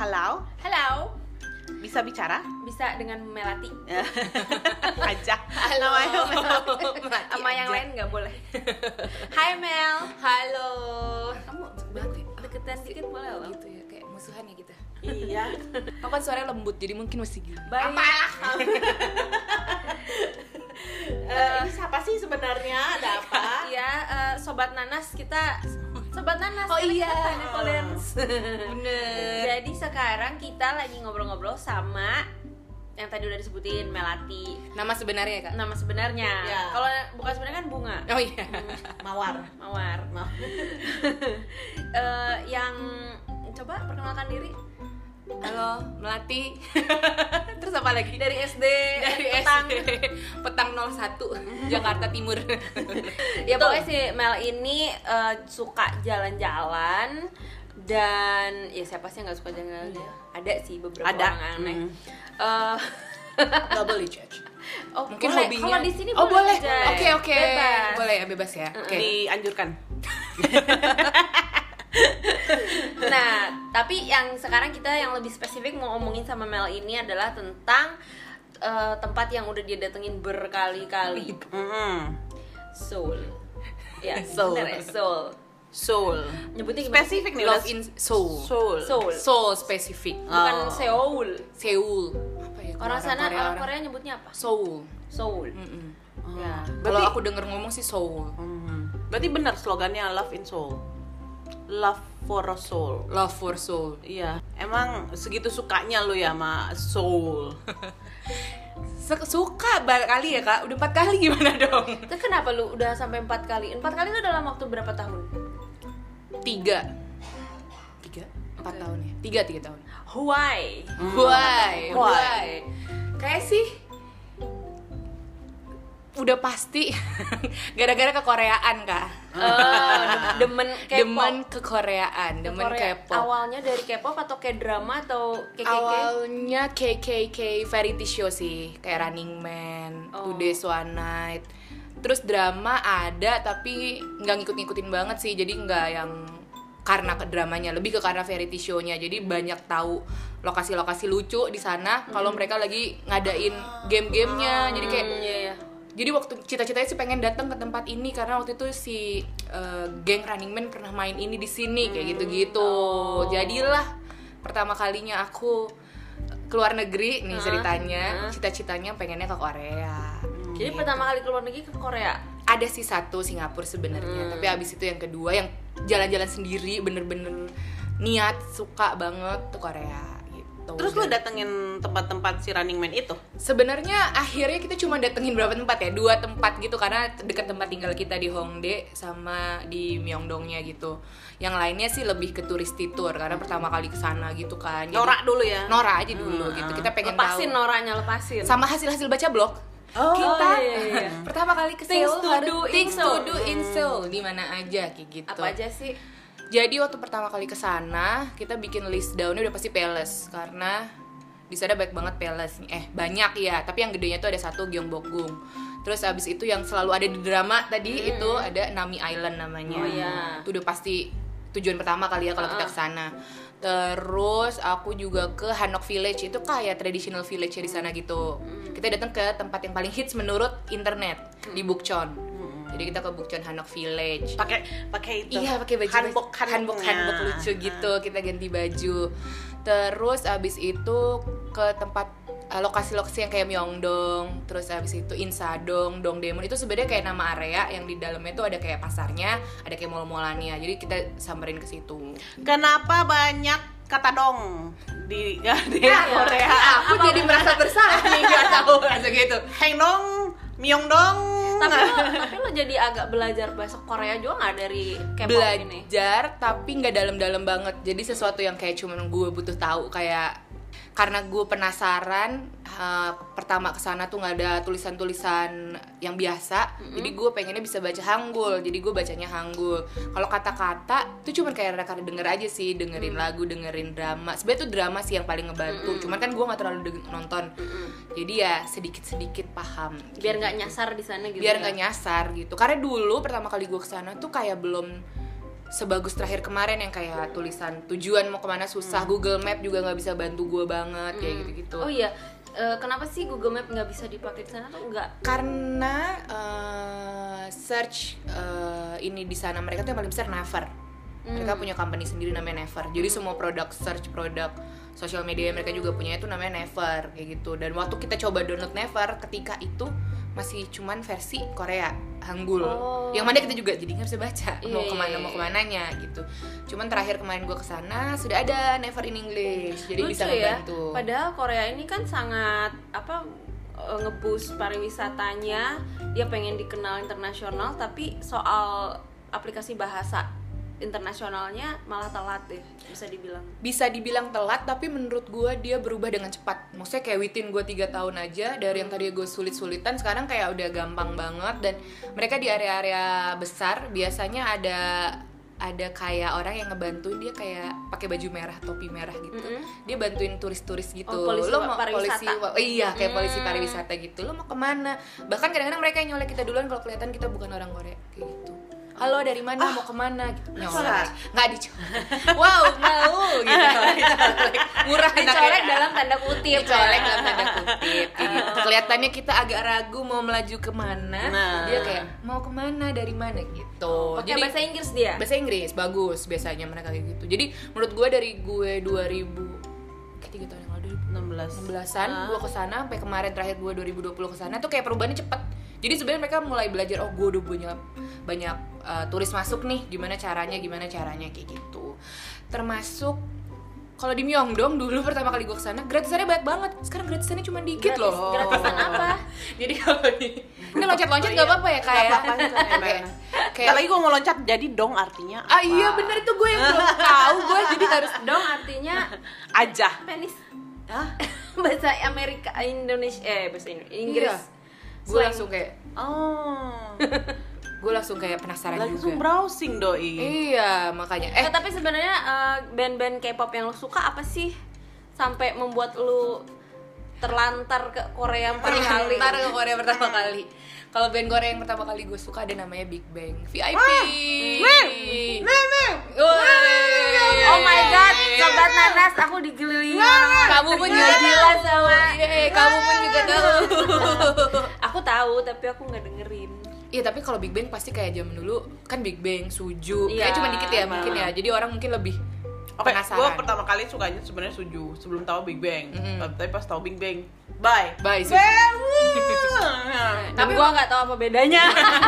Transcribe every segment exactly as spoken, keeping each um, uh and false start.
Halo, Halo, bisa bicara? bisa dengan Melati. Aja. Halo. Namanya Melati. Sama yang lain nggak boleh. Hai Mel. Halo. Kamu Banget ya? deketan dikit boleh loh. Gitu ya, kayak musuhan ya kita. Iya. Aku kan suaranya lembut, jadi mungkin mesti gitu. Baik. Eh, ini siapa sih sebenarnya? Ada apa? Ya, eh, sobat nanas kita. Sobat nanas. Oh karena iya. kita Pineappleans. Bener. Jadi sekarang kita lagi ngobrol-ngobrol sama yang tadi udah disebutin Melati. Nama sebenarnya ya, Kak? Nama sebenarnya. Ya. Kalau bukan sebenarnya kan Bunga. Oh iya. Mawar. Mawar. Ma- Eh, yang coba perkenalkan diri Halo, Melati. Terus apa lagi? dari S D. Dari Petang. S D Petang nol satu Jakarta Timur. Ya pokoknya si Mel ini eh, suka jalan-jalan. Dan ya siapa sih yang gak suka jalan-jalan? Ada sih beberapa Ada. orang aneh. Hmm. Eh, Gak boleh judge. oh, Mungkin boleh. hobinya. Kalau di sini Oh boleh. aja. Oke oke. Bebas. Boleh ya, bebas ya. Oke. Dianjurkan. Nah, tapi yang sekarang kita yang lebih spesifik mau ngomongin sama Mel ini adalah tentang eh, tempat yang udah dia datengin berkali-kali. Mm-mm. Seoul. Ya, Seoul. bener ya, Seoul. Soul. Nyebutnya gimana? Spesifik nih. Love udah- in Seoul. Soul. Seoul. Seoul spesifik. Bukan Oh. Seoul. Seoul. Apa ya? Orang sana Korea, orang Korea nyebutnya apa? Seoul. Seoul. Mm-mm. Ya. Kalau Berarti- aku denger ngomong sih Seoul. Hmm. Berarti benar slogannya Love in Soul. Love for a soul. Love for Soul. Iya. Emang segitu sukanya lu ya sama soul. Se- Suka kali ya, Kak. Udah empat kali gimana dong? Terus kenapa lu udah sampai empat kali? Empat kali itu dalam waktu berapa tahun? Tiga. Tiga? Empat Oke. tahun ya? Tiga, tiga tahun. Why? Why? Why? Why? Kayak sih udah pasti gara-gara kekoreaan, Kak. Oh, demen K-pop. Demen kekoreaan, demen Korea. K-pop. Awalnya dari K-pop atau K-drama atau K K K? Awalnya K K K variety show sih, kayak Running Man, Oh. Two Days One Night. Terus drama ada tapi nggak ngikut-ngikutin banget sih, jadi nggak yang karena ke dramanya, lebih ke karena variety show-nya. Jadi banyak tahu lokasi-lokasi lucu di sana kalau mereka lagi ngadain game-gamenya. Jadi kayak Hmm, iya, iya. jadi waktu cita-citanya sih pengen datang ke tempat ini karena waktu itu si uh, geng Running Man pernah main ini di sini kayak gitu-gitu. Oh. Jadilah pertama kalinya aku keluar negeri nih Hah? ceritanya. Hah? Cita-citanya pengennya ke Korea. Jadi Gitu. pertama kali keluar negeri ke Korea. Ada sih satu Singapura sebenarnya, Hmm. tapi abis itu yang kedua yang jalan-jalan sendiri bener-bener niat suka banget tuh Korea gitu. Terus lu Dan- datengin tempat-tempat si Running Man itu? Sebenarnya akhirnya kita cuma datengin berapa tempat ya? Dua tempat gitu karena dekat tempat tinggal kita di Hongdae sama di Myeongdongnya gitu. Yang lainnya sih lebih ke turisti tour karena pertama kali ke sana gitu kan. Jadi- Norak dulu ya. Norak aja dulu Hmm. gitu. Kita pengen Lepasin tahu. noranya, lepasin. Sama hasil-hasil baca blog. Oh, kita iya, iya, iya. pertama kali ke Things Seoul to harus do in things to Seoul. do in Seoul di mana aja kayak gitu. Apa aja sih? Jadi waktu pertama kali ke sana, kita bikin list down-nya udah pasti palace karena di sana banyak banget palace. Eh, banyak ya, tapi yang gedenya tuh ada satu Gyeongbokgung. Terus abis itu yang selalu ada di drama tadi Hmm. itu ada Nami Island namanya. Oh, iya. Itu udah pasti tujuan pertama kali ya kalau kita ke sana. Terus aku juga ke Hanok Village, itu kayak traditional village di sana gitu. Kita datang ke tempat yang paling hits menurut internet di Bukchon. Jadi kita ke Bukchon Hanok Village. pakai pakai itu. Iya, pakai baju hanbok hanbok hanbok lucu gitu. Kita ganti baju. Terus abis itu ke tempat uh, lokasi-lokasi yang kayak Myeongdong. Terus abis itu Insadong, Dongdaemun itu sebenarnya kayak nama area yang di dalamnya tuh ada kayak pasarnya, ada kayak mall-mallannya. Jadi kita samperin ke situ. Kenapa banyak kata dong di di Iya, Korea? iya. Aku Apa jadi merasa bersalah nih, nggak tahu rasa gitu. Heng dong, myong dong. Tapi lo, tapi lo jadi agak belajar bahasa Korea juga nggak dari K-pop ini? Belajar tapi nggak dalam-dalam banget, jadi sesuatu yang kayak cuman gue butuh tahu, kayak karena gue penasaran. Uh, pertama kesana tuh nggak ada tulisan-tulisan yang biasa, mm-hmm. jadi gue pengennya bisa baca Hangul, jadi gue bacanya Hangul. Kalau kata-kata tuh cuman kayak karena denger aja sih, dengerin mm-hmm. lagu, dengerin drama. Sebenarnya tuh drama sih yang paling ngebantu, mm-hmm. cuman kan gue nggak terlalu de- nonton, mm-hmm. jadi ya sedikit-sedikit paham. Biar nggak gitu. nyasar di sana gitu. Biar ya? nggak nyasar gitu. Karena dulu pertama kali gue kesana tuh kayak belum sebagus terakhir kemarin yang kayak tulisan tujuan mau kemana susah, hmm. Google Map juga nggak bisa bantu gue banget hmm. kayak gitu-gitu. Oh iya, uh, kenapa sih Google Map nggak bisa dipakai di sana tuh enggak? Karena uh, search uh, ini di sana mereka tuh yang paling besar Naver. Hmm. Mereka punya company sendiri namanya Naver. Jadi semua produk search produk sosial media mereka juga punya itu namanya Naver kayak gitu. Dan waktu kita coba download Naver ketika itu masih cuman versi Korea Hangul, oh. yang mana kita juga jadi nggak bisa baca yeah, mau kemana mau kemananya gitu. Cuman terakhir kemarin gue kesana sudah ada Naver in English, jadi lucu bisa ya? ngebantu. Padahal Korea ini kan sangat apa nge-boost pariwisatanya, dia pengen dikenal internasional, tapi soal aplikasi bahasa internasionalnya malah telat deh, bisa dibilang. Bisa dibilang telat, tapi menurut gue dia berubah dengan cepat. Maksudnya kayak within gue tiga tahun aja, dari yang tadi gue sulit-sulitan, sekarang kayak udah gampang banget. Dan mereka di area-area besar biasanya ada ada kayak orang yang ngebantuin dia kayak pakai baju merah, topi merah gitu. Mm-hmm. Dia bantuin turis-turis gitu. Oh, polisi lo mau pariwisata. polisi, oh, iya kayak mm. polisi pariwisata gitu. Lo mau kemana? Bahkan kadang-kadang mereka yang nyolek kita duluan kalau kelihatan kita bukan orang Korea kayak gitu. Halo, dari mana, ah, mau kemana gitu. Nyolek. Nggak dicolek. Wow, mau gitu. Murah dicolek dalam tanda kutip. Dicolek dalam tanda kutip kayak gitu. Kelihatannya kita agak ragu mau melaju kemana. Nah. Dia kayak mau kemana, dari mana gitu. Pakai bahasa Inggris dia. Bahasa Inggris bagus biasanya mereka kayak gitu. Jadi menurut gue dari gue dua ribu kayak tiga tahun yang lalu enam belas enam belasan ah. gue kesana sampai kemarin terakhir gue dua ribu dua puluh kesana tuh kayak perubahannya cepet. Jadi sebenarnya mereka mulai belajar, oh gue udah punya banyak uh, turis masuk nih, gimana caranya, gimana caranya kayak gitu. Termasuk kalau di Myeongdong dulu pertama kali gue kesana gratisannya banyak banget. Sekarang gratisannya cuma dikit Gratis, loh. Gratisan apa? Jadi kalau di ini loncat-loncat nggak apa-apa ya kayak. Kayak kayak lagi gue mau loncat jadi dong artinya apa? Ah iya benar itu gue yang belum tahu gue jadi harus dong artinya aja. Penis. Hah? Bahasa Amerika Indonesia eh bahasa Inggris. Iya. Gue langsung kayak oh. Gue langsung kayak penasaran langsung juga. Browsing doi. Iya, makanya. Eh, nah, tapi sebenarnya uh, band-band K-pop yang lo suka apa sih sampai membuat lo terlantar ke Korea pertama kali? Terlantar ke Korea pertama kali. Kalau band Korea yang pertama kali gue suka ada namanya Big Bang V I P. Oh my god, sobat nanas, aku dikelilingi orang. Kamu pun juga gila sama. Kamu pun juga tahu. Aku tahu, tapi aku nggak dengerin. Iya, tapi kalau Big Bang pasti kayak zaman dulu kan Big Bang, Suju, iya, kayak cuma dikit ya mungkin ya. Jadi orang mungkin lebih Oke, penasaran. gue pertama kali sukanya sebenarnya Suju sebelum tahu Big Bang. Mm-hmm. Tapi pas tahu Big Bang, bye. Bye. Suju. Tapi gue nggak tahu apa bedanya.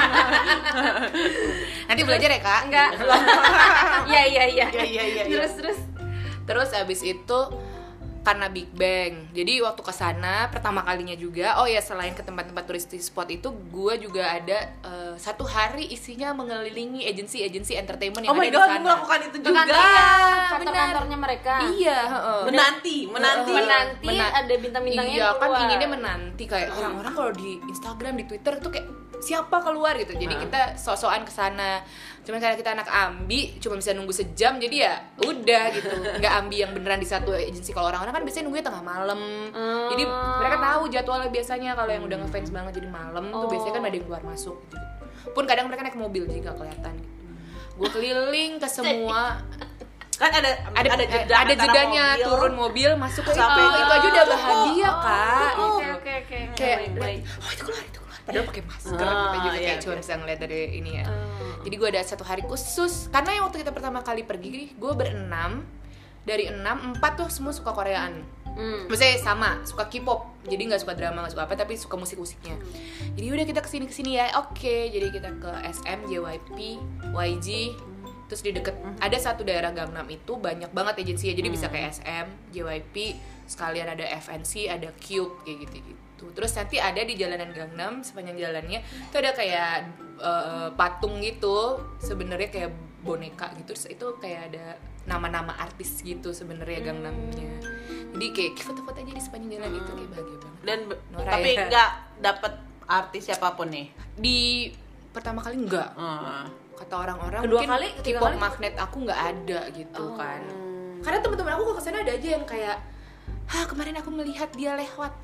Nanti belajar ya kak? Enggak. Iya iya iya. Iya iya iya. Terus terus. Terus abis itu karena Big Bang, jadi waktu kesana pertama kalinya juga, oh ya selain ke tempat-tempat turistik spot itu, gue juga ada uh, satu hari isinya mengelilingi agensi-agensi entertainment yang oh ada di sana. Oh my god, melakukan itu juga. Kantor-kantornya mereka. Iya. Uh, menanti, menanti, menanti. Mena- ada bintang-bintangnya iya, keluar. kan inginnya menanti kayak orang-orang kalau di Instagram, di Twitter tuh kayak siapa keluar gitu. Jadi nah. kita sok-sokan kesana. Cuman karena kita anak ambi, cuma bisa nunggu sejam, jadi ya udah gitu. Nggak ambi yang beneran di satu agensi. Kalau orang-orang kan biasanya nunggunya tengah malam. Hmm. Jadi mereka tahu jadwalnya biasanya kalau yang udah ngefans banget jadi malam oh. tuh biasanya kan ada yang keluar masuk gitu. Pun kadang mereka naik mobil jadi nggak kelihatan gitu. Gue keliling ke semua. Kan ada ada ada, jeda ada jedanya mobil, turun mobil masuk ke sampai itu, itu aja udah bahagia kak. Oke oke oke. Kayak oh itu keluar itu keluar. Padahal pakai masker oh, kita juga iya, kayak cuma bisa ngeliat dari ini ya. Oh. Jadi gue ada satu hari khusus karena yang waktu kita pertama kali pergi gue berenam, dari enam empat tuh semua suka Koreaan. Hmm. Maksudnya sama suka K-pop, jadi nggak suka drama nggak suka apa tapi suka musik-musiknya. Hmm. Jadi udah kita kesini kesini ya, oke. Jadi kita ke S M, J Y P, Y G. Terus di deket mm. ada satu daerah Gangnam itu banyak banget agensinya, jadi mm. bisa kayak S M, J Y P, sekalian ada F N C, ada Cube kayak gitu-gitu. Terus nanti ada di jalanan Gangnam sepanjang jalannya itu ada kayak uh, patung gitu, sebenarnya kayak boneka gitu. Terus itu kayak ada nama-nama artis gitu sebenarnya Gangnamnya. Jadi kayak foto-foto aja di sepanjang jalan mm. itu kayak bahagia banget. Dan Nora, tapi ya. nggak dapet artis siapapun nih. Di pertama kali enggak. Uh. Kata orang-orang kedua mungkin kali, K-pop kali magnet aku nggak ada gitu oh. kan. Karena teman-teman aku kalau kesana ada aja yang kayak, hah kemarin aku melihat dia lewat, kok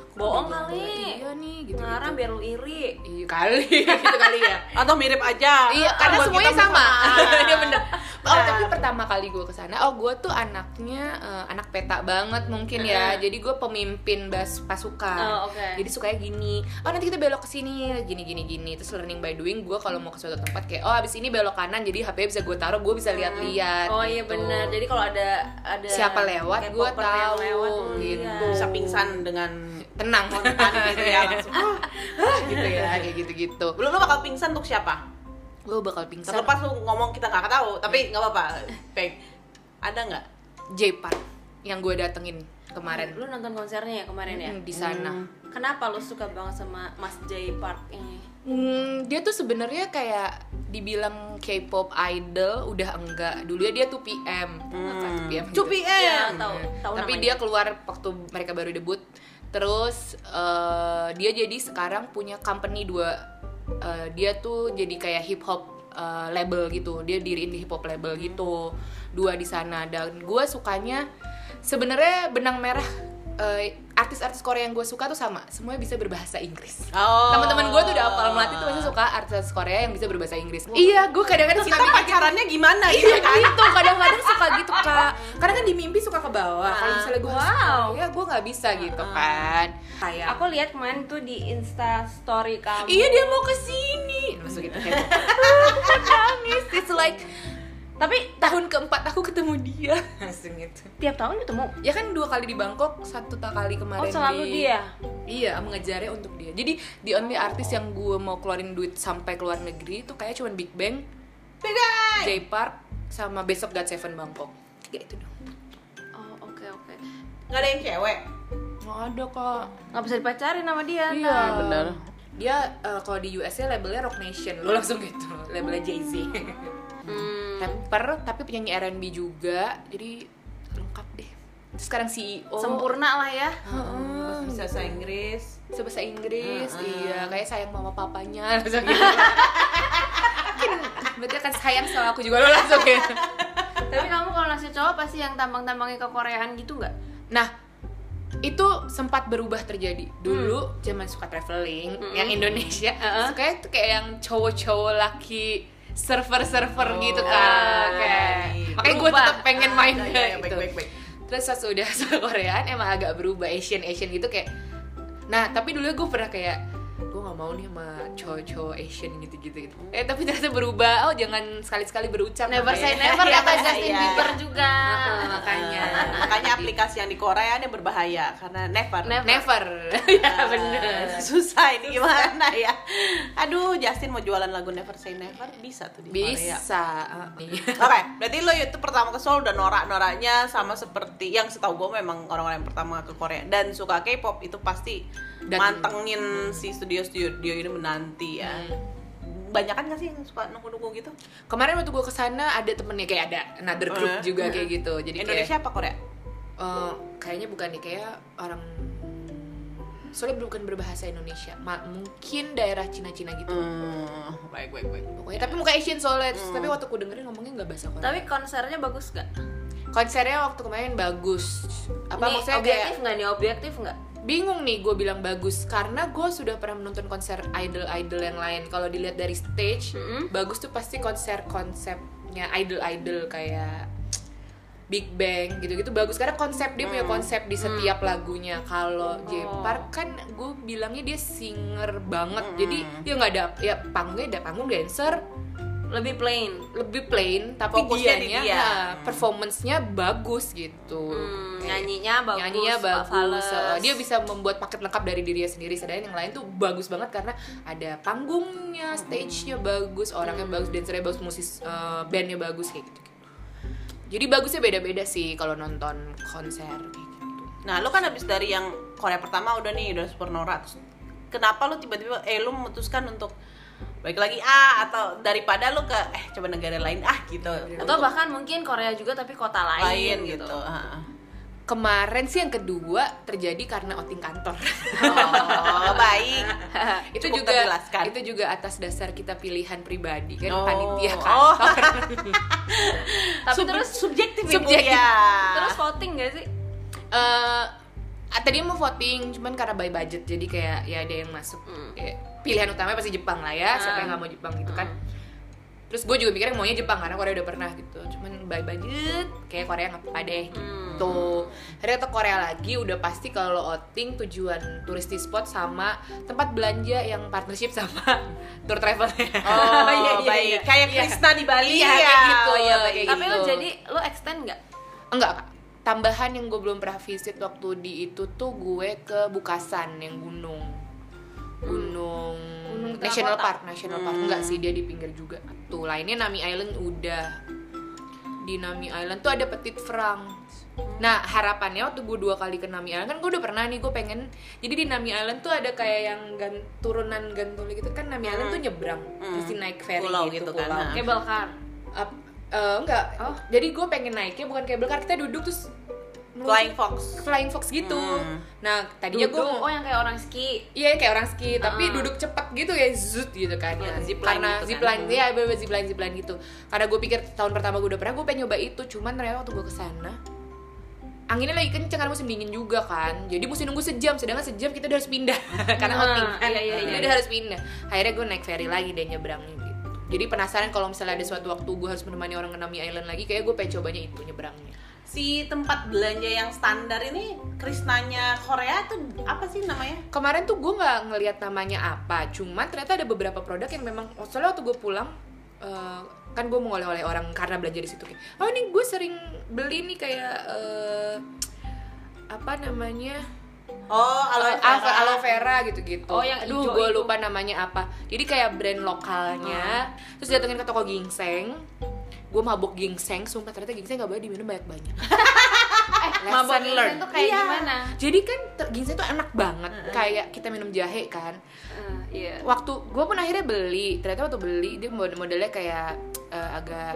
Bohong Dia kali. iya nih gitu, Ngarang gitu. biar lu iri. Iya kali gitu kali ya. Atau mirip aja. Iya, Kan karena buat semuanya kita sama. Iya bener. Oh, Nah. tapi pertama kali gue kesana, oh gue tuh anaknya eh, anak peta banget mungkin ya. Jadi gue pemimpin bas pasukan. Oh, oke. Jadi sukanya gini. Oh nanti kita belok ke sini, gini gini gini. Terus learning by doing. Gue kalau mau ke suatu tempat kayak, oh abis ini belok kanan. Jadi H P bisa gue taruh, gue bisa lihat-lihat. Oh iya gitu. benar. Jadi kalau ada ada Siapa lewat, K-popper gua yang tahu, lewat, lu gitu. lihat. Bisa pingsan dengan Tenang, kontan gitu ya langsung. gitu ya, kayak gitu-gitu. Belum lo bakal pingsan untuk siapa? Gue bakal pingsan. Terlepas lu ngomong kita nggak tahu, tapi nggak apa-apa. Peg, ada nggak? J-Park yang gue datengin kemarin. Lu nonton konsernya ya kemarin ya? Hmm, di sana. Kenapa lu suka banget sama Mas J Park ini? Hmm, dia tuh sebenarnya kayak dibilang K-pop idol udah enggak. Dulu ya dia two P M. Apa two P M? two P M. Iya, tahu. Tahu Tapi namanya. dia keluar waktu mereka baru debut. Terus eh, dia jadi sekarang punya company dua. Eh, dia tuh jadi kayak hip hop eh, label gitu. Dia diriin di hip hop label gitu. Dua di sana, dan gue sukanya sebenarnya benang merah eh, artis-artis Korea yang gue suka tuh sama, semuanya bisa berbahasa Inggris. Oh. Teman-teman gue tuh udah hafal melati tuh pasti suka artis Korea yang bisa berbahasa Inggris. Iya, gue kadang-kadang Kita suka mikir pacarannya gimana Iya gitu kan? gitu, kadang-kadang suka gitu kak. Karena kan di mimpi suka ke bawah. Kalau misalnya gue Wow. ya gue nggak bisa gitu kan. Kayak Aku lihat kemarin tuh di Insta story kamu. iya dia mau kesini, masuk gitu kayak nangis. It's like Tapi tahun keempat aku ketemu dia, langsung gitu. tiap tahun ketemu. Ya kan dua kali di Bangkok, satu tak kali kemarin Oh, selalu di... dia? Iya, mengejarnya untuk dia. Jadi the only artis yang gue mau keluarin duit sampai keluar negeri itu kayak cuman Big Bang, Big Bang. J-Park, sama Besok God Seven Bangkok. Tiga itu dong. Oh, oke oke. Nggak ada yang cewek. Nggak ada kak. Nggak bisa dipacarin sama dia. Iya Kak. bener. Dia uh, kalau di U S nya labelnya Rock Nation, lo langsung gitu. Labelnya Jay-Z. Hmm. Rapper tapi penyanyi R and B juga, jadi lengkap deh. Terus sekarang C E O. Sempurna lah ya. Heeh. Bisa bahasa Inggris. Bisa bahasa Inggris, Uh-uh. iya kayak sayang mama papanya langsung gitu. Mungkin berarti akan sayang sama aku juga lo langsung gitu. Tapi kamu kalau nasi cowok pasti yang tampang-tampangnya ke Koreaan gitu nggak? Nah, itu sempat berubah terjadi. Dulu zaman suka traveling yang Indonesia, Uh-uh. sukanya tuh kayak yang cowok-cowok laki server-server Oh, gitu kan. Kayak baik. makanya gue Berubah. tetap pengen main Ah, iya, kayak iya, baik, gitu. baik, baik. Terus pas udah suka Koreaan emang agak berubah, Asian Asian gitu kayak. Nah, tapi dulu gue pernah kayak gue nggak mau nih sama cowok-cowok Asian gitu-gitu gitu. Eh tapi ternyata berubah. Oh jangan sekali-sekali berucap. Never say namanya. never Iya, kata iya, Justin iya. Bieber juga. Heeh, makanya. Makanya aplikasi yang di Korea ini berbahaya karena never. Never. Never. Ya bener. Susah ini gimana ya? Aduh, Justin mau jualan lagu Never Say Never bisa tuh di Korea. Bisa. Oke, berarti lo itu pertama ke Seoul udah norak-noraknya sama seperti yang setahu gue memang orang-orang yang pertama ke Korea dan suka K-pop itu pasti Dan- mantengin si studio-studio ini menanti ya. Banyak kan gak sih yang suka nunggu-nunggu gitu? Kemarin waktu gue kesana ada temennya kayak ada another group Eh, juga kayak gitu. Jadi Indonesia kayak, apa Korea? eh, kayaknya bukan nih kayak orang soalnya bukan berbahasa Indonesia. Ma- mungkin daerah Cina-Cina gitu. Hmm, baik baik baik. Pokoknya tapi muka Asian soalnya. Terus tapi waktu aku dengerin ngomongnya nggak bahasa Korea. Tapi konsernya bagus gak? Konsernya waktu kemarin bagus. Apa Ini maksudnya objektif kayak nggak nih? Objektif nggak? bingung nih gue bilang bagus karena gue sudah pernah menonton konser idol-idol yang lain. Kalau dilihat dari stage, Mm-mm. bagus tuh pasti konser konsepnya idol-idol kayak Big Bang gitu-gitu bagus karena konsep dia punya konsep di setiap lagunya. Kalau J-Park kan gue bilangnya dia singer banget, jadi dia nggak ada ya panggungnya ada panggung dancer Lebih plain. lebih plain tapi Fokusnya di dianya dia. nah, performance-nya bagus gitu. Hmm, Kayak nyanyinya bagus. nyanyinya bagus, fales. uh, dia bisa membuat paket lengkap dari dirinya sendiri. Sedangkan yang lain tuh bagus banget karena ada panggungnya, stage-nya bagus, orangnya bagus, dancernya bagus, musis uh, bandnya bagus kayak gitu. Jadi bagusnya beda-beda sih kalau nonton konser kayak gitu. Nah, lo kan habis dari yang Korea pertama udah nih udah super norak. Terus kenapa lo tiba-tiba eh lo memutuskan untuk balik lagi ah atau daripada lo ke eh coba negara lain ah gitu. Atau bahkan mungkin Korea juga tapi kota lain, lain gitu. gitu. Ah. Kemarin sih yang kedua terjadi karena outing kantor. Oh, baik. itu Cukup juga terjelaskan. itu juga atas dasar kita pilihan pribadi kan Oh. panitia Oh. kantor. Tapi Sub- terus subjektif, subjektif. Ibu, ya. terus voting gak sih? Eh, ah, tadi mau voting cuman karena by budget jadi kayak ya ada yang masuk. Hmm. Kayak pilihan utamanya pasti Jepang lah ya, siapa yang nggak mau Jepang gitu kan. Terus gue juga mikirnya maunya Jepang karena Korea udah pernah gitu, cuman by budget kayak Korea nggak apa-apa deh gitu. Akhirnya ke Korea lagi udah pasti kalau outing tujuan touristy spot sama tempat belanja yang partnership sama tour travelnya. Oh iya, iya, baik, iya. kayak Iya. Krishna di Bali Iya, ya. kayak gitu, Oh, iya, kayak baik. Tapi lo gitu. jadi lo extend nggak? Enggak, Kak. Tambahan yang gue belum pernah visit waktu di itu tuh gue ke Bukasan yang gunung. Gunung, Gunung National Tengah Park, National Park. Enggak sih, dia di pinggir juga. Tuh, lainnya Nami Island udah. Di Nami Island tuh ada Petit Franc. Nah, harapannya waktu gue dua kali ke Nami Island, kan gue udah pernah nih, gue pengen. Jadi di Nami Island tuh ada kayak yang gan, turunan gantung gitu kan. Nami Island tuh nyebrang, mesti naik ferry Pulau gitu, gitu kan, pulau. nah. Cable car. Up, eh, enggak. Oh. Jadi gue pengen naiknya bukan cable car, kita duduk terus Flying Fox. Flying Fox gitu. Hmm. Nah, tadinya gue Duduk, oh yang kayak orang ski. iya kayak orang ski, tapi Ah. duduk cepet gitu ya, zut gitu kan. Ya, Nah, zipline karena gitu kan. zipline, ya bener zipline zipline gitu. Karena gue pikir tahun pertama gue udah pernah, gue pengen nyoba itu, cuman ternyata waktu gue kesana anginnya lagi kenceng karena musim dingin juga kan, jadi mesti nunggu sejam, sedangkan sejam kita udah harus pindah karena Nah, outing kan, iya, iya, jadi iya. udah harus pindah. Akhirnya gue naik ferry lagi deh nyebrangnya gitu. Jadi penasaran kalau misalnya ada suatu waktu gue harus menemani orang ke Nami Island lagi, kayak gue pengen cobanya itu nyebrangnya. Si tempat belanja yang standar ini Krishnanya Korea tuh apa sih namanya? Kemarin tuh gue nggak ngelihat namanya apa, cuman ternyata ada beberapa produk yang memang, soalnya waktu gue pulang uh, kan gue mau oleh-oleh orang karena belanja di situ kayak, oh ini gue sering beli nih kayak uh, apa namanya, Oh, aloe Uh, vera. aloe, aloe vera gitu-gitu. Oh, yang aduh hijau gue itu. lupa namanya apa. Jadi kayak brand lokalnya. Terus datengin ke toko ginseng. Gue mabuk ginseng, sumpah ternyata ginseng gak boleh diminum banyak-banyak. Eh, Lesson mabok learned. ginseng tuh kayak Iya. gimana? Jadi kan ter- ginseng tuh enak banget, kayak kita minum jahe kan. Eh, iya. Waktu gue pun akhirnya beli, ternyata waktu beli dia mod- modelnya kayak uh, agak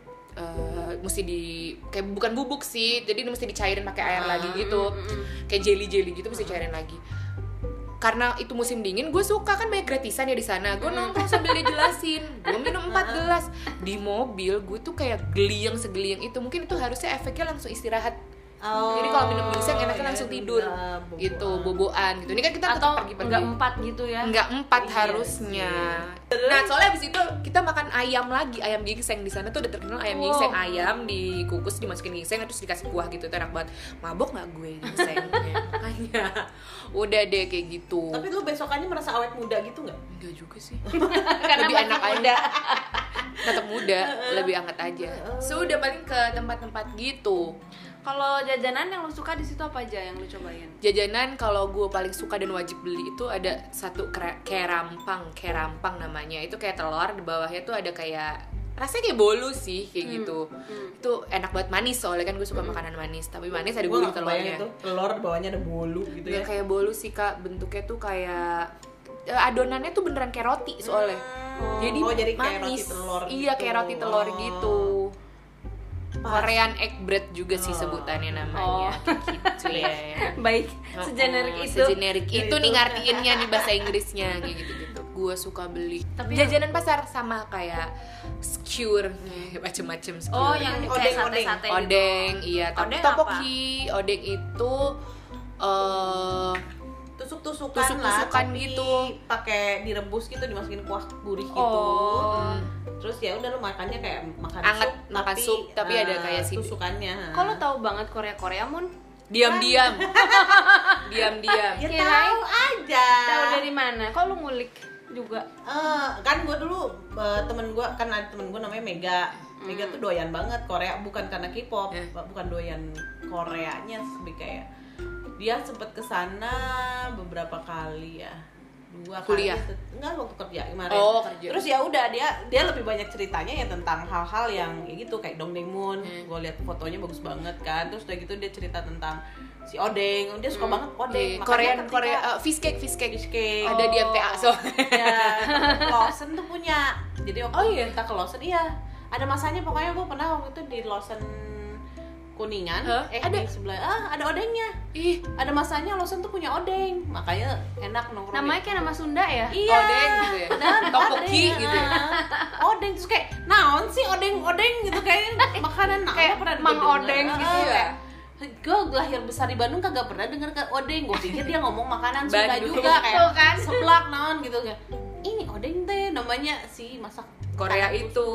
uh, mesti di kayak bukan bubuk sih, jadi mesti dicairin pakai air lagi gitu, kayak jelly jelly gitu mesti cairin lagi. Karena itu musim dingin, gue suka kan banyak gratisan ya di sana. Gue nongkrong sambil dia jelasin, gue minum empat gelas di mobil. Gue tuh kayak geliang segeliang itu. Mungkin itu harusnya efeknya langsung istirahat. Oh, Jadi kalau minum ginseng enaknya iya, langsung tidur, iya, boboan. gitu, boboan gitu. Ini kan kita Atau tetap pergi-pergi. enggak empat gitu ya? Enggak empat Iya harusnya. Nah, soalnya abis itu kita makan ayam lagi, ayam ginseng di sana tuh udah terkenal ayam Oh. ginseng, ayam dikukus dimasukin ginseng terus dikasih kuah gitu, itu enak banget. Mabok nggak gue ginsengnya? Makanya udah deh kayak gitu. Tapi lu besokannya merasa awet muda gitu nggak? Enggak juga sih. Karena Lebih masih enak muda. aja. Tetap muda, lebih anget aja. Sudah paling ke tempat-tempat gitu. Kalau jajanan yang lo suka di situ apa aja yang lo cobain? Jajanan kalau gue paling suka dan wajib beli itu ada satu kera- kerampang, kerampang namanya. Itu kayak telur, di bawahnya tuh ada kayak rasanya kayak bolu sih kayak gitu. Itu enak banget, manis soalnya kan gue suka makanan manis. Tapi manis ada Gue gulai nggak kebayang telurnya. itu telur bawahnya ada bolu gitu Nggak ya. kayak bolu sih Kak, bentuknya tuh kayak eh, adonannya tuh beneran kayak roti soalnya. Jadi, Oh, jadi kayak manis. roti telur Iya, gitu. kayak roti telur Oh. gitu. Korean egg bread juga sih Oh. sebutannya namanya. Gitu ya. Baik, segenerik Oh, itu. segenerik itu Itu. nih ngartiinnya nih bahasa Inggrisnya kayak gitu-gitu. Gue suka beli. Tapi Jajanan pasar sama kayak skewer, macem-macem skewer. Oh, yang Odeng, kayak odeng. sate-sate gitu. odeng, iya. Tapi Odeng topoki, odeng itu eh Tusuk-tusukan Tusuk-tusukan lah, tapi gitu. pakai direbus gitu, dimasukin kuah gurih gitu. Oh. Terus ya udah lu makannya kayak makan Anget, sup, makan tapi, sup, tapi ada eh, kayak si- tusukannya. Kalau tahu banget Korea-Korea mun diam-diam. Diam-diam. Ya Kirain- tahu aja. tahu dari mana? Kok lu ngulik juga? Eh, kan gue dulu eh, temen gue kan ada temen gue namanya Mega. Mega tuh doyan banget Korea, bukan karena K-pop, Eh. bukan doyan Koreanya, lebih kayak dia sempet kesana beberapa kali ya, dua Kuliah? kali enggak waktu kerja kemarin. Oh, kerja. Terus ya udah dia dia lebih banyak ceritanya ya tentang hal-hal yang kayak gitu kayak Dongdaemun. Hmm. Gue lihat fotonya bagus banget kan. Terus udah gitu dia cerita tentang si Odeng, dia suka banget Odeng. Eh, Makanya Korean ketika- Korea eh, fish cake, fish cake. Fish cake. Ada di M T A soalnya. Ya, Lawson tuh punya. Jadi waktu Oh, iya? kita ke Lawson, iya. Ada masanya pokoknya gue pernah waktu itu di Lawson Kuningan, Hah? eh Ada? di sebelah, ah ada odengnya. Ih, Ada masanya Lawson tuh punya odeng, makanya enak nongkrong. Namanya kayak nama Sunda ya? Iya. odeng gitu ya. Benar, Topoki odeng, gitu ya. ah. Odeng terus kayak naon sih odeng-odeng gitu kayak makanan naon Kayak pernah Mang didengar. Odeng Ah, gitu ya? kayak, gue lahir besar di Bandung kagak pernah denger ke odeng. Gue pikir dia ngomong makanan Sunda Bandung. juga kayak kan? seblak naon gitu kayak. Ini odeng teh namanya si masak Korea makanan itu.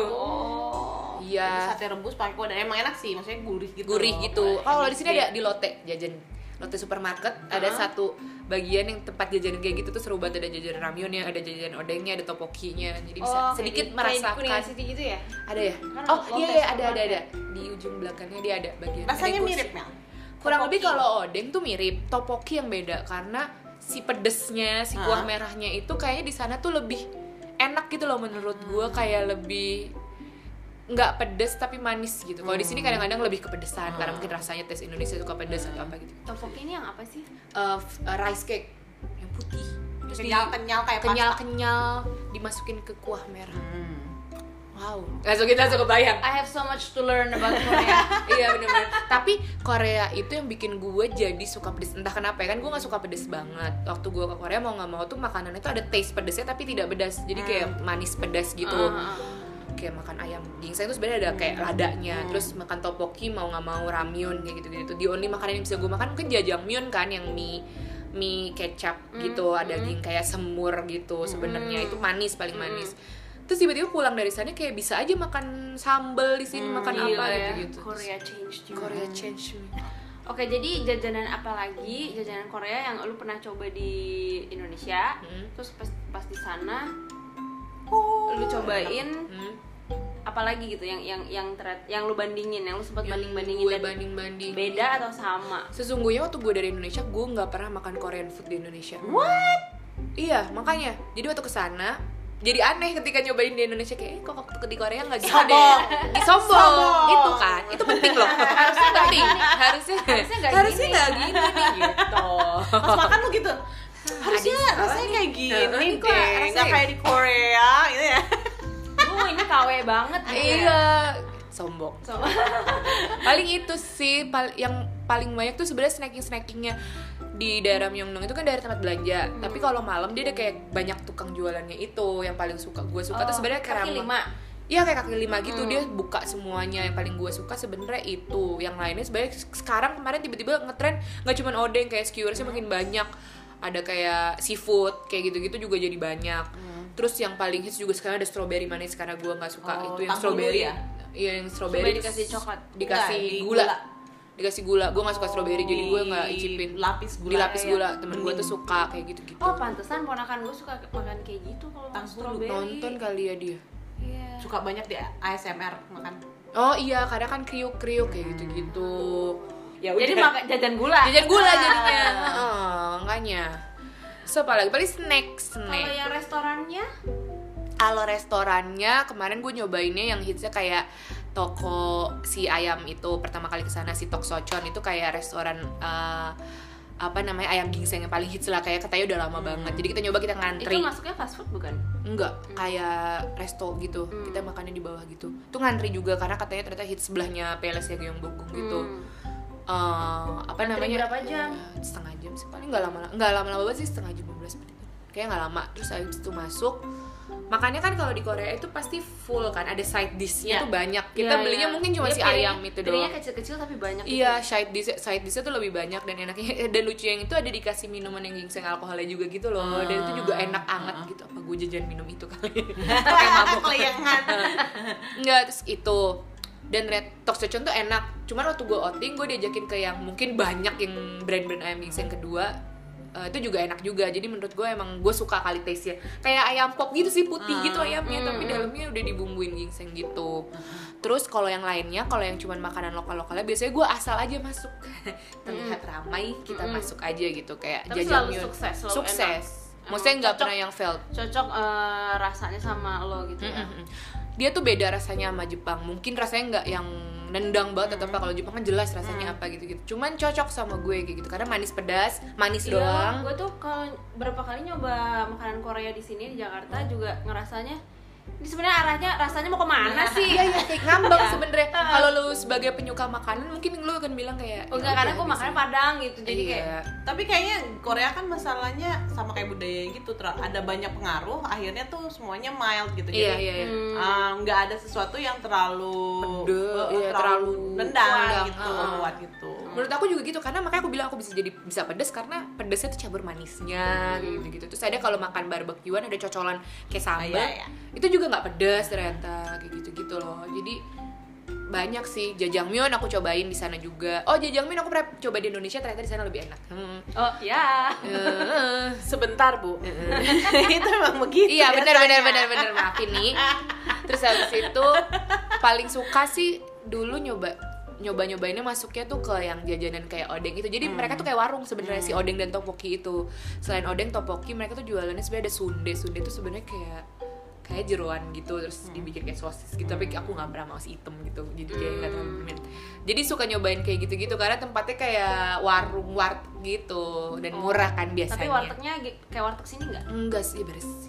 Oh. Iya. Jadi sate rebus pakai kuah dan emang enak sih, maksudnya gurih gitu. Gurih gitu. Kayak Kalau di sini M S G. ada di Lotte jajan. Lotte supermarket ada Uh-huh. satu bagian yang tempat jajan kayak gitu tuh seru banget, ada jajan ramyonnya, ada jajan odengnya, ada topokinya. Jadi bisa Oh, sedikit kayak di- merasakan. kayak di Kuningan City gitu ya? Ada ya? Kan Oh, Lotte iya iya ada ada supermarket. ada. Di ujung belakangnya dia ada bagian. Rasanya ada kursi. mirip Mel. Kurang Topoki. lebih kalau odeng tuh mirip, topoki yang beda karena si pedesnya, si kuah Ah. merahnya itu kayaknya di sana tuh lebih enak gitu loh menurut gue, kayak lebih nggak pedes tapi manis gitu. Kalau di sini kadang-kadang lebih kepedesan karena mungkin rasanya tes Indonesia suka pedes atau apa gitu. Tteokbokki ini yang apa sih? Uh, f- uh, rice cake yang putih, terus di- Kenyal-kenyal kayak pasta. kenyal-kenyal dimasukin ke kuah merah. Hmm. Wow, langsung kita langsung kebayang. I have so much to learn about Korea. Iya benar-benar. Tapi Korea itu yang bikin gue jadi suka pedes. Entah kenapa ya, kan gue nggak suka pedes banget. Waktu gue ke Korea mau nggak mau tuh makanan itu ada taste pedesnya tapi tidak pedas. Jadi kayak manis pedas gitu. Ah. Kayak makan ayam ginseng itu sebenarnya ada kayak ladanya. Terus makan tteokbokki mau nggak mau ramyun kayak gitu-gitu. The only makanan yang bisa gue makan mungkin jajangmyeon kan, yang mie mie kecap gitu, ada daging kayak semur gitu. Sebenarnya itu manis, paling manis. Terus tiba-tiba pulang dari sana kayak bisa aja makan sambal di sini, makan Gila apa ya. gitu-gitu. Korea change you. Korea change me. Oke, jadi jajanan apa lagi, jajanan Korea yang lu pernah coba di Indonesia? Hmm. Terus pas pas di sana Oh, lu cobain Hmm. apa lagi gitu yang yang yang ter- yang lu bandingin, yang lu sempat Yang banding-bandingin gue dan banding-banding. beda atau sama? Sesungguhnya waktu gue dari Indonesia, gue nggak pernah makan Korean food di Indonesia. What? Iya, makanya. Jadi waktu kesana, jadi aneh ketika nyobain di Indonesia kayak, eh, kok waktu di Korea nggak gitu Sombong. deh. Ih, sombong. Sombong. Itu kan, itu penting loh. Harusnya nggak gini. Harusnya Harusnya nggak harusnya gini. nggak gini nih gitu. Pas makan lu gitu. Harusnya Adis, rasanya kayak Nah, gini ini kok deh, rasanya- nggak kayak di Korea gitu ya. Uh, ini K W banget gitu ya. Iya, sombong. So- Paling itu sih pal- yang paling banyak tuh sebenarnya snacking-snackingnya di daerah Myeongdong itu kan daerah tempat belanja. Hmm. Tapi kalau malam dia ada kayak banyak tukang jualannya itu yang paling suka gue suka Oh, tuh sebenarnya kaki keramik. lima. Iya kayak kaki lima gitu, Hmm. dia buka semuanya. Yang paling gue suka sebenarnya itu. Yang lainnya sebenarnya sekarang kemarin tiba-tiba ngetren nggak cuma odeng, kayak skewersnya makin banyak. Ada kayak seafood kayak gitu-gitu juga jadi banyak. Terus yang paling hits juga sekarang ada strawberry manis karena gue nggak suka Oh, itu yang tanggulu strawberry ya? Iya yang strawberry Strawberry terus dikasih coklat. dikasih Enggak, di gula. gula. Dikasih gula, gue nggak suka strawberry jadi gue nggak Di icipin. lapis gula. Dilapis Iya. gula, temen gue Bening. tuh suka kayak gitu-gitu. Oh, pantesan ponakan gue suka makan kayak gitu kalau makan Tanggulu. strawberry. Nonton kali ya dia. Iya. Suka banyak di A S M R makan. Oh iya, kadang kan kriuk-kriuk kayak gitu-gitu. Ya Jadi udah. makan jajan gula. jajan gula Ah. jadinya. Heeh, makanya. So apalagi paling snack, Kalau snack. yang restorannya Kalau restorannya kemarin gue nyobainnya yang hitsnya kayak toko si ayam itu pertama kali kesana si Tok Sochon itu kayak restoran eh, apa namanya ayam ginseng yang paling hits lah, kayak katanya udah lama banget. Jadi kita nyoba, kita ngantri. itu masuknya fast food bukan? Enggak, kayak resto gitu. Hmm. Kita makannya di bawah gitu. Tuh ngantri juga karena katanya ternyata hits sebelahnya Palace ya Gyeongbokgung gitu. Hmm. Eh, apa Ngantri namanya? berapa jam? Eh, setengah jam sih paling, nggak lama nggak lama-lama banget sih, setengah jam lima belas menit. Kayaknya nggak lama. Terus habis itu masuk. Makanya kan kalau di Korea itu pasti full kan, ada side dish-nya Iya. tuh banyak. Kita Iya, belinya iya. mungkin cuma Dia si piring- ayam itu piringnya doang. kecil-kecil tapi banyak. Iya, gitu. side dish side dish tuh lebih banyak dan enaknya. Dan lucu yang itu ada dikasih minuman yang ginseng alkoholnya juga gitu loh. Dan itu juga enak anget gitu. Apa gue jajan minum itu kali? Pakai mabuk. Kelayangan. Enggak, terus itu. Dan Red Tok Sochon tuh enak. Cuman waktu gue outing, gue diajakin ke yang mungkin banyak yang brand-brand ayam ginseng kedua. Eh, itu juga enak juga. Jadi menurut gue emang gue suka kali taste-nya. Kayak ayam pop gitu sih, putih gitu ayamnya, tapi dalamnya udah dibumbuin ginseng gitu. Terus kalau yang lainnya, kalau yang cuman makanan lokal-lokalnya biasanya gue asal aja masuk. Terlihat ramai, kita masuk aja gitu kayak Tapi selalu jajangmyeon. sukses, selalu Sukses. enak. Maksudnya Emang nggak cocok. pernah yang failed. Cocok eh, rasanya sama lo gitu ya. Mm-mm. Dia tuh beda rasanya sama Jepang. Mungkin rasanya nggak yang nendang banget atau apa. Kalau Jepang kan jelas rasanya apa gitu-gitu. Cuman cocok sama gue kayak gitu karena manis pedas, manis Iya, doang. gue tuh kalau berapa kali nyoba makanan Korea di sini di Jakarta juga ngerasanya ini sebenarnya arahnya rasanya mau kemana sih? Iya iya kayak ngambang Iya. sebenarnya. Kalau lu sebagai penyuka makanan mungkin lu akan bilang kayak Oh, "Ya enggak, karena udah, gue bisa." makannya Padang gitu. Jadi Iya. kayak Tapi kayaknya Korea kan masalahnya sama kayak budaya gitu, ter- ada banyak pengaruh, akhirnya tuh semuanya mild gitu. Iya Jadi iya iya. hmm, ah, nggak ada sesuatu yang terlalu Pede, eh, iya, terlalu terlalu nendang nendang, gitu, uh-uh. kuat gitu. Menurut aku juga gitu, karena makanya aku bilang aku bisa jadi bisa pedas karena pedasnya tuh campur manisnya gitu gitu. Terus ada kalau makan barbekyuan ada cocolan kayak sambal, Ah, iya, iya. itu juga nggak pedas ternyata kayak gitu gitu loh. Jadi banyak sih. Jajangmyeon aku cobain di sana juga. Oh, jajangmyeon aku pernah coba di Indonesia, ternyata di sana lebih enak. Hmm. Oh ya. Eh, Sebentar Bu. Itu emang begitu. iya benar biasanya. benar benar benar maafin nih. Terus habis itu paling suka sih dulu nyoba nyoba nyobainnya masuknya tuh ke yang jajanan kayak odeng itu. Jadi hmm. mereka tuh kayak warung sebenarnya hmm. si odeng dan tteokbokki itu. Selain odeng tteokbokki mereka tuh jualannya sebenarnya ada sundae. Sundae tuh sebenarnya kayak kayak jeroan gitu, terus dibikin kayak sosis gitu, tapi aku nggak pernah mau si hitam gitu, jadi kayak nggak terlalu minat. Jadi suka nyobain kayak gitu-gitu karena tempatnya kayak warung warteg gitu dan murah kan biasanya. Tapi wartegnya gi- kayak warteg sini nggak? Enggak sih, bersih.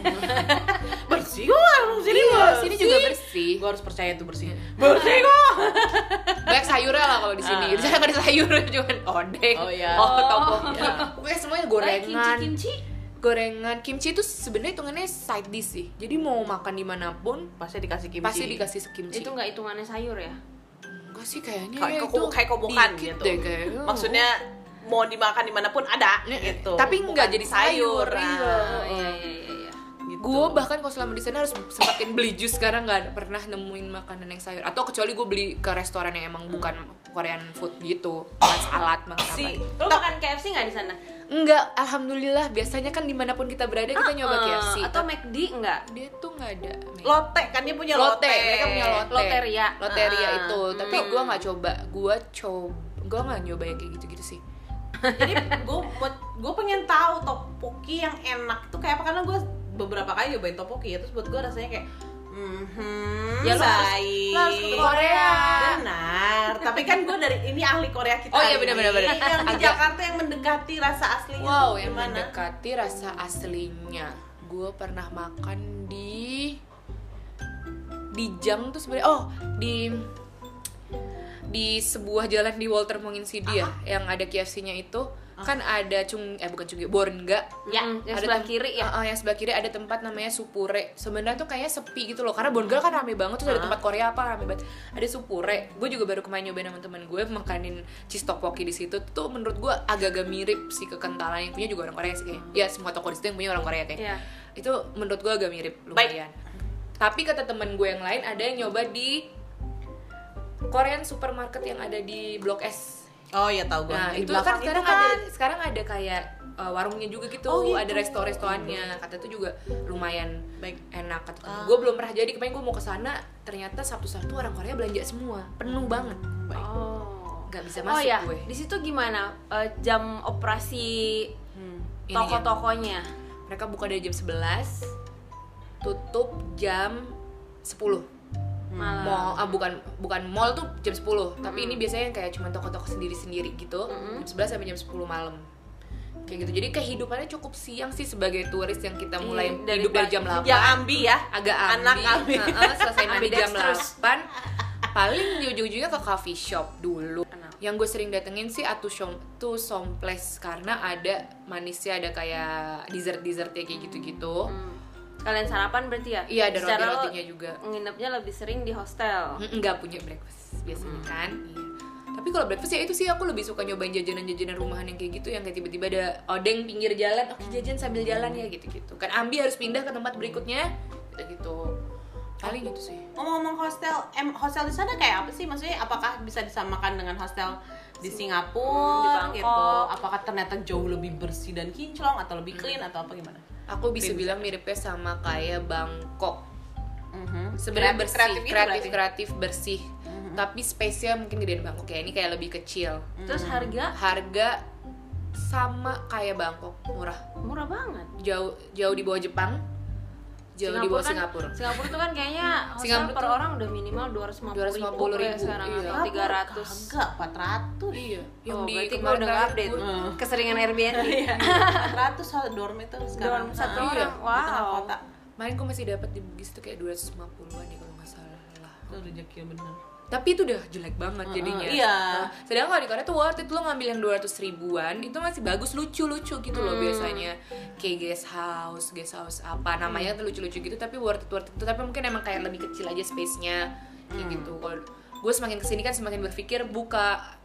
Bersih kok warung sini. Iya, bersih. sini juga bersih. Gue harus percaya itu bersih. Bersih kok. Banyak sayurnya lah kalau di sini. Di sana nggak ada sayur, cuman odeng, Oh, iya. oh tteokbokki. Iya. Pokoknya semuanya Eh, gorengan. kimchi-kimchi? Gorengan kimchi itu sebenarnya hitungannya side dish sih. Jadi mau makan dimanapun Pasti dikasih kimchi. pasti dikasih kimchi. Itu nggak hitungannya sayur ya? Enggak sih kayaknya kayak itu kok kayak kok bukan dikit gitu. deh kayaknya. Maksudnya mau dimakan dimanapun ada gitu. Tapi Bukan nggak jadi sayur, Nah, iya. Oh, iya iya iya iya. gitu. Gue bahkan kalau selama di sana harus sempatin beli jus karena nggak pernah nemuin makanan yang sayur. Atau kecuali gue beli ke restoran yang emang bukan Korean food gitu, makan salad, makan si apa. Lo makan K F C nggak di sana? Enggak, alhamdulillah. Biasanya kan dimanapun kita berada kita nyoba K F C. Uh, atau McD nggak? Dia tuh nggak ada. Lotte kan dia punya Lotte, lotte. mereka punya lotte. Loteria. Loteria Ah, itu. hmm. Tapi gue nggak coba. Gue coba, gue nggak nyoba yang kayak gitu-gitu sih. Jadi gue gue pengen tahu tteokbokki yang enak tuh kayak apa, karena gue beberapa kali nyobain tteokbokki ya, terus buat gue rasanya kayak hmm, Ya, lo harus- baik. lo harus ke Korea. Benar. Tapi kan gue dari ini ahli Korea kita. Oh, iya, hari benar, ini. benar, benar. Yang di Agak- Jakarta yang mendekati rasa aslinya Wow, tuh yang gimana? mendekati rasa aslinya. Gue pernah makan di di Jang tuh sebenarnya. Oh, di di sebuah jalan di Walter Monginsidi ya, yang ada K F C-nya itu. Kan ada cung eh bukan cung Bornga. Ya, yang Ada sebelah tem- kiri ya. Uh, uh, yang sebelah kiri ada tempat namanya Supure. Sebenarnya tuh kayaknya sepi gitu loh, karena Bornga kan rame banget, terus ada tempat Korea apa rame banget. Ada Supure. Gue juga baru kemarin nyobain sama teman gue makanin cheese tteokbokki di situ. Tuh menurut gue agak-agak mirip sih kekentalan, yang punya juga orang Korea sih kayaknya. Ya semua toko di situ yang punya orang Korea kayaknya. Iya. Itu menurut gue agak mirip lumayan. Tapi kata temen gue yang lain ada yang nyoba di Korean supermarket yang ada di Blok S. Oh iya tahu gue. Nah, Di itu belakang kan sekarang itu kan. ada sekarang ada kayak uh, warungnya juga gitu, Oh, gitu. ada resto-restoannya. Kata itu juga lumayan Baik. enak kata temen. Ah. Gue belum pernah jadi, kemarin gue mau ke sana, ternyata Sabtu-Sabtu orang Korea belanja semua, penuh banget. Baik. Oh. Nggak bisa Oh masuk ya, gue. di situ gimana eh, jam operasi Hmm. Ini toko-tokonya? Mereka buka dari jam sebelas, tutup jam sepuluh. Malam. Mall, ah bukan bukan mall tuh jam sepuluh, tapi ini biasanya yang kayak cuma toko-toko sendiri-sendiri gitu. Jam sebelas sampai jam sepuluh malam. Kayak gitu. Jadi kehidupannya cukup siang sih sebagai turis yang kita mulai Iya, dari hidup dari pagi. jam delapan. Ya ambi ya. Agak ambi. Anak ambi. Heeh, selesai mandi jam Ambidextrous. delapan. Paling di ujung-ujungnya ke coffee shop dulu. Kenapa? Yang gue sering datengin sih Atu Som tuh Somples, karena ada manisnya, ada kayak dessert-dessertnya kayak gitu-gitu. Hmm. Kalian sarapan berarti ya? Iya, ada Secara lo roti-rotinya juga. nginepnya lebih sering di hostel. Nggak punya breakfast biasanya kan. Iya. Tapi kalau breakfast ya itu sih aku lebih suka nyobain jajanan-jajanan rumahan yang kayak gitu, yang kayak tiba-tiba ada odeng pinggir jalan, oke jajan sambil jalan ya gitu-gitu. Kan ambi harus pindah ke tempat berikutnya gitu. Paling gitu sih. Ngomong-ngomong hostel, em hostel di sana kayak apa sih? Maksudnya apakah bisa disamakan dengan hostel di Singapura Di Bangkok. gitu? Apakah ternyata jauh lebih bersih dan kinclong atau lebih clean atau apa gimana? Aku bisa bilang miripnya sama kayak Bangkok. Mhm. Sebenarnya Kreatif- bersih, kreatif gitu kreatif, berarti? kreatif, bersih. Tapi space-nya mungkin gedean Bangkok ya. Ini kayak lebih kecil. Terus harga Harga sama kayak Bangkok, murah. murah banget. Jauh jauh di bawah Jepang. Jauh di bawah kan, Singapura. Singapura tuh kan kayaknya hostel Singapura per tuh orang udah minimal dua ratus lima puluh ribu, ribu, ya sekarang iya. atau tiga ratus. Kagak, empat ratus. Iya, yang Oh, di berarti gue kemarin udah terakhir update gue- Hmm. keseringan Airbnb. empat ratus satu dorm itu sekarang. Dorm satu Nah, orang, di tengah wow. kota. Kemarin gue masih dapat di Bugis tuh kayak dua ratus lima puluhan ya kalau nggak salah. Itu rezeki bener. Tapi itu udah jelek banget jadinya. iya. Nah, sedangkan kalau di Korea tuh worth it, lo ngambil yang dua ratus ribuan itu masih bagus, lucu-lucu gitu loh biasanya. Kayak guest house, guest house apa namanya tuh lucu-lucu gitu, tapi worth it, worth it. Tapi mungkin emang kayak lebih kecil aja space-nya kayak gitu. Kalau gue semakin kesini kan semakin berpikir buka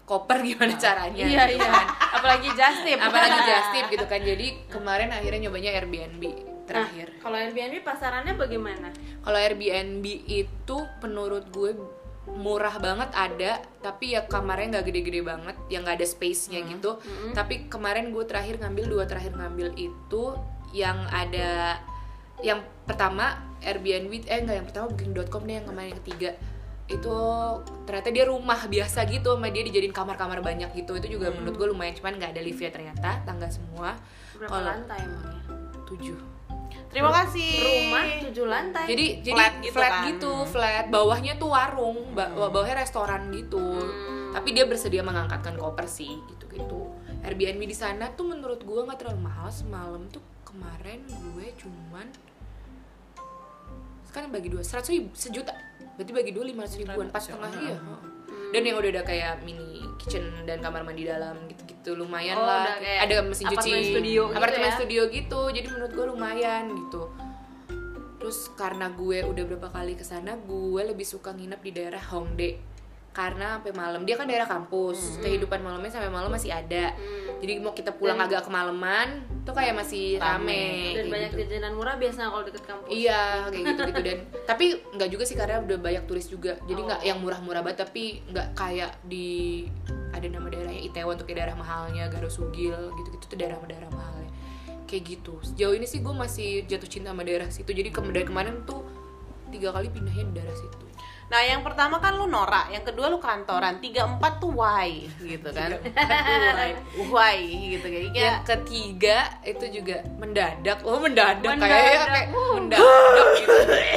koper gimana caranya. Iya gitu iya. kan. Apalagi just tip. Apalagi just tip gitu kan. Jadi kemarin akhirnya nyobanya Airbnb terakhir. Nah, kalau Airbnb pasarannya bagaimana? Kalau Airbnb itu menurut gue murah banget ada, tapi ya kamarnya nggak gede-gede banget, yang nggak ada space-nya hmm. gitu. Hmm. Tapi kemarin gue terakhir ngambil dua terakhir ngambil itu yang ada, yang pertama Airbnb eh enggak yang pertama booking dot com deh, yang kemarin yang ketiga itu ternyata dia rumah biasa gitu, sama dia dijadiin kamar-kamar banyak gitu. Itu juga hmm. menurut gue lumayan, cuman nggak ada liftnya ternyata, tangga semua. Berapa Kalo, lantai emangnya? tujuh. Terima kasih. Rumah tujuh lantai. Jadi jadi flat gitu, flat kan? gitu, flat. Bawahnya tuh warung, ba- bawahnya restoran gitu. Hmm. Tapi dia bersedia mengangkatkan koper sih, gitu-gitu. Airbnb di sana tuh menurut gue nggak terlalu mahal. Semalam tuh kemarin gue cuman sekarang bagi dua seratus ribu sejuta. Berarti bagi dua lima ratus ribuan, pas setengah iya. Dan yang udah ada kayak mini kitchen dan kamar mandi dalam gitu-gitu lumayan Oh, lah. udah kayak Ada mesin cuci, apartemen studio gitu apartemen ya? studio gitu. Jadi menurut gue lumayan gitu. Terus karena gue udah berapa kali kesana, gue lebih suka nginep di daerah Hongdae. Karena sampai malam, dia kan daerah kampus, hmm. kehidupan malamnya sampai malam masih ada. Hmm. Jadi mau kita pulang dan agak kemalaman, tuh kayak masih rame. Dan banyak gitu. jajanan murah biasanya kalau deket kampus. Iya, kayak gitu-gitu. Dan tapi nggak juga sih, karena udah banyak turis juga. Jadi nggak oh. yang murah-murah banget, tapi nggak kayak di ada nama daerahnya Itaewon, untuk kayak daerah mahalnya, Garosugil, gitu-gitu tuh daerah-daerah mahalnya. Kayak gitu. Sejauh ini sih gue masih jatuh cinta sama daerah situ. Jadi ke- dari kemarin tuh tiga kali pindahnya di daerah situ. Nah, yang pertama kan lu norak, yang kedua lu kantoran, tiga empat tuh why gitu kan. why. why gitu kayaknya. Yang ketiga itu juga mendadak. Oh, mendadak, Mendadak. kayaknya kayak mendadak gitu.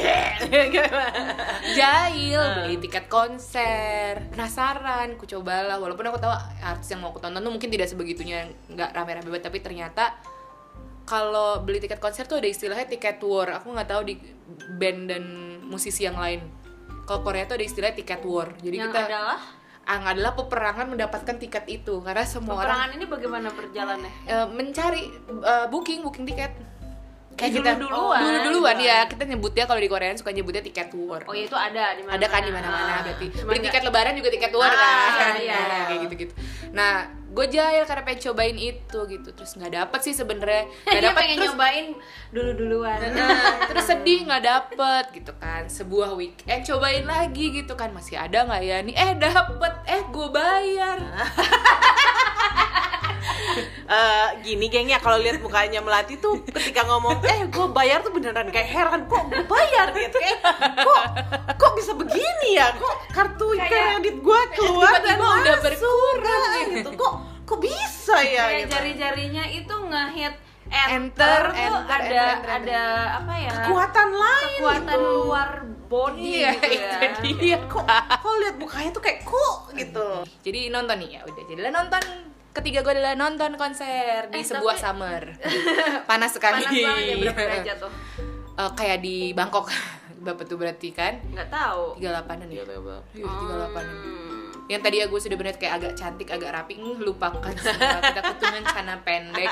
Jahil, Uh. beli tiket konser. Penasaran, ku cobalah. Walaupun aku tahu artis yang mau aku tonton tuh mungkin tidak sebegitunya, nggak rame-rame banget, tapi ternyata kalau beli tiket konser tuh ada istilahnya tiket war. Aku nggak tahu di band dan musisi yang lain. Kalau Korea tuh ada istilah tiket war. Jadi yang kita adalah ang adalah peperangan mendapatkan tiket itu, karena semua peperangan orang ini bagaimana berjalannya? e, mencari e, booking booking tiket. Kayak Eh, kita dulu-duluan. dulu-duluan ya, kita nyebutnya kalau di Korea suka nyebutnya tiket war. Oh, ya itu ada di mana? Ada kan di mana-mana, berarti Cuma beli nggak- tiket lebaran juga tiket war Ah, kan. iya, iya. Nah, kayak gitu-gitu. Nah, gue jahil karena pengen cobain itu gitu, terus nggak dapet sih sebenarnya. Nggak Dia dapet pengen terus. nyobain dulu-duluan. Nah, terus sedih nggak dapet gitu kan. Sebuah weekend cobain lagi gitu kan, masih ada nggak ya nih? Eh dapet, eh gue bayar. Eh, gini gengnya, kalau lihat mukanya Melati tuh ketika ngomong eh gue bayar tuh beneran kayak heran, kok gue bayar gitu, kayak kok kok bisa begini ya, kok kartu Kayak- kredit gue keluar dan tiba-tiba udah masuk, berkurang kan, gitu, kok kok bisa ya Kayak gitu. jari-jarinya itu nge-hit Enter, enter, tuh enter, ada enter, enter, ada apa ya? Kekuatan lain Kekuatan gitu. luar body Iya, gitu ya. itu dia. Kok kok lihat mukanya tuh kayak kok gitu. Jadi nonton nih ya udah, jadilah nonton. Ketiga gue adalah nonton konser di Eh, sebuah tapi- summer. Panas sekali. Panas banget ya, berapa derajat tuh? Eh, kayak di Bangkok. Bapak tuh berarti kan Nggak tahu. tiga puluh delapan-an ya? Iya, tiga puluh delapan-an. Hmm. Yang tadi aku sudah bener kayak agak cantik, agak rapi, mm, lupakan semua. Kita ketungan celana pendek.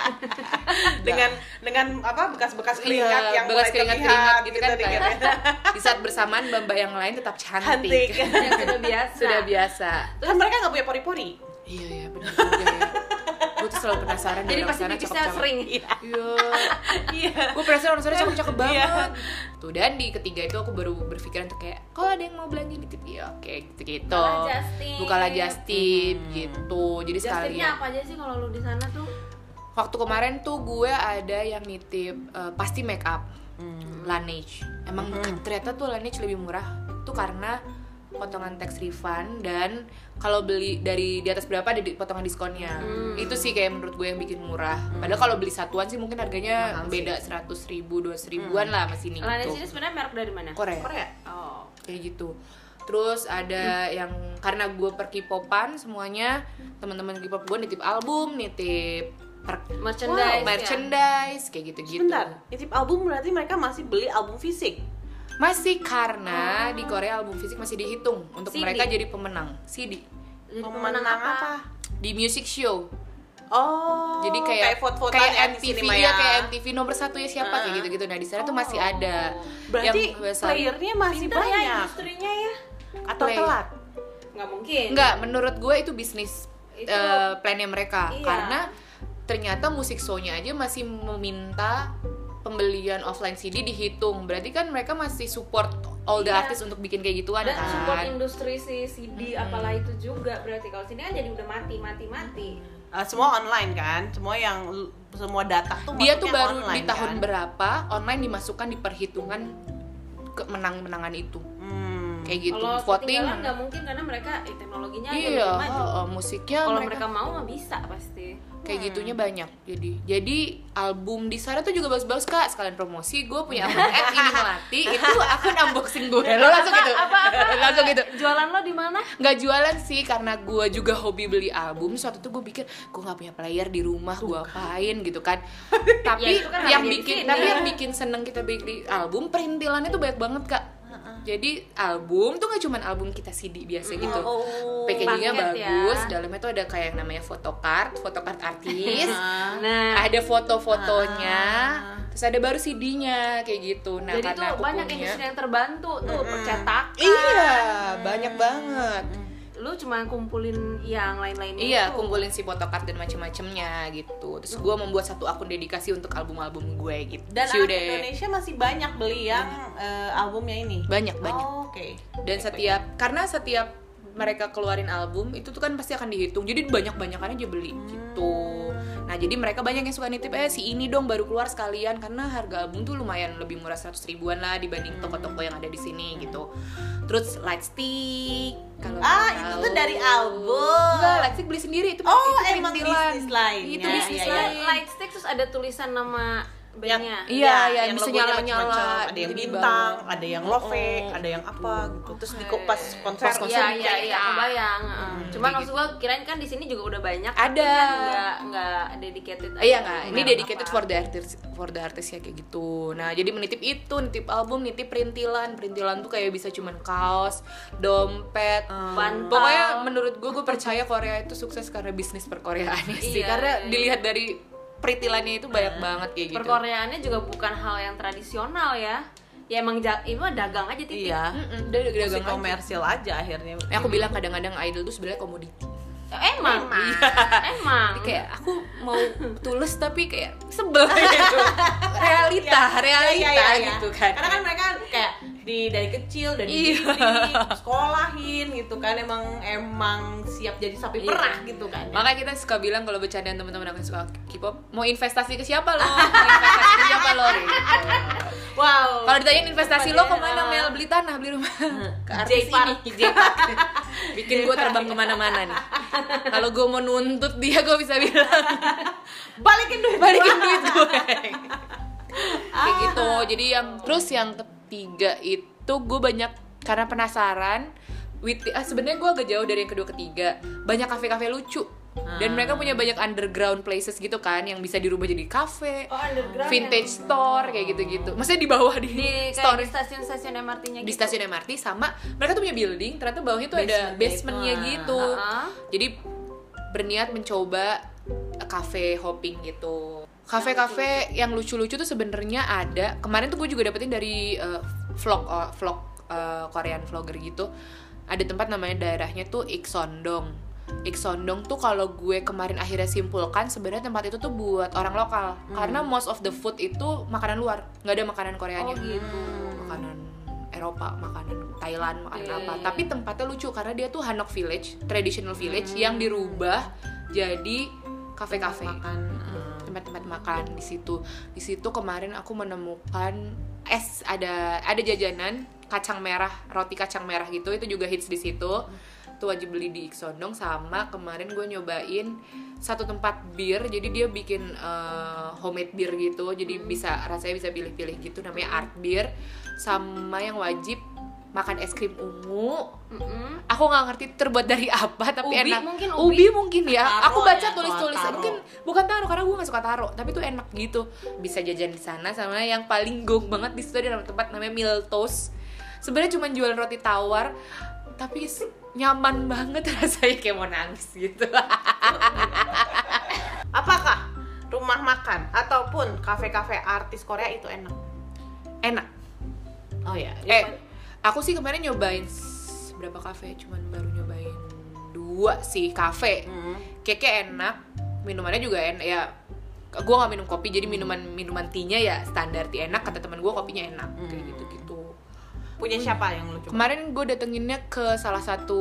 dengan dengan apa bekas-bekas Iya, keringat yang bekas mulai keringat terlihat keringat gitu kan, dikit kayak ya. di saat bersamaan mbak-mbak yang lain tetap cantik. Cantik. Yang sudah biasa. Sudah biasa. Kan mereka nggak punya pori-pori. Iya iya benar juga ya. Gue tuh selalu penasaran Jadi orang pasti sana pipisnya cakep-cakep. sering. Iya. Iya. Iya. Gue penasaran orang sana cakep-cakep Iya. banget. Tuh, dan di ketiga itu aku baru berpikiran tuh kayak kalau ada yang mau belanja nitip ya oke gitu-gitu. Bukalah just tip. Bukalah just tip Hmm. gitu. Jadi Just tipnya sekalian. apa aja sih kalau lu di sana tuh? Waktu kemarin tuh gue ada yang nitip eh, pasti make up. Hmm. Laneige. Emang ternyata tuh Laneige lebih murah tuh karena potongan tax refund, dan kalau beli dari di atas berapa ada di- potongan diskonnya. Hmm. Itu sih kayak menurut gue yang bikin murah. Padahal kalau beli satuan sih mungkin harganya Mahal sih. beda seratus ribu, dua ratus ribuan lah masih nih Laneige gitu. ini sebenarnya merek dari mana? Korea. Korea. Oh. Kayak gitu. Terus ada yang karena gue per K-popan semuanya, teman-teman K-pop gue nitip album, nitip per Merchandise. Wow, merchandise kayak gitu-gitu. Sebentar, nitip album berarti mereka masih beli album fisik. Masih karena di Korea album fisik masih dihitung untuk C D. mereka jadi pemenang C D Ya. Jadi Pemenang apa? di music show. Oh. Jadi kayak foto-fotoan kayak ya M di T V Cinema ya, kayak M T V nomor satu ya siapa Ah. kayak gitu-gitu. Nah di sana tuh masih ada. Berarti yang biasa- playernya masih Pinter ya banyak. industrinya ya. Atau Play. telat? nggak mungkin. Nggak, menurut gue itu bisnis Itu- uh, plannya mereka. Iya. Karena ternyata musik show-nya aja masih meminta pembelian offline C D dihitung. Berarti kan mereka masih support all the Iya. artis untuk bikin kayak gituan Dan kan. support industri si C D apalah itu juga berarti. Kalau sini kan jadi udah mati mati mati. Uh, semua online kan, semua yang semua data tuh Dia tuh masuknya baru di online, tahun kan? berapa online dimasukkan di perhitungan kemenang-menangan itu. Hmm. Kayak gitu. Kalau Voting. ketinggalan nggak mungkin karena mereka eh, teknologinya aja Iya, lebih maju. oh, oh, musiknya Kalau mereka, mereka mau mah bisa pasti. kayak gitunya banyak. Jadi jadi album di sana tuh juga bagus-bagus Kak. Sekalian promosi, gue punya akun at ini melati, itu akun unboxing gue. Lo langsung gitu. langsung gitu. Jualan lo di mana? Nggak jualan sih, karena gue juga hobi beli album. Suatu tuh gue pikir gue nggak punya player di rumah, gue apain gitu kan. Tapi Ya, itu kan yang harganya di bikin sini. tapi yang bikin seneng kita beli album, perintilannya tuh banyak banget Kak. Jadi album tuh nggak cuman album kita C D biasa gitu. Oh. Packagingnya Paket ya. bagus, dalamnya tuh ada kayak yang namanya photocard, photocard artis. Nah, Ada foto-fotonya, Ah. terus ada baru C D-nya kayak gitu. Nah, jadi karena tuh aku banyak punya, industri yang terbantu tuh percetakan. iya, banyak banget. Lu cuma kumpulin yang lain-lainnya. Iya, itu. kumpulin si photocard dan macem-macemnya gitu. Terus gue membuat satu akun dedikasi untuk album-album gue gitu. Dan Ciu anak deh. Indonesia masih banyak beli yang eh, albumnya ini. Banyak banyak. Oh, Oke. Dan setiap karena setiap mereka keluarin album itu tuh kan pasti akan dihitung. Jadi banyak-banyakan aja beli gitu. Nah, jadi mereka banyak yang suka nitip eh si ini dong baru keluar sekalian, karena harga album tuh lumayan lebih murah seratus ribuan lah dibanding toko-toko yang ada di sini gitu. Terus Lightstick kalau Ah, mau itu tahu. tuh dari album. Enggak, Lightstick beli sendiri itu. Oh, itu emang perintilan. bisnis lain. Itu Ya, bisnis ya, ya. lain. Lightstick terus ada tulisan nama bandnya. Iya, iya, yang bisa logonya nyala-nyala, macam-macam. Ada yang di bintang, bawah. ada yang love, Oh. ada yang apa gitu. Terus di Oke. pas konser, Pas konser Iya, di iya, kayak- iya, kebayang. Heeh. Cuman kayak maksud gua kirain kan di sini juga udah banyak. Ada. tapi kan Nggak nggak dedicated. Ah, iya aja nggak, ini merek dedicated apa. for the artist, for the artist ya kayak gitu. Nah, jadi menitip itu, nitip album, nitip perintilan. Perintilan tuh kayak bisa cuman kaos, dompet. Bantal. Pokoknya menurut gue, gue percaya Korea itu sukses karena bisnis perkoreaannya sih. Iya, Karena iya. dilihat dari perintilannya itu banyak banget kayak gitu. Perkoreaannya juga bukan hal yang tradisional ya. Ya emang ja- itu mah dagang aja titik. Iya. Mm-mm, dia udah Musik dagang aja. komersil aja akhirnya. Ya, aku bilang kadang-kadang idol tuh sebenarnya komoditi. Emang. Emang. Jadi kayak aku mau tulus tapi kayak sebel gitu. Realita, realita Iya, iya, iya. gitu kan. Karena kan mereka kayak di dari kecil dari Iya. dididik, sekolahin gitu kan, emang emang siap jadi sapi Iya. perah gitu kan. Makanya kita suka bilang kalau bercandaan teman-teman aku yang suka K-pop, mau investasi ke siapa lo? Mau investasi ke siapa lo? Gitu. Wow. Kalau ditanyain investasi lo kemana, uh, Mel? Beli tanah, beli rumah. Ke artis J-Park. ini. J-Park. Bikin gue terbang kemana-mana nih. Kalau gue mau nuntut dia, gue bisa bilang Balikin duit. balikin duit gue. Kayak gitu. Jadi yang terus yang ketiga itu gue banyak karena penasaran. Wit- ah, sebenarnya gue agak jauh dari yang kedua ketiga. Banyak kafe-kafe lucu. Dan mereka punya banyak underground places gitu kan yang bisa dirubah jadi kafe, Oh, underground vintage ya? store kayak gitu-gitu. Maksudnya di bawah di, Di kayak store di stasiun-stasiun M R T-nya di gitu. stasiun M R T, sama mereka tuh punya building ternyata bawahnya tuh ada Basementnya basementnya itu, gitu. ah. Jadi berniat mencoba cafe hopping gitu. Kafe-kafe yang lucu-lucu tuh sebenarnya ada. Kemarin tuh gue juga dapetin dari uh, vlog uh, vlog uh, Korean vlogger gitu. Ada tempat namanya daerahnya tuh Iksondong. Iksondong tuh kalau gue kemarin akhirnya simpulkan sebenarnya tempat itu tuh buat orang lokal. Karena most of the food itu makanan luar, nggak ada makanan Koreanya. Oh gitu. Makanan Eropa, makanan Thailand, makanan Iya, apa. iya. Tapi tempatnya lucu karena dia tuh Hanok Village, traditional village yang dirubah jadi kafe-kafe. Makan. Tempat-tempat makan di situ. Di situ kemarin aku menemukan es, ada ada jajanan kacang merah, roti kacang merah gitu. Itu juga hits di situ. Itu wajib beli di Iksondong. Sama kemarin gue nyobain satu tempat bir, jadi dia bikin uh, homemade beer gitu, jadi bisa rasanya bisa pilih-pilih gitu, namanya Art Beer. Sama yang wajib makan es krim ungu. Mm-mm. Aku nggak ngerti terbuat dari apa, tapi Ubi enak. mungkin, ubi. mungkin ya. Taro Aku baca ya, tulis-tulis, taro. mungkin bukan taro karena gue nggak suka taro, tapi tuh enak gitu. Bisa jajan di sana. Sama yang paling gong banget di situ ada tempat namanya Miltos. Sebenarnya cuma jual roti tawar, tapi s- nyaman banget rasanya, kayak mau nangis gitu. Apakah rumah makan ataupun kafe-kafe artis Korea itu enak? Enak. Oh ya. Eh, aku sih kemarin nyobain s- berapa kafe, cuman baru nyobain dua sih, kafe. Hmm. Cake enak, minumannya juga enak ya. Gue nggak minum kopi, jadi minuman minuman tea-nya ya standar tea enak. Kata teman gue kopinya enak, Hmm. kayak gitu-gitu. Punya siapa yang lu coba? Kemarin gue datenginnya ke salah satu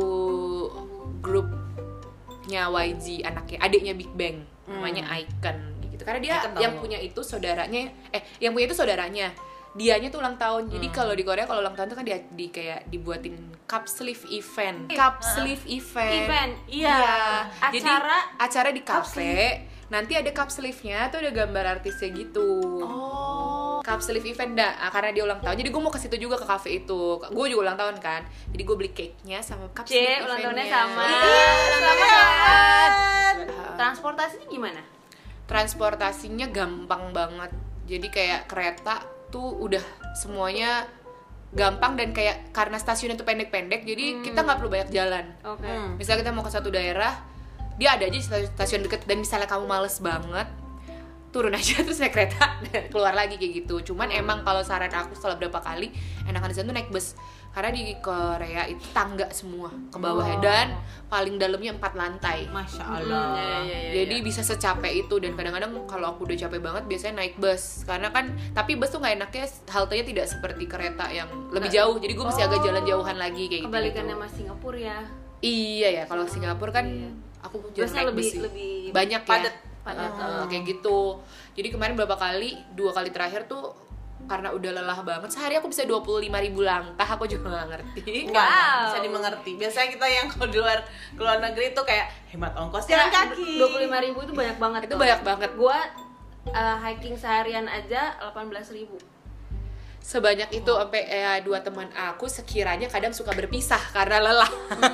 grupnya Y G, anaknya, adiknya Big Bang, namanya Icon gitu. Karena dia Icon yang tahu. punya itu saudaranya, eh yang punya itu saudaranya. Dianya tuh ulang tahun. Jadi kalau di Korea kalau ulang tahun tuh kan dia di kayak dibuatin cup sleeve event. Cup sleeve event. Event, iya. Jadi Acara acara di kafe. Nanti ada cup sleeve-nya tuh ada gambar artisnya gitu. Oh. Cup sleeve event dah, ah, karena dia ulang tahun. Jadi gue mau ke situ juga, ke kafe itu. Gue juga ulang tahun kan. Jadi gue beli cake-nya sama cup C, sleeve ulang tahunnya event-nya. sama. Iya, ulang tahunnya sama. transportasinya gimana? Transportasinya gampang banget. Jadi kayak kereta tuh udah semuanya gampang dan kayak karena stasiunnya tuh pendek-pendek, jadi kita nggak perlu banyak jalan. Oke. Hmm. Misalnya kita mau ke satu daerah, dia ada aja stasiun- stasiun deket, dan misalnya kamu males banget, turun aja terus naik kereta keluar lagi kayak gitu. Cuman emang kalau saran aku setelah berapa kali enakan di sana tuh naik bus, karena di Korea itu tangga semua ke bawahnya Oh. dan paling dalamnya empat lantai. Masya Hmm, Allah. ya, ya, ya, Jadi bisa secapek itu, dan kadang-kadang kalau aku udah capek banget biasanya naik bus, karena kan tapi bus tuh nggak enaknya haltenya tidak seperti kereta yang lebih jauh, jadi gue mesti agak jalan jauhan lagi kayak gitu. Kebalikannya sama Singapura ya. Iya ya, kalau Singapura kan Iya. aku jarang Busnya naik lebih bus sih. lebih Banyak padat. ya. Padat. Uh, kayak gitu. Jadi kemarin berapa kali, dua kali terakhir tuh karena udah lelah banget, sehari aku bisa dua puluh lima ribu langkah, aku juga gak ngerti. Enggak, Wow. bisa dimengerti. Biasanya kita yang kalau di luar ke luar negeri itu kayak hemat ongkos jalan kaki. dua puluh lima ribu itu banyak banget. Itu tuh. banyak banget. Gua uh, hiking seharian aja delapan belas ribu. Sebanyak itu sampai eh, dua teman aku sekiranya kadang suka berpisah karena lelah.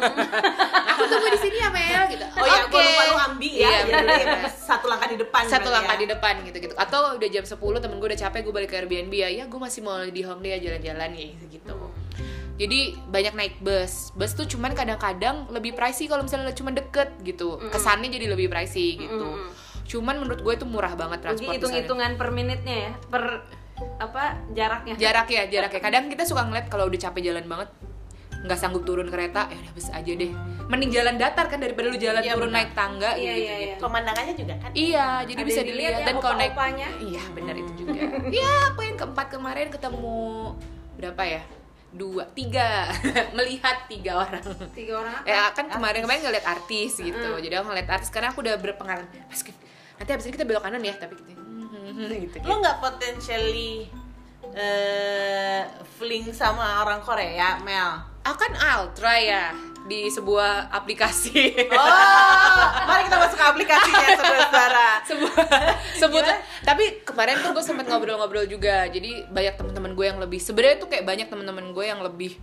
Aku tunggu di sini ya Mel gitu. Oh ya, Oke. gue lupa lu ambi ya. Iya, Jadi bener. satu langkah di depan. Satu berarti langkah ya. di depan gitu-gitu. Atau udah jam sepuluh temen gue udah capek, gue balik ke Airbnb ya. Ya gue masih mau di Hongdae ya jalan-jalan ya gitu. Jadi banyak naik bus. Bus tuh cuman kadang-kadang lebih pricey kalau misalnya cuma deket gitu. Kesannya jadi lebih pricey gitu. Cuman menurut gue itu murah banget Jadi transport di sana. hitung-hitungan per menitnya ya, per apa jaraknya. Jarak ya, jarak ya. Kadang kita suka ngeliat kalau udah capek jalan banget, nggak sanggup turun kereta, ya udah bus aja deh. Mending jalan datar kan daripada lu jalan Iya, turun benar. naik tangga Iya, gitu iya, iya. gitu. Pemandangannya juga kan. Iya, jadi Ada bisa yang dilihat dilihat ya, dan kalau naik opa-opanya. iya, benar itu juga. Iya, aku yang keempat kemarin ketemu berapa ya? Dua, tiga. Melihat tiga orang. Tiga orang apa? Ya kan kemarin-kemarin ngeliat artis gitu. Jadi aku ngeliat artis karena aku udah berpengalaman. Mas, nanti abis ini kita belok kanan ya, tapi gitu. gitu. Lu nggak potentially eh fling sama orang Korea, Mel? Akan ultra ya di sebuah aplikasi. Oh, mari kita masuk ke aplikasinya, saudara-saudara. sebuah sebut tapi kemarin tuh gue sempet ngobrol-ngobrol juga, jadi banyak teman-teman gue yang lebih sebenarnya tuh kayak banyak teman-teman gue yang lebih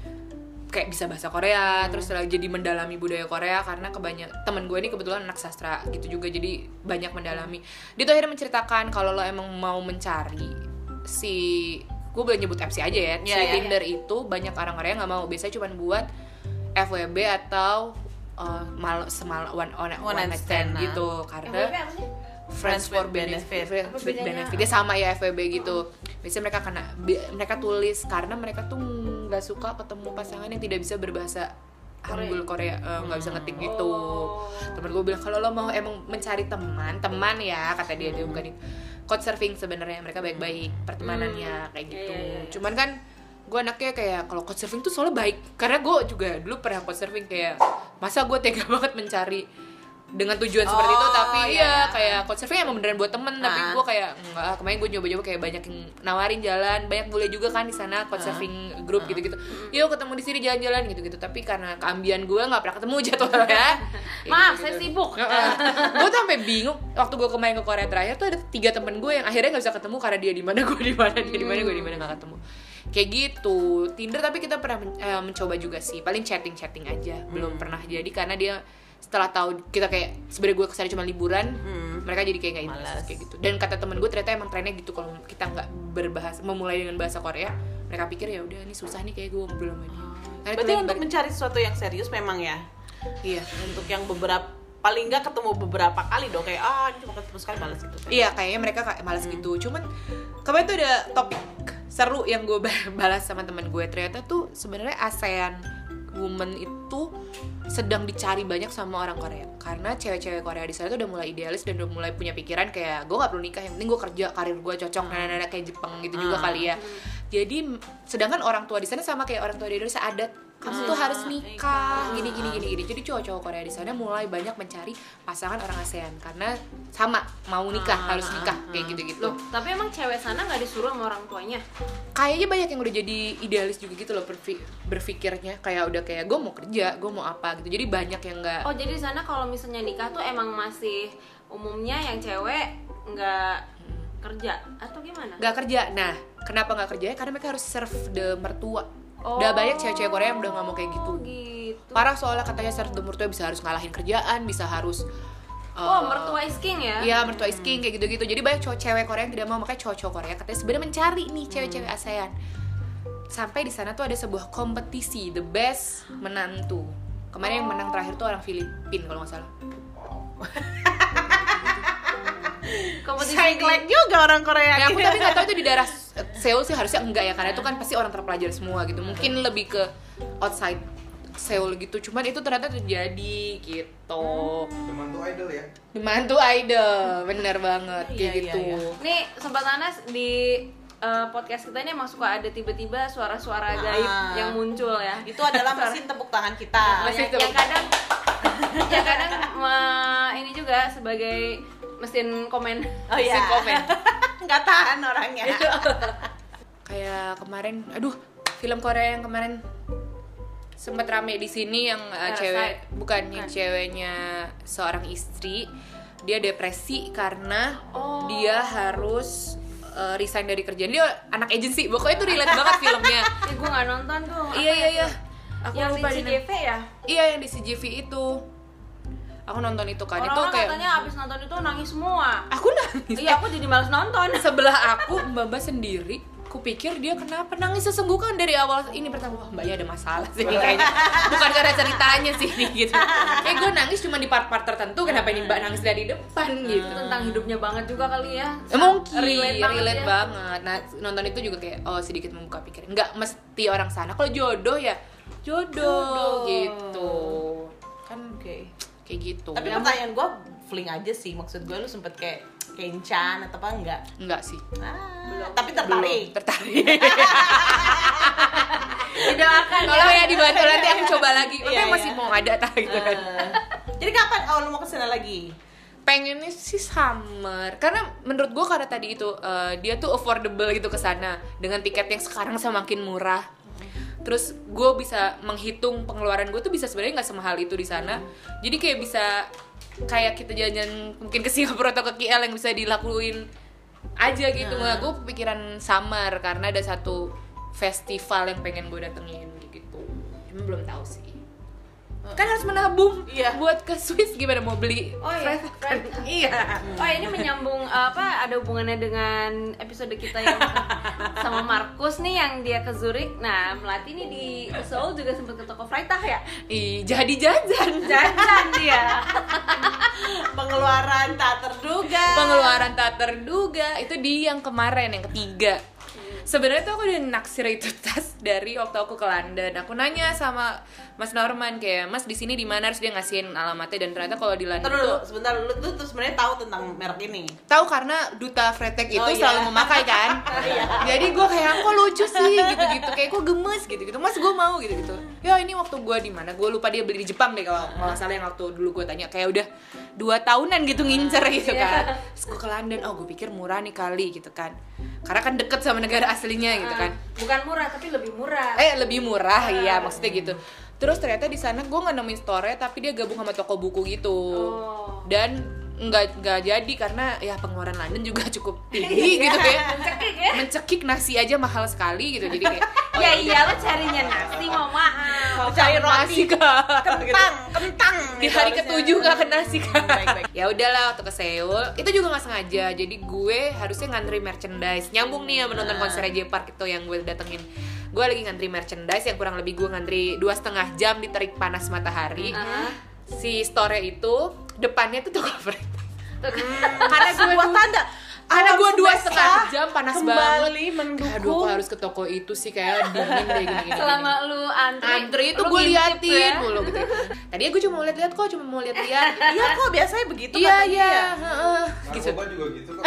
kayak bisa bahasa Korea, terus lagi jadi mendalami budaya Korea karena kebanyak teman gue ini kebetulan anak sastra gitu juga, jadi banyak mendalami. Dia tuh akhirnya menceritakan kalau lo emang mau mencari si gue boleh nyebut apps aja ya, si Iya, iya, Tinder itu banyak orang Korea nggak mau, biasanya cuma buat F W B atau uh, mal semal one, one, One one night night stand stand, gitu, F W B karena apa sih? Friends for Benefit. benefit, Apa bedanya? benefit. Dia sama ya F W B gitu. Biasanya mereka kena bi- mereka tulis karena mereka tuh nggak suka ketemu pasangan yang tidak bisa berbahasa Hangul Korea, eh, nggak bisa ngetik gitu. Oh. Temen gue bilang kalau lo mau emang mencari teman, teman ya kata dia, dia bukan couch surfing sebenarnya, mereka baik-baik pertemanannya kayak gitu. Iya, iya, iya. Cuman kan gue anaknya kayak kalau couch surfing tuh soalnya baik, karena gue juga dulu pernah couch surfing, kayak masa gue tega banget mencari dengan tujuan seperti itu, Oh, tapi iya, iya iya. kayak couch surfing emang beneran buat temen, tapi Ah. gue kayak enggak. Kemarin gue nyoba-nyoba kayak banyak yang nawarin jalan, banyak boleh juga kan di sana couch surfing grup gitu-gitu. Yuk ketemu di sini jalan-jalan gitu-gitu, tapi karena keambian gue nggak pernah ketemu jadwalnya. Ya Maaf, gitu-gitu. saya sibuk. Gue tuh sampai bingung waktu gue kemarin ke Korea terakhir tuh ada tiga temen gue yang akhirnya nggak bisa ketemu karena dia di mana, gue di mana, dia di mana, gue di mana, nggak ketemu. Kayak gitu. Tinder tapi kita pernah men- eh, mencoba juga sih, paling chatting-chatting aja, belum pernah jadi karena dia setelah tahu kita kayak sebenarnya gue kesana cuma liburan, Hmm. mereka jadi kayak nggak Malas. interest kayak gitu. Dan kata temen gue ternyata emang trennya gitu, kalau kita nggak berbahasa memulai dengan bahasa Korea, mereka pikir ya udah ini susah nih kayak gue ngobrol sama dia. Karena Berarti kita untuk balik- mencari sesuatu yang serius memang ya. iya. Untuk yang beberapa paling nggak ketemu beberapa kali dong, kayak ah ini cuma ketemu sekali balas gitu. Iya, kayaknya mereka kayak malas gitu. Cuman kemarin tuh ada topik seru yang gue balas sama teman gue. Ternyata tuh sebenarnya ASEAN woman itu sedang dicari banyak sama orang Korea, karena cewek-cewek Korea di sana tuh udah mulai idealis dan udah mulai punya pikiran kayak gue nggak perlu nikah, yang penting gue kerja, karir gue cocok, nenek-nenek kayak Jepang gitu juga kali ya. Jadi sedangkan orang tua di sana sama kayak orang tua di Indonesia, adat kamu tuh harus nikah, gini gini gini gini. Jadi cowok-cowok Korea di sana mulai banyak mencari pasangan orang ASEAN karena sama mau nikah, harus nikah kayak gitu-gitu. Loh, tapi emang cewek sana nggak disuruh sama orang tuanya? Kayaknya banyak yang udah jadi idealis juga gitu loh berfi- berpikirnya, kayak udah kayak gue mau kerja, gue mau apa gitu. Jadi banyak yang nggak. Oh, jadi di sana kalau misalnya nikah tuh emang masih umumnya yang cewek nggak kerja atau gimana? Nggak kerja. Nah, kenapa nggak kerja? Karena mereka harus serve the mertua. Oh, udah banyak cewek-cewek Korea yang udah nggak mau kayak gitu. gitu. Parah, soalnya katanya serve the mertua bisa harus ngalahin kerjaan, bisa harus Oh, uh, mertua is king ya? Iya, mertua is king kayak gitu-gitu. Jadi banyak cowok cewek Korea yang tidak mau, makanya cowok-cowok Korea katanya sebenarnya mencari nih cewek-cewek ASEAN. Sampai di sana tuh ada sebuah kompetisi the best menantu. Kemarin yang menang terakhir tuh orang Filipina kalau nggak salah. Kompetisi Cycling juga orang Korea. Ya, aku tapi nggak tahu itu di daerah Seoul sih, harusnya enggak ya, karena itu kan pasti orang terpelajar semua gitu. Mungkin lebih ke outside Seoul gitu. Cuman itu ternyata terjadi gitu. Teman tuh idol ya. Mantu idol, bener banget kayak Iya, iya, gitu. iya. Nih, Sobat Anas, di uh, podcast kita ini emang suka ada tiba-tiba suara-suara gaib Ah. yang muncul ya. Itu adalah mesin tepuk tangan kita. Yang, yang kadang yang kadang me- ini juga sebagai mesin komen. Oh iya. Mesin komen. Nggak tahan orangnya. Kayak kemarin, aduh, film Korea yang kemarin sempat rame di sini yang uh, Parasite. cewek bukan yang Bukan. ceweknya seorang istri, dia depresi karena Oh. dia harus uh, resign dari kerjaan. Dia anak agency, pokoknya itu relate banget filmnya. Eh, gue nggak nonton tuh. Iya Apa iya itu? iya. Aku Yang lupa di di C G V ya? Iya, yang di C G V itu. Aku nonton itu kan, itu Orang-orang kayak katanya abis nonton itu nangis semua. aku nangis. Iya, aku jadi males nonton. Sebelah aku Mbak Mbak sendiri, kupikir dia kenapa nangis sesenggukan dari awal ini pertama. Wah, Mbaknya ada masalah sih nih kayaknya. Bukan karena ceritanya sih nih gitu. Kayak gue nangis cuma di part-part tertentu, kenapa ini Mbak nangis dari depan gitu. Itu tentang hidupnya banget juga kali ya. Eh, mungkin relate relate, banget ya. banget. Nah, nonton itu juga kayak oh sedikit membuka pikiran. Nggak mesti orang sana. Kalau jodoh ya jodoh, Jodoh. gitu. Kan Oke. kayak gitu. Tapi pertanyaan gue fling aja sih. Maksud gue lu sempet kayak kencan atau apa enggak? enggak sih. Ah, tapi tertarik. Tertarik. Didoakan Kalau ya dibantu nanti aku coba lagi. Iya, Makanya iya. masih mau ada tak gitu kan. Eh, Jadi kapan? Oh, lu mau kesana lagi? Pengennya sih summer, karena menurut gue karena tadi itu eh, dia tuh affordable gitu ke sana dengan tiket yang sekarang semakin murah. Terus gue bisa menghitung pengeluaran gue tuh bisa sebenarnya nggak semahal itu di sana. Jadi kayak bisa kayak kita jalan-jalan mungkin ke Singapura atau ke K L yang bisa dilakuin aja gitu. Nah, gue kepikiran summer karena ada satu festival yang pengen gue datengin gitu. Cuma belum tahu sih. Kan harus menabung Iya. buat ke Swiss, gimana mau beli? Oh iya, friend. Iya. Oh ini menyambung apa ada hubungannya dengan episode kita yang sama Markus nih yang dia ke Zurich. Nah, Melati nih di Seoul juga sempat ke toko Freitag ya? Ih, jadi jajan. Jajan dia. Pengeluaran tak terduga. Pengeluaran tak terduga itu di yang kemarin yang ketiga. Sebenarnya tuh aku udah naksir itu tas dari waktu aku ke London. Aku nanya sama Mas Norman kayak, Mas di sini di mana, harus dia ngasihin alamatnya, dan ternyata kalau di London Ntar dulu, tuh sebentar, lu tuh, tuh sebenarnya tahu tentang merek ini. tahu karena duta Freitag itu Oh, iya. selalu memakai kan. Jadi gue kayak kok lucu sih gitu-gitu, kayak kok gemes gitu-gitu. Mas gue mau gitu-gitu. Ya ini waktu gue di mana? Gue lupa, dia beli di Jepang deh kalau nggak salah, yang waktu dulu gue tanya kayak udah dua tahunan gitu ngincer gitu kan. Terus gue ke London, oh gue pikir murah nih kali gitu kan. Karena kan deket sama negara aslinya gitu kan. Bukan murah tapi lebih murah. Eh lebih murah ya maksudnya gitu. Terus ternyata di sana gue nggak nemuin store, tapi dia gabung sama toko buku gitu. Oh. Dan nggak nggak jadi karena ya pengeluaran London juga cukup tinggi gitu kayak Mencekik ya? mencekik nasi aja mahal sekali gitu, jadi kayak oh, Ya iya lo carinya nasi mau mahal. Cari roti, nasi kak kentang, kentang. di gitu hari harusnya. ketujuh nggak kena nasi kak. Baik-baik. Ya udahlah, waktu ke Seoul itu juga nggak sengaja, jadi gue harusnya ngantri merchandise, nyambung nih ya menonton Ah. konser J Park itu yang gue datengin. Gue lagi ngantri merchandise yang kurang lebih gue ngantri dua setengah jam di terik panas matahari. Ah. Si store itu depannya tuh toko Freitag. Karena sebuah tanda. karena gue Alam dua semesta setengah jam panas kembali banget. mendukung. Aduh, aku harus ke toko itu sih kayak dingin deh gini-gini. Selama lu antri, antri itu lu gue ngintip liatin ya? mulu gitu. Tadi gue cuma mau lihat-lihat kok, cuma mau lihat-lihat. Iya kok biasanya begitu Iya katanya iya, ya. heeh. Gitu. Narkoba juga gitu kok.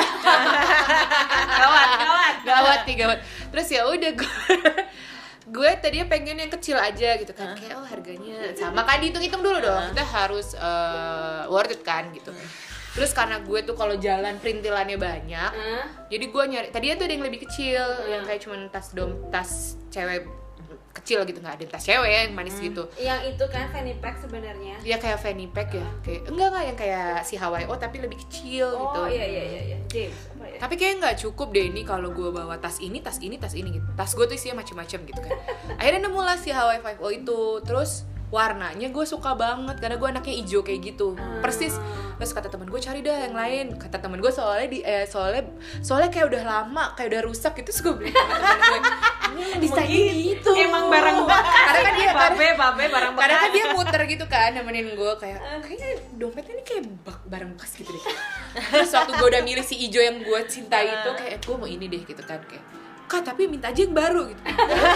Gawat, gawat. Gawat nih gawat. Terus ya udah gue gue tadinya pengen yang kecil aja gitu kan, kayak oh harganya sama kan, dihitung-hitung dulu dong, kita harus uh, worth it kan gitu. Terus karena gue tuh kalau jalan perintilannya banyak, Hah? jadi gue nyari tadinya tuh ada yang lebih kecil, yang kayak cuman tas dom tas cewek kecil gitu, nggak ada tas cewek yang manis gitu. Yang itu kan fanny pack sebenarnya. Ya kayak fanny pack ya, kayak enggak enggak yang kayak si Hawaii oh tapi lebih kecil gitu. Oh iya iya iya iya. James apa ya? Tapi kayak nggak cukup deh ini kalau gue bawa tas ini, tas ini, tas ini gitu. Tas gue tuh isinya macem-macem gitu kan. Akhirnya nemu lah si Hawaii Five O itu. Terus warnanya gue suka banget karena gue anaknya hijau kayak gitu. Persis. Terus kata teman gue cari dah yang lain. Kata teman gue soalnya di eh, soalnya soalnya kayak udah lama, kayak udah rusak gitu. Terus gue bilang sama temen gue, ini desainnya gitu. Emang barang bekas. Karena kan dia babe babe barang bekas. karena kan dia muter gitu kan nemenin gue kayak kayaknya dompetnya ini kayak bak barang bekas gitu deh. Terus waktu gue udah milih si ijo yang gue cinta itu kayak gue mau ini deh gitu kan, kayak Kak tapi minta aja yang baru gitu.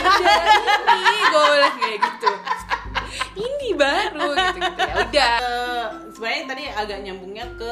Ini gue bilang kayak gitu. Ini baru gitu gitu ya udah. Eh, sebenarnya tadi agak nyambungnya ke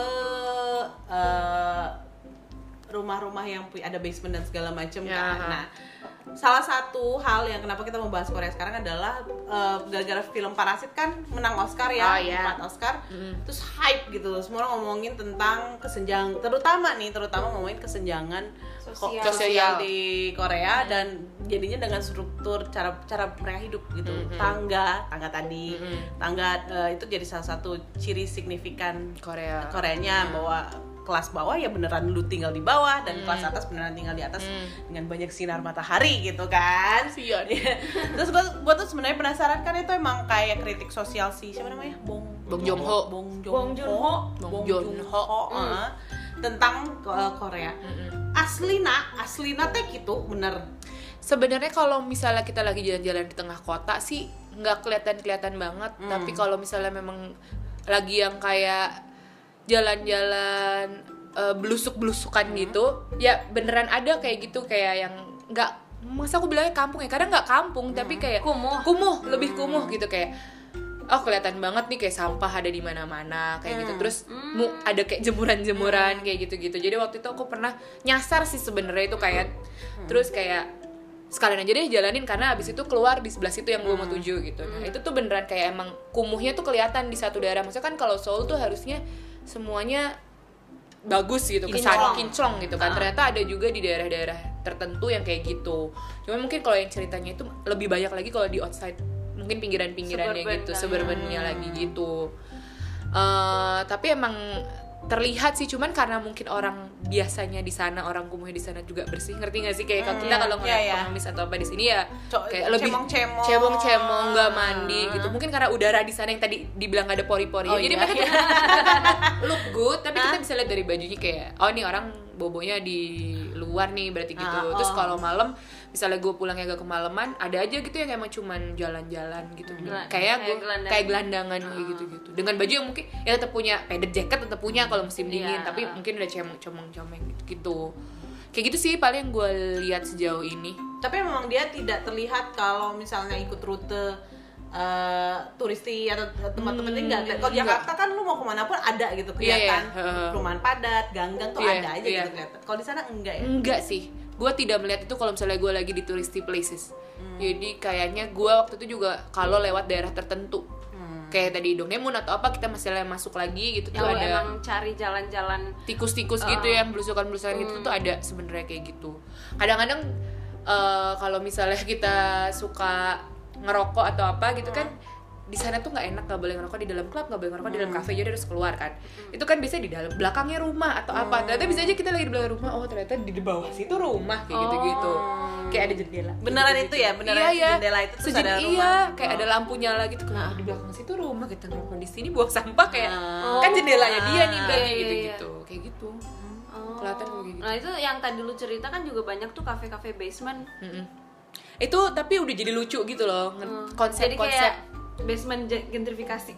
eh, rumah-rumah yang pu- ada basement dan segala macam Ya. kan. Nah, salah satu hal yang kenapa kita membahas Korea sekarang adalah eh, gara-gara film Parasit kan menang Oscar ya, Oh, iya. empat Oscar, terus hype gitu, semua orang ngomongin tentang kesenjangan, terutama nih, terutama ngomongin kesenjangan ko- Sosial. sosial di Korea dan jadinya dengan struktur cara cara mereka hidup gitu, tangga, tangga tadi, tangga eh, itu jadi salah satu ciri signifikan Korea. Koreanya bahwa kelas bawah ya beneran lu tinggal di bawah dan kelas atas beneran tinggal di atas dengan banyak sinar matahari gitu kan. Sian. Terus gua, gua tuh sebenarnya penasaran kan itu emang kayak kritik sosial si siapa namanya? Bong Bong Joon-ho. Bong Bong Joon-ho. Bong Joon-ho. Joon-ho uh, tentang uh, Korea. Aslina, aslina teh gitu bener. Sebenarnya kalau misalnya kita lagi jalan-jalan di tengah kota sih nggak kelihatan-kelihatan banget, tapi kalau misalnya memang lagi yang kayak jalan-jalan uh, belusuk-belusukan gitu, ya beneran ada kayak gitu, kayak yang nggak, masa aku bilangnya kampung ya, kadang nggak kampung tapi kayak Kumuh. kumuh lebih kumuh gitu, kayak oh kelihatan banget nih kayak sampah ada di mana-mana kayak gitu, terus mu ada kayak jemuran-jemuran kayak gitu-gitu. Jadi waktu itu aku pernah nyasar sih sebenarnya itu kayak, terus kayak sekalian aja deh jalanin karena abis itu keluar di sebelah situ yang gue mau tuju gitu. Nah itu tuh beneran kayak emang kumuhnya tuh kelihatan di satu daerah. Maksudnya kan kalau Seoul tuh harusnya semuanya bagus gitu, kesan Kinclong. kinclong gitu kan. Ternyata ada juga di daerah-daerah tertentu yang kayak gitu. Cuma mungkin kalau yang ceritanya itu lebih banyak lagi kalau di outside, mungkin pinggiran-pinggirannya Suburban gitu, kan. suburbannya lagi gitu. Eh, tapi emang terlihat sih, cuman karena mungkin orang biasanya di sana, orang kumuhnya di sana juga bersih, ngerti nggak sih, kayak kalau kita kalau ngeliat iya, iya. pengemis atau apa di sini ya Co- kayak lebih cemong-cemong. cemong-cemong, nggak mandi gitu, mungkin karena udara di sana yang tadi dibilang nggak ada pori-pori, Oh, jadi iya. mereka look good, tapi kita bisa lihat dari bajunya kayak oh nih orang bobonya di luar nih berarti gitu. Ah, Terus oh. kalau malam misalnya gue pulangnya agak kemalaman, ada aja gitu yang emang cuman jalan-jalan gitu, Gel- kayak kayak gue gelandangan. kayak gelandangan kayak gitu-gitu, dengan baju yang mungkin ya tetap punya padded jacket, tetap punya kalau musim dingin, Iya. tapi mungkin udah cemong-comeng gitu, kayak gitu sih paling yang gue lihat sejauh ini. Tapi memang dia tidak terlihat kalau misalnya ikut rute uh, turisti atau tempat-tempat ini enggak. Kalau di enggak. Jakarta kan lu mau kemana pun ada gitu Iya, iya. kelihatan. Heeh. Perumahan padat, gang-gang tuh Iya, ada aja iya. gitu kelihatan. Kalau di sana enggak ya? Enggak sih, gue tidak melihat itu kalau misalnya gue lagi di touristy places. Jadi kayaknya gue waktu itu juga kalau lewat daerah tertentu, kayak tadi Dongdaemun atau apa, kita masih masuk lagi gitu tuh Yang lu ada emang cari jalan-jalan. tikus-tikus gitu yang belusukan-belusukan gitu tuh ada sebenarnya kayak gitu. Kadang-kadang eh, kalau misalnya kita suka ngerokok atau apa gitu kan, di sana tuh nggak enak, nggak boleh ngerokok di dalam klub, nggak boleh ngerokok di dalam kafe, jadi harus keluar kan. Itu kan biasanya di dalam belakangnya rumah atau apa. Ternyata bisa aja kita lagi di belakang rumah, oh ternyata di bawah situ rumah kayak gitu-gitu. Kayak ada jendela. Beneran gitu-gitu. itu ya, beneran iya, iya. jendela itu terus Sejen- ada rumah. Iya, kayak ada lampu nyala gitu. Kalau di belakang situ rumah, kita ngerokok di sini buang sampah kayak kan jendelanya dia nih berarti Iya, iya, gitu-gitu. Kayak gitu. Oh. Kelihatan kayak gitu. Nah itu yang tadi lu cerita kan juga banyak tuh kafe-kafe basement. Mm-mm. Itu tapi udah jadi lucu gitu loh, nge- Hmm. Jadi konsep-konsep. kayak basement je- gentrifikasi.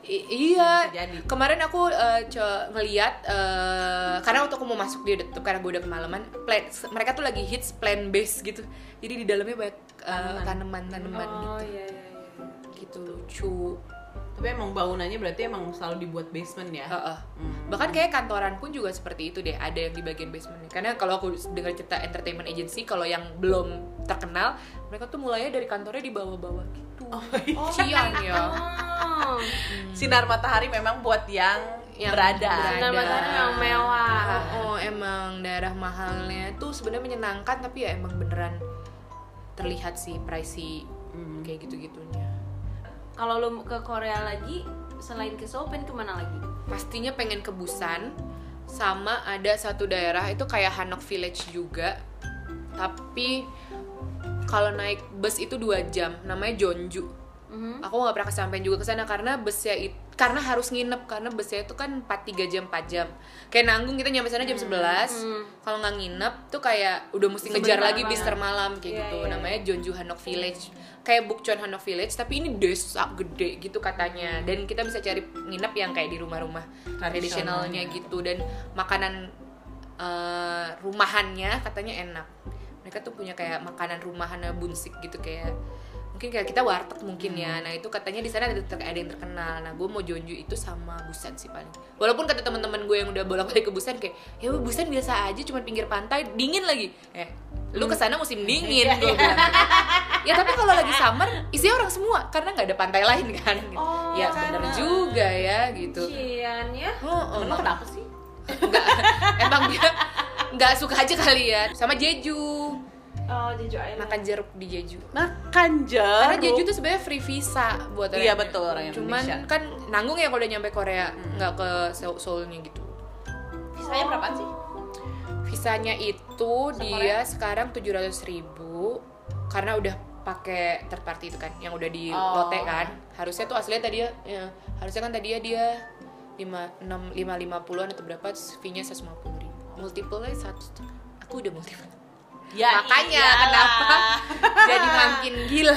I- iya. Bisa jadi. Kemarin aku uh, co- ngeliat uh, karena waktu aku mau masuk dia udah tutup karena gue udah kemalaman. Plan, mereka tuh lagi hits plant based gitu. Jadi di dalamnya banyak uh, tanaman-tanaman Oh gitu. iya iya iya. Gitu lucu. Tapi emang bangunannya berarti emang selalu dibuat basement ya. Uh-uh. Hmm. Bahkan kayak kantoran pun juga seperti itu deh, ada yang di bagian basementnya. Karena kalau aku dengar cerita entertainment agency, kalau yang belum terkenal, mereka tuh mulainya dari kantornya di bawah-bawah gitu. Oh, Cian ya. Oh. Sinar matahari memang buat yang, Yang berada. berada. Sinar matahari yang mewah. Oh, oh, emang daerah mahalnya tuh sebenarnya menyenangkan, tapi ya emang beneran terlihat sih pricey Hmm. kayak gitu-gitunya. Kalau lu ke Korea lagi, selain ke Seoul, pengen kemana lagi? Pastinya pengen ke Busan, sama ada satu daerah itu kayak Hanok Village juga, tapi kalau naik bus itu dua jam, namanya Jeonju. Mhm. Aku nggak pernah kesampaian juga ke sana karena busnya itu karena harus nginep karena busnya itu kan empat tiga jam empat jam. Kayak nanggung kita nyampe sana jam sebelas. Hmm. Kalau nggak nginep tuh kayak udah mesti ngejar Sebentar lagi bis banget. termalam kayak Iya, gitu. iya, Namanya Jeonju Hanok Village. Kayak Bukchon Hanok Village tapi ini desa gede gitu katanya. Dan kita bisa cari nginep yang kayak di rumah-rumah tradisionalnya gitu dan makanan eh, rumahannya katanya enak. Mereka tuh punya kayak makanan rumahannya bunsik gitu kayak mungkin kayak kita warteg mungkin ya. Nah itu katanya di sana ada, ter- ada yang terkenal. Nah gue mau Jeonju itu sama Busan sih paling. Walaupun kata teman-teman gue yang udah bolak-balik ke Busan kayak ya Busan biasa aja cuma pinggir pantai dingin lagi. Eh lu kesana musim dingin gue bilang. Ya tapi kalau lagi summer isinya orang semua karena nggak ada pantai lain kan. Oh, ya karena- bener juga ya gitu. Cian ya. Oh, oh, Emang kenapa sih? Nggak, emang dia nggak suka aja kali ya. Sama Jeju. Oh, Jeju Island. Makan jeruk di Jeju. Makan jeruk. Karena Jeju tuh sebenarnya free visa buat orang. Iya, betul, orang Cuman Indonesia. kan nanggung ya kalau udah nyampe Korea, nggak ke Seoul- Seoulnya gitu. Visanya berapaan sih? Visanya itu dia sekarang tujuh ratus ribu karena udah pakai third party itu kan, yang udah di Oh. lote kan. Harusnya tuh aslinya tadi ya, ya, harusnya kan tadi ya dia lima enam lima lima puluhan atau berapa, terus fee-nya seratus lima puluh ribu. Multiple-nya satu. Aku udah multiple. Ya, Makanya iyalah. kenapa jadi makin gila.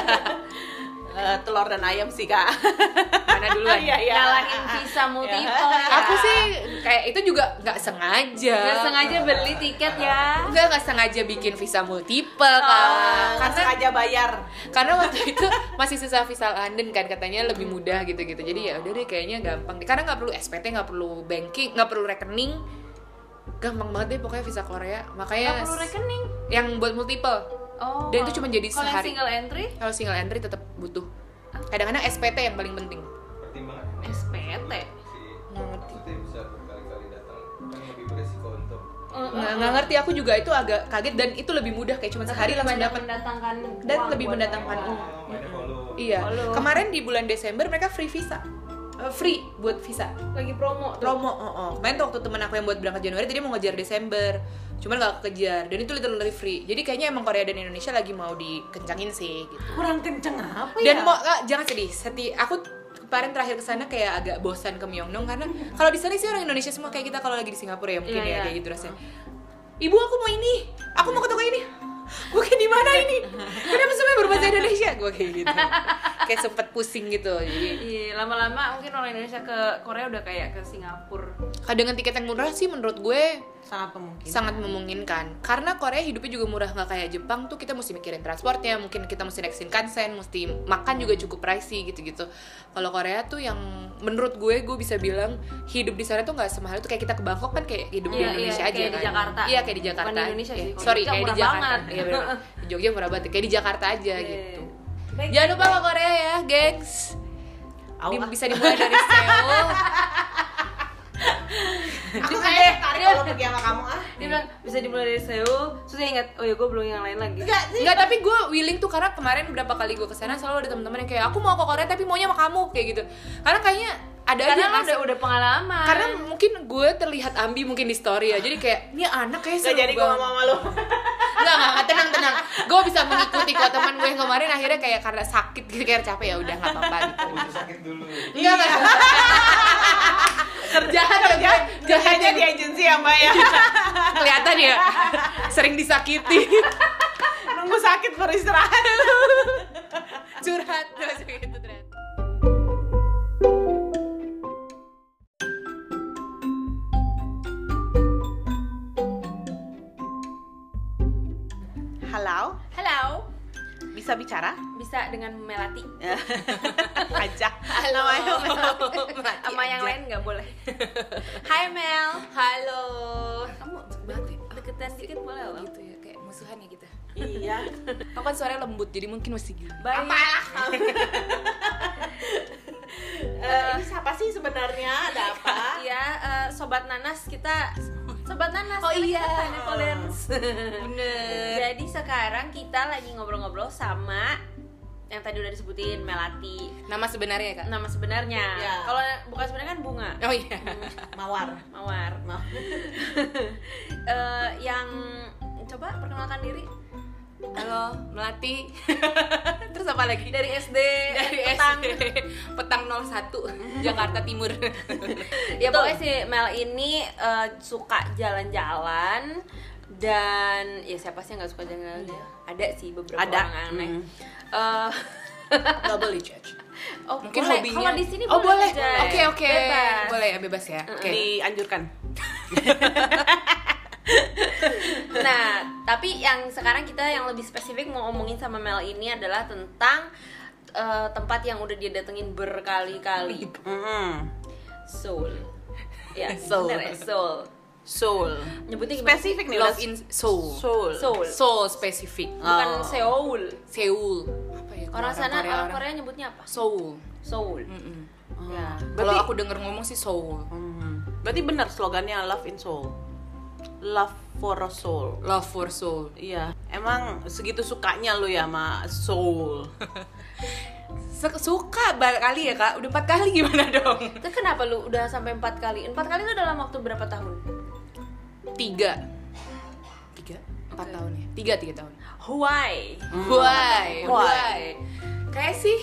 Eh, telur dan ayam sih kak. Mana duluan? Iya, iya. Nyalahin visa multiple ya. Aku sih kayak itu juga nggak sengaja. Nggak sengaja beli tiket ya. Nggak nggak sengaja bikin visa multiple Oh, kan. karena sengaja bayar. Karena waktu itu masih susah visa London kan, katanya lebih mudah gitu-gitu. Jadi ya udah deh kayaknya gampang. Karena nggak perlu S P T, nggak perlu banking, nggak perlu rekening. Gampang banget deh pokoknya visa Korea. Makanya Nggak perlu rekening. yang buat multiple. Oh. Dan itu cuma jadi Kalau yang sehari. single entry Kalau single entry tetap butuh. Kadang-kadang S P T yang paling penting. Pertimbangan. S P T. Si Nggak ngerti. maksudnya bisa berkali-kali datang kan lebih beresiko untuk Nggak, nggak ngerti, aku juga itu agak kaget dan itu lebih mudah kayak cuma sehari langsung banyak dapat. mendatangkan Dan uang lebih buat mendatangkan mereka. uang. oh, banyak follow. Iya. Follow. Kemarin di bulan Desember mereka free visa. Eh, free buat visa. Lagi promo tuh. Promo, oh, oh. Kemarin tuh waktu temen aku yang buat berangkat Januari tadi mau ngejar Desember. Cuman gak kejar dan itu literally free. Jadi kayaknya emang Korea dan Indonesia lagi mau dikencangin sih gitu. Kurang kenceng apa ya? Dan mau ah, jangan sedih. Sedih. Aku kemarin terakhir kesana kayak agak bosan ke Myeongdong karena kalau di sana sih orang Indonesia semua kayak kita kalau lagi di Singapura ya mungkin Iya, ya iya. kayak gitu rasanya. Ibu aku mau ini, aku mau ke toko ini. Gue kayak di mana ini? Kenapa semua berbahasa Indonesia? Gue kayak gitu. Kayak sempet pusing gitu. Jadi Iya, lama-lama mungkin orang Indonesia ke Korea udah kayak ke Singapura. dengan tiket yang murah sih menurut gue sangat memungkinkan. sangat memungkinkan karena Korea hidupnya juga murah, nggak kayak Jepang tuh kita mesti mikirin transportnya, mungkin kita mesti naik Shinkansen, mesti makan juga cukup pricey gitu-gitu. Kalau Korea tuh yang menurut gue gue bisa bilang hidup di sana tuh nggak semahal itu, kayak kita ke Bangkok kan kayak hidup di Iya, Indonesia iya, aja kayak kan. di Jakarta. Iya kayak di Bukan Jakarta. di Indonesia Eh, sih. Kalau sorry Jogja kayak di murah Jakarta. banget. Iya benar. Di Jogja murah banget. Kayak di Jakarta aja Iya. gitu. Baik. Jangan lupa ke Korea ya, gengs. Au, Di- ah. bisa dimulai dari Seoul. Aku kayak tertarik kalau pergi sama kamu ah. Dia bilang bisa dimulai dari Seoul. Terus dia ingat, oh ya gue belum yang lain lagi. Enggak sih. Enggak, tapi gue willing tuh karena kemarin berapa kali gue kesana selalu ada teman-teman yang kayak aku mau ke Korea tapi maunya sama kamu kayak gitu. Karena kayaknya ada aja Karena lo rasa- udah udah pengalaman. karena mungkin gue terlihat ambi mungkin di story ya. Jadi kayak ini anak kayak Gak seru jadi gue banget. ngomong sama lu. Enggak, enggak, enggak, tenang, tenang. Gue bisa mengikuti kok teman gue yang kemarin akhirnya kayak karena sakit gitu kayak capek ya udah enggak apa-apa gitu. Butuh sakit dulu. Enggak, enggak. Jahat ya, gue. Jahat Kerjanya ya. di agensi ya mbak ya. Kelihatan ya. Sering disakiti. Nunggu sakit baru istirahat. Curhat terus gitu ternyata. Aja. Halo. Namanya Mel. Melati Sama yang aja. lain nggak boleh. Hai Mel. Halo. Kamu banget ya? Deketan dikit boleh loh. Gitu ya, kayak musuhan ya kita. Iya. Aku kan suaranya lembut, jadi mungkin mesti gini. Baik. Eh, ini siapa sih sebenarnya? Ada apa? Iya, eh, sobat nanas kita sobat nanas. Oh karena iya. kita Pineapple Dance. Bener. Jadi sekarang kita lagi ngobrol-ngobrol sama yang tadi udah disebutin Melati. Nama sebenarnya kak? Nama sebenarnya. Ya. Kalau bukan sebenarnya kan Bunga. Oh iya. Mawar. Mawar. Mawar. Eh, yang coba perkenalkan diri Halo, Melati. Terus apa lagi? dari S D. Dari Petang. S D Petang nol satu Jakarta Timur. Ya pokoknya si Mel ini eh, suka jalan-jalan dan ya siapa sih yang nggak suka jalan-jalan? Ada sih beberapa Ada. orang aneh. Hmm. Eh, Gak boleh judge. oh, Mungkin boleh. hobinya. Kalau di sini Oh boleh. ngejudge. Oke oke. Bebas. Boleh ya, bebas ya. Oke. Dianjurkan. Nah, tapi yang sekarang kita yang lebih spesifik mau ngomongin sama Mel ini adalah tentang eh, tempat yang udah dia datengin berkali-kali. Mm-mm. Seoul. Ya, Seoul. bener ya, Seoul. Soul. Nyebutnya gimana? Spesifik nih. Love udah- in Seoul. Soul. Seoul. Seoul spesifik. Bukan Oh. Seoul. Seoul. Apa ya? Orang sana Korea, orang Korea nyebutnya apa? Seoul. Seoul. Mm-mm. Ya. Kalau Berarti- aku denger ngomong sih Seoul. Hmm. Berarti benar slogannya Love in Soul. Love for a soul. Love for Seoul. Iya, emang segitu sukanya lu ya sama soul. Se- Suka banget kali ya kak. Udah empat kali gimana dong? Terus kenapa lu udah sampai empat kali? Empat kali itu dalam waktu berapa tahun? Tiga. Tiga? Empat tahun ya? Tiga, tiga tahun. Why? Why? Why? Why? Kayak sih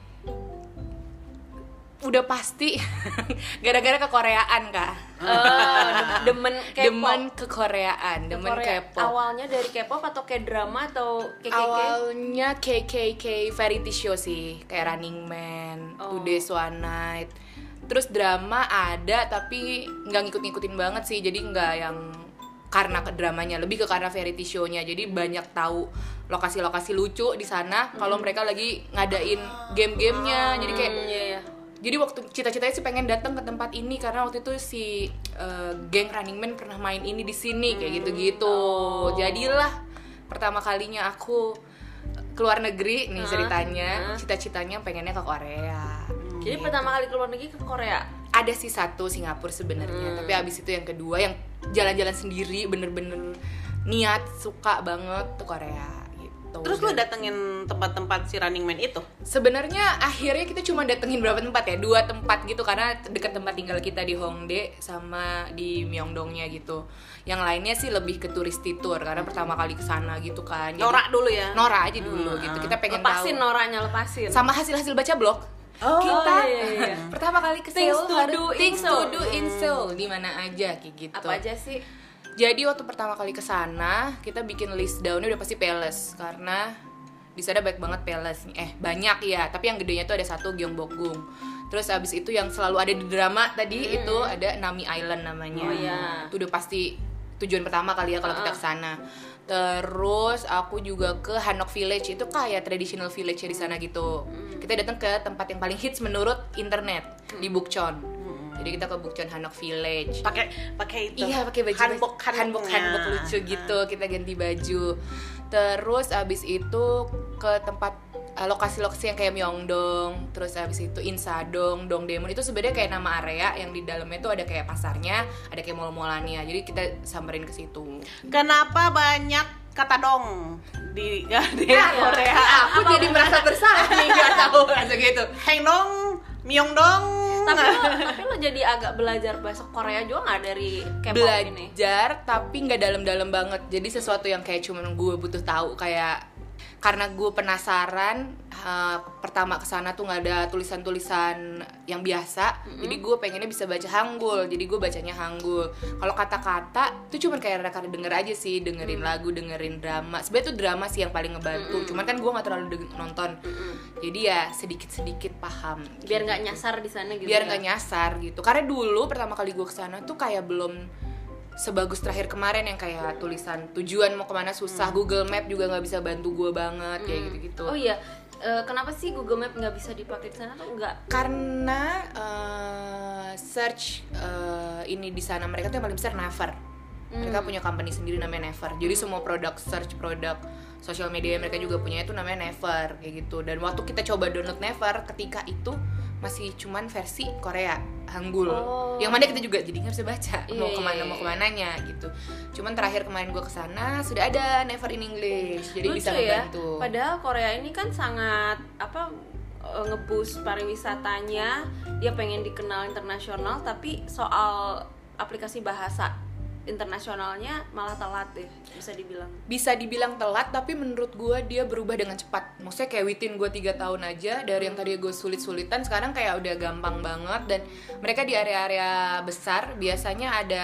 udah pasti gara-gara kekoreaan kak. Oh, demen K-pop. Demen kekoreaan, demen Korea. K-pop. Awalnya dari K-pop atau K-drama atau K K K? Awalnya K K K variety show sih, kayak Running Man, Oh. Two Days One Night. Terus drama ada tapi nggak ngikut-ngikutin banget sih, jadi nggak yang karena ke dramanya, lebih ke karena variety show-nya. Jadi banyak tahu lokasi-lokasi lucu di sana kalau mereka lagi ngadain game-gamenya. Jadi kayak Hmm, iya, iya. jadi waktu cita-citanya sih pengen datang ke tempat ini karena waktu itu si uh, geng Running Man pernah main ini di sini kayak gitu-gitu. Oh. Jadilah pertama kalinya aku keluar negeri nih Hah? ceritanya, Hah? cita-citanya pengennya ke Korea. Jadi pertama kali keluar negeri ke Korea. Ada sih satu Singapura sebenarnya, Hmm. tapi abis itu yang kedua yang jalan-jalan sendiri bener-bener niat suka banget tuh Korea gitu. Terus lu Dan- datengin tempat-tempat si Running Man itu? Sebenarnya akhirnya kita cuma datengin berapa tempat ya? Dua tempat gitu karena dekat tempat tinggal kita di Hongdae sama di Myeongdongnya gitu. Yang lainnya sih lebih ke touristy tour karena pertama kali ke sana gitu kan. Jadi- Norak dulu ya? Norak aja dulu Hmm, gitu. ah. Kita pengen Lepasin tahu. noranya, lepasin. Sama hasil-hasil baca blog. Oh, kita iya, iya, iya. pertama kali ke Things Seoul to harus do in things to Seoul. do in Seoul di mana aja kayak gitu. Apa aja sih? Jadi waktu pertama kali ke sana kita bikin list down-nya udah pasti palace karena di sana banyak banget palace nih. Eh banyak ya, tapi yang gedenya tuh ada satu Gyeongbokgung. Terus abis itu yang selalu ada di drama tadi Hmm. itu ada Nami Island namanya. Oh, iya. Itu udah pasti tujuan pertama kali ya kalau kita Ah. ke sana. Terus aku juga ke Hanok Village, itu kayak traditional village di sana gitu. Hmm. Kita datang ke tempat yang paling hits menurut internet Hmm. di Bukchon. Jadi kita ke Bukchon Hanok Village. pakai pakai itu. Iya pakai baju hanbok hanbok hanbok lucu gitu, kita ganti baju. Terus abis itu ke tempat uh, lokasi-lokasi yang kayak Myeongdong, terus abis itu Insadong, Dongdaemun itu sebenarnya kayak nama area yang di dalamnya tuh ada kayak pasarnya, ada kayak mall-mallannya. Jadi kita samperin ke situ. Kenapa banyak kata dong di di Ya, Korea? aku jadi merasa bersalah nih, nggak tahu rasa gitu. Heng dong, myong dong. Tapi lo, tapi lo jadi agak belajar bahasa Korea juga nggak dari K-pop ini? Belajar tapi nggak dalam-dalam banget, jadi sesuatu yang kayak cuman gue butuh tahu, kayak karena gue penasaran. Uh, pertama kesana tuh nggak ada tulisan-tulisan yang biasa, Mm-hmm. jadi gue pengennya bisa baca Hangul, jadi gue bacanya Hangul. Kalau kata-kata tuh cuman kayak rada denger aja sih, dengerin Mm. lagu, dengerin drama. Sebenarnya tuh drama sih yang paling ngebantu, Mm-mm. cuman kan gue nggak terlalu deng- nonton, Mm-mm. jadi ya sedikit-sedikit paham. Biar nggak nyasar di sana gitu. Biar ya? nggak nyasar gitu. Karena dulu pertama kali gue kesana tuh kayak belum sebagus terakhir kemarin yang kayak tulisan tujuan mau kemana susah, Google Map juga nggak bisa bantu gue banget kayak Mm. gitu-gitu. Oh iya, Uh, kenapa sih Google Map nggak bisa dipakai di sana tuh enggak? Karena uh, search uh, ini di sana mereka tuh yang paling besar Naver. Mereka punya company sendiri namanya Naver. Jadi semua produk search produk sosial media mereka juga punya itu namanya Naver kayak gitu. Dan waktu kita coba download Naver ketika itu masih cuman versi Korea Hangul. Oh. Yang mana kita juga jadi nggak bisa baca Iya, mau kemana iya, mau iya. kemananya gitu. Cuman terakhir kemarin gue kesana sudah ada Naver in English. Jadi Lucu bisa ya. membantu. Padahal Korea ini kan sangat apa eh, nge-boost pariwisatanya, dia pengen dikenal internasional, tapi soal aplikasi bahasa internasionalnya malah telat deh, bisa dibilang. Bisa dibilang telat, tapi menurut gue dia berubah dengan cepat. Maksudnya kayak within gue tiga tahun aja, dari yang tadi gue sulit-sulitan sekarang kayak udah gampang banget. Dan mereka di area-area besar biasanya ada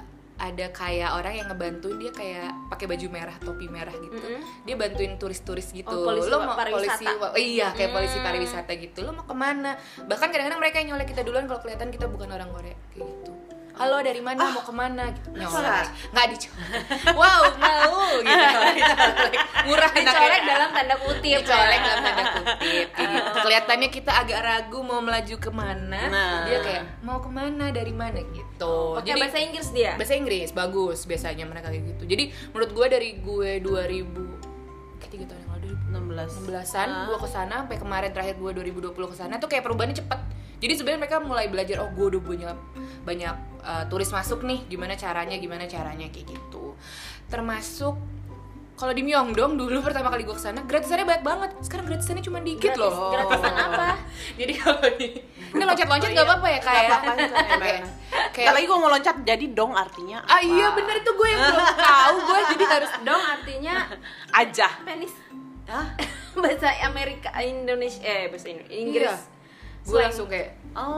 ada kayak orang yang ngebantuin dia kayak pakai baju merah, topi merah gitu. Mm-hmm. Dia bantuin turis-turis gitu. Oh, polisi Lo mau pariwisata. polisi, oh, iya kayak polisi Mm. pariwisata gitu. Lo mau kemana? Bahkan kadang-kadang mereka yang nyolek kita duluan kalau kelihatan kita bukan orang Korea kayak gitu. Halo, dari mana, mau kemana gitu. Nyolek, nggak dicolek. Wow, mau gitu. Dicolek. Murah Dicolek anaknya. dalam tanda kutip. Dicolek dalam tanda kutip kayak gitu. Kelihatannya kita agak ragu mau melaju kemana. Nah. Dia kayak mau kemana, dari mana gitu. Pakai bahasa Inggris dia. bahasa Inggris bagus biasanya mereka kayak gitu. Jadi menurut gue dari gue dua ribu kayak tiga tahun yang lalu enam belas enam belasan Ah. gue kesana sampai kemarin terakhir gue dua ribu dua puluh kesana tuh kayak perubahannya cepet. Jadi sebenarnya mereka mulai belajar, oh gue udah punya banyak uh, turis masuk nih, gimana caranya gimana caranya kayak gitu. Termasuk kalau di Myeongdong dulu pertama kali gue kesana gratisannya banyak banget. Sekarang gratisannya cuma dikit Gratis- loh. gratisan apa? Jadi kalau di ini loncat-loncat nggak apa-apa ya kayak Nggak apa-apa, itu kayak kayak kayak lagi gue mau loncat jadi dong artinya apa? ah iya bener itu gue yang belum tahu gue jadi harus Dong artinya aja. penis. Hah? Bahasa Amerika, Indonesia, eh bahasa Inggris. Inggris. Iya. Gue Slang. langsung kayak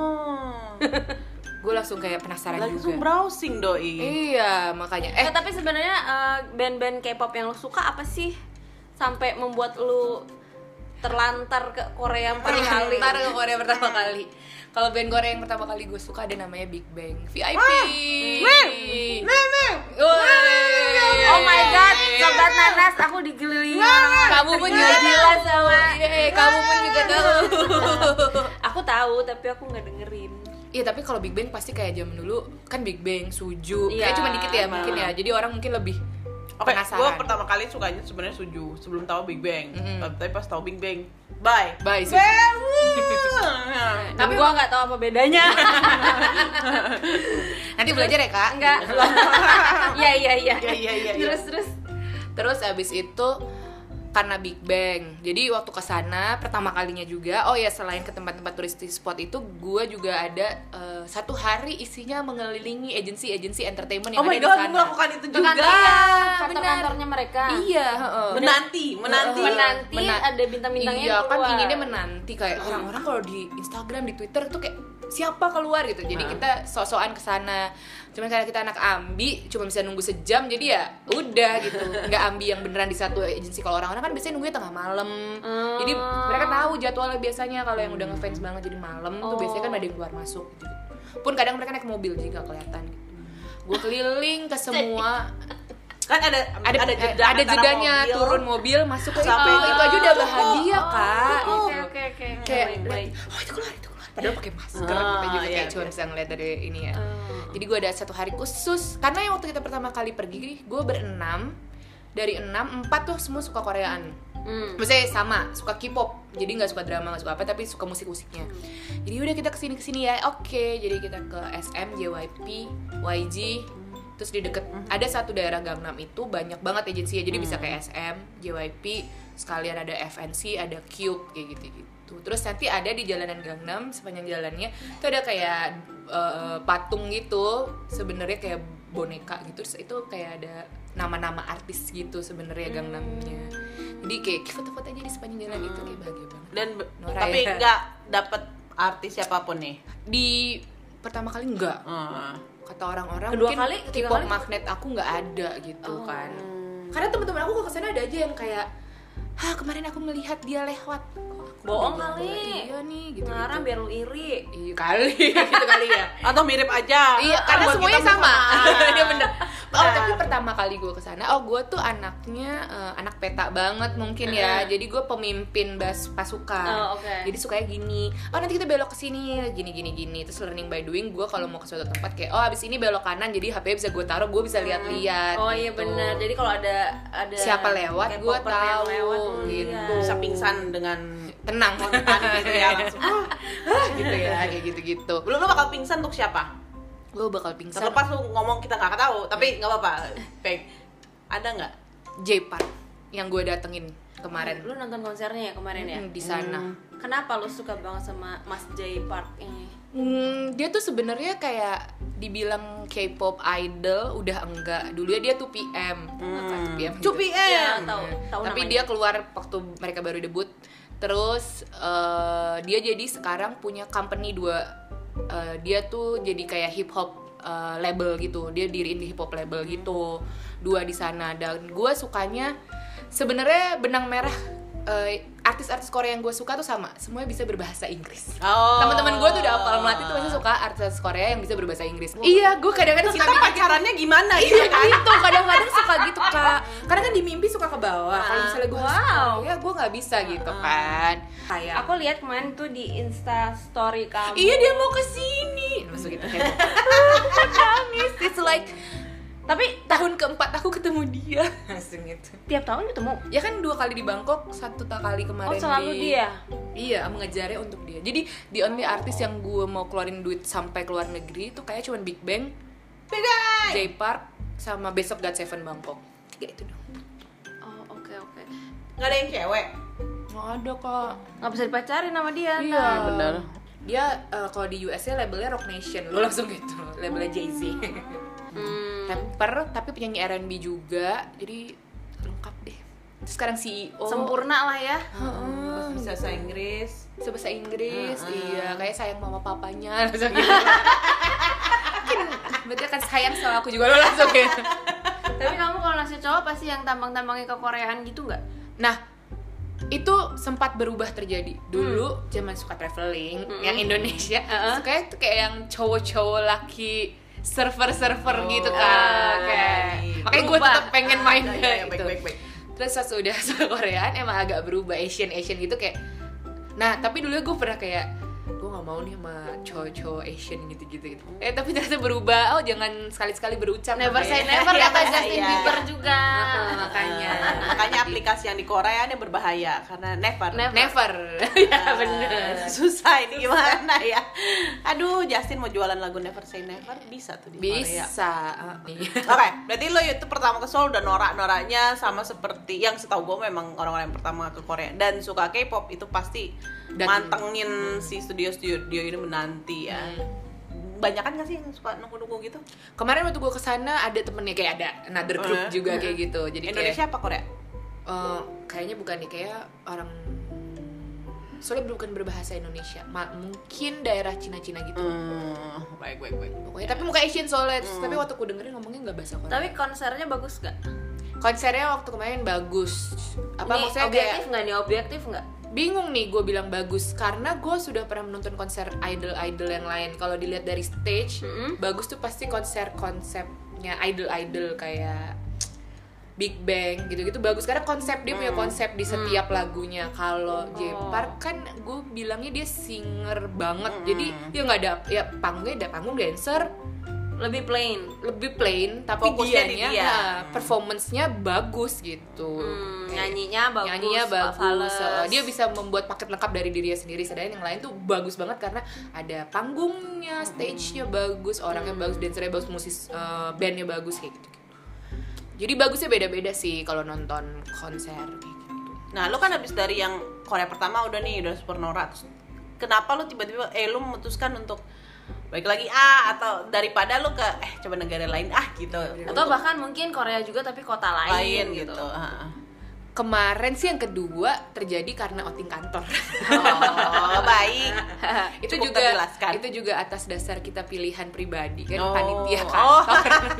Oh. gue langsung kayak penasaran Langsung juga. browsing doi. Iya makanya eh Eh, tapi sebenarnya eh, band-band K-pop yang lo suka apa sih sampai membuat lo terlantar ke Korea empat kali? Ntar ke Korea pertama kali. Kalau band Korea yang pertama kali gue suka ada namanya Big Bang V I P. Oh my god, sobat nanas, aku dikelilingi orang. Kamu pun Gila juga gila tahu. sama. Iya, kamu pun juga tahu. Aku tahu tapi aku nggak dengerin. Iya tapi kalau Big Bang pasti kayak zaman dulu kan Big Bang, Suju, Iya, kayak cuma dikit ya emang. mungkin ya. Jadi orang mungkin lebih Oke, gue penasaran. pertama kali sukanya sebenarnya Suju sebelum tahu Big Bang. Mm-mm. Tapi pas tahu Big Bang, bye. Bye, Suju. Bang. Tapi gua nggak tahu apa bedanya. Nanti belajar ya kak. Enggak. Iya iya iya. Iya, iya, iya, iya. Terus terus. Terus abis itu karena Big Bang, jadi waktu kesana pertama kalinya juga, oh ya selain ke tempat-tempat turistik spot itu, gue juga ada uh, satu hari isinya mengelilingi agensi-agensi entertainment yang Oh my ada god, di sana. melakukan itu juga. Iya, Kantor-kantornya mereka. Iya, heeh. Menanti, menanti. Menanti Mena- ada bintang-bintangnya Iya kan keluar. inginnya menanti kayak orang-orang kalau di Instagram, di Twitter tuh kayak siapa keluar gitu. Jadi Nah. kita sok-sokan kesana. Cuman karena kita anak ambi cuma bisa nunggu sejam jadi ya udah gitu. Nggak ambi yang beneran di satu agensi. Kalau orang-orang kan biasanya nunggunya tengah malam. Oh. Jadi mereka tahu jadwalnya biasanya kalau yang udah ngefans banget jadi malam tuh Oh. biasanya kan ada yang keluar masuk gitu. Pun kadang mereka naik mobil jadi nggak kelihatan gitu. Gue keliling ke semua Kan ada ada ada jeda ada antara jedanya mobil. turun mobil masuk ke itu Sampai itu aja udah bahagia kak Oke gitu. oke oke. Kayak Baik, baik. oh itu keluar itu keluar padahal pakai masker Ah, kita juga iya, kayak cuma iya. bisa ngeliat dari ini ya. Oh. Jadi gue ada satu hari khusus karena yang waktu kita pertama kali pergi gue berenam dari enam empat tuh semua suka Koreaan. Hmm. Maksudnya sama suka K-pop jadi nggak suka drama nggak suka apa tapi suka musik musiknya. Jadi udah kita kesini kesini ya oke jadi kita ke S M J Y P Y G terus di deket ada satu daerah Gangnam itu banyak banget agensinya jadi bisa kayak S M J Y P sekalian ada F N C ada Cube kayak gitu gitu terus nanti ada di jalanan Gangnam sepanjang jalannya itu ada kayak uh, patung gitu sebenarnya kayak boneka gitu terus itu kayak ada nama-nama artis gitu sebenarnya Gangnamnya jadi kayak foto-foto aja di sepanjang jalan itu kayak bahagia banget. Dan Nora tapi ya. nggak dapet artis siapapun nih. Di pertama kali enggak Hmm. kata orang-orang Kedua mungkin kali, ketiga K-pop kali? magnet aku nggak ada gitu Oh. kan karena teman-teman aku kalau kesana ada aja yang kayak hah kemarin aku melihat dia lewat kok aku Bohong nggak kali. lihat dia nih gitu Ngarang biar lu iri. iya kali gitu kali ya Atau mirip aja. iya Kan karena buat semuanya kita sama sama. dia bener Oh tapi pertama kali gue kesana, oh gue tuh anaknya uh, anak peta banget mungkin ya. Jadi gue pemimpin bas pasukan. Oh, okay. Jadi sukanya gini. Oh nanti kita belok ke sini, gini gini gini. Terus learning by doing. Gue kalau mau ke suatu tempat kayak, oh abis ini belok kanan. Jadi H P bisa gue taruh, gue bisa lihat-lihat. Oh iya gitu. benar. Jadi kalau ada ada siapa lewat, gue K-popper yang tahu. lewat, oh, Gitu. iya. Bisa pingsan dengan Tenang. spontan gitu ya langsung. "Ah," gitu ya, kayak gitu-gitu. Lu lu bakal pingsan untuk siapa? Gue bakal pingsan. Terlepas lu ngomong kita nggak tahu, tapi nggak apa-apa. Peg, ada nggak? J-Park yang gue datengin kemarin. Lu nonton konsernya ya kemarin ya? Hmm, di sana. Kenapa lu suka banget sama Mas J Park ini? Hmm, dia tuh sebenarnya kayak dibilang K-pop idol udah enggak. Dulu ya dia two P M. Apa two P M? two P M. Ya, tahu, tahu Tapi namanya. dia keluar waktu mereka baru debut. Terus eh, dia jadi sekarang punya company dua. Eh, dia tuh jadi kayak hip hop eh, label gitu. Dia diriin di hip hop label gitu. Dua di sana. Dan gue sukanya sebenarnya benang merah eh, artis-artis Korea yang gue suka tuh sama, semuanya bisa berbahasa Inggris. Oh. Teman-teman gue tuh udah hafal melati tuh pasti suka artis Korea yang bisa berbahasa Inggris. Iya, gue kadang-kadang Kita suka mikir gitu. pacarannya gimana Iya gitu kan? gitu, kadang-kadang suka gitu kak. Karena kan di mimpi suka ke bawah. Kalau misalnya gue Wow. ya gue nggak bisa gitu kan. Kayak Aku lihat kemarin tuh di Insta story kamu. iya dia mau kesini, masuk gitu kayak nangis. It's like Tapi tahun keempat aku ketemu dia, langsung gitu. tiap tahun ketemu. Ya kan dua kali di Bangkok, satu kali kemarin Oh, selalu di dia? Iya, mengejarnya untuk dia. Jadi the only artis yang gue mau keluarin duit sampai keluar negeri itu kayak cuman Big Bang, Big Bang. J-Park, sama besok God Seven Bangkok. Kayak itu dong. Oh, oke oke. Nggak ada yang cewek. Nggak ada kak. Nggak bisa dipacarin sama dia. Iya Nah. bener. Dia uh, kalau di U S-nya labelnya Rock Nation, lo langsung gitu. Labelnya Jay-Z. Hmm. Rapper tapi penyanyi R and B juga, jadi lengkap deh. Terus sekarang C E O. Sempurna lah ya. Heeh. Bisa bahasa Inggris. Bisa bahasa Inggris, Heeh. iya kayak sayang mama papanya langsung gitu. Mungkin berarti akan sayang sama aku juga lo langsung gitu. Tapi kamu kalau nasi cowok pasti yang tampang-tampangnya kekoreaan gitu nggak? Nah, itu sempat berubah terjadi. Dulu zaman suka traveling yang Indonesia, Heeh. sukanya tuh kayak yang cowok-cowok laki server-server Oh, gitu kan. Kayak iya. makanya gue Berubah. tetap pengen main Ah, kayak iya, iya, gitu. baik, baik, baik. Terus pas udah suka Koreaan emang agak berubah Asian Asian gitu kayak. Nah, tapi dulu gue pernah kayak gue nggak mau nih sama cowok-cowok Asian gitu-gitu gitu. Eh tapi ternyata berubah. Oh jangan sekali-sekali berucap. Never say makanya. never kata Iya, Justin iya. Bieber juga. Heeh, makanya. Makanya aplikasi yang di Korea ini berbahaya karena never. Never. Never. Ya Ah, bener. Susah ini gimana ya? Aduh, Justin mau jualan lagu Never Say Never bisa tuh di Korea. Bisa. Ah, iya. Oke, berarti lo itu pertama ke Seoul udah norak-noraknya sama seperti yang setahu gue memang orang-orang yang pertama ke Korea dan suka K-pop itu pasti Dan- mantengin si studio-studio ini menanti ya. Hmm. Banyak kan gak sih yang suka nunggu-nunggu gitu? Kemarin waktu gue kesana ada temennya kayak ada another group Eh. juga kayak gitu. Jadi Indonesia apa Korea? kayak eh, kayaknya bukan nih kayak orang soalnya bukan berbahasa Indonesia. Ma- mungkin daerah Cina-Cina gitu. Hmm, baik baik baik. Pokoknya tapi muka Asian soalnya. Terus tapi waktu aku dengerin ngomongnya nggak bahasa Korea. Tapi konsernya bagus gak? konsernya waktu kemarin bagus. Apa Ini maksudnya objektif kayak nggak nih? Objektif nggak? bingung nih gue bilang bagus karena gue sudah pernah menonton konser idol-idol yang lain. Kalau dilihat dari stage, Mm-mm. bagus tuh pasti konser konsepnya idol-idol kayak Big Bang gitu-gitu bagus karena konsep dia punya konsep di setiap lagunya. Kalau J-Park kan gue bilangnya dia singer banget, jadi dia nggak ada ya panggungnya ada panggung dancer Lebih plain. lebih plain tapi Fokusnya di dianya dia. nah, Hmm. performance-nya bagus gitu. Hmm, Kayak nyanyinya bagus. nyanyinya bagus. fales. Uh, dia bisa membuat paket lengkap dari dirinya sendiri. Sedangkan yang lain tuh bagus banget karena ada panggungnya, stage-nya bagus, orangnya bagus, dancernya bagus, musis uh, bandnya bagus kayak gitu. Jadi bagusnya beda-beda sih kalau nonton konser kayak gitu. Nah, lu kan habis dari yang Korea pertama udah nih, udah supernova. Terus kenapa lu tiba-tiba eh lu memutuskan untuk balik lagi ah atau daripada lu ke eh coba negara lain ah gitu. Atau bahkan mungkin Korea juga tapi kota lain, lain gitu. gitu. Ah. Kemarin sih yang kedua terjadi karena outing kantor. Oh, baik. itu Cukup juga terjelaskan. itu juga atas dasar kita pilihan pribadi kan Oh. panitia Oh. kantor.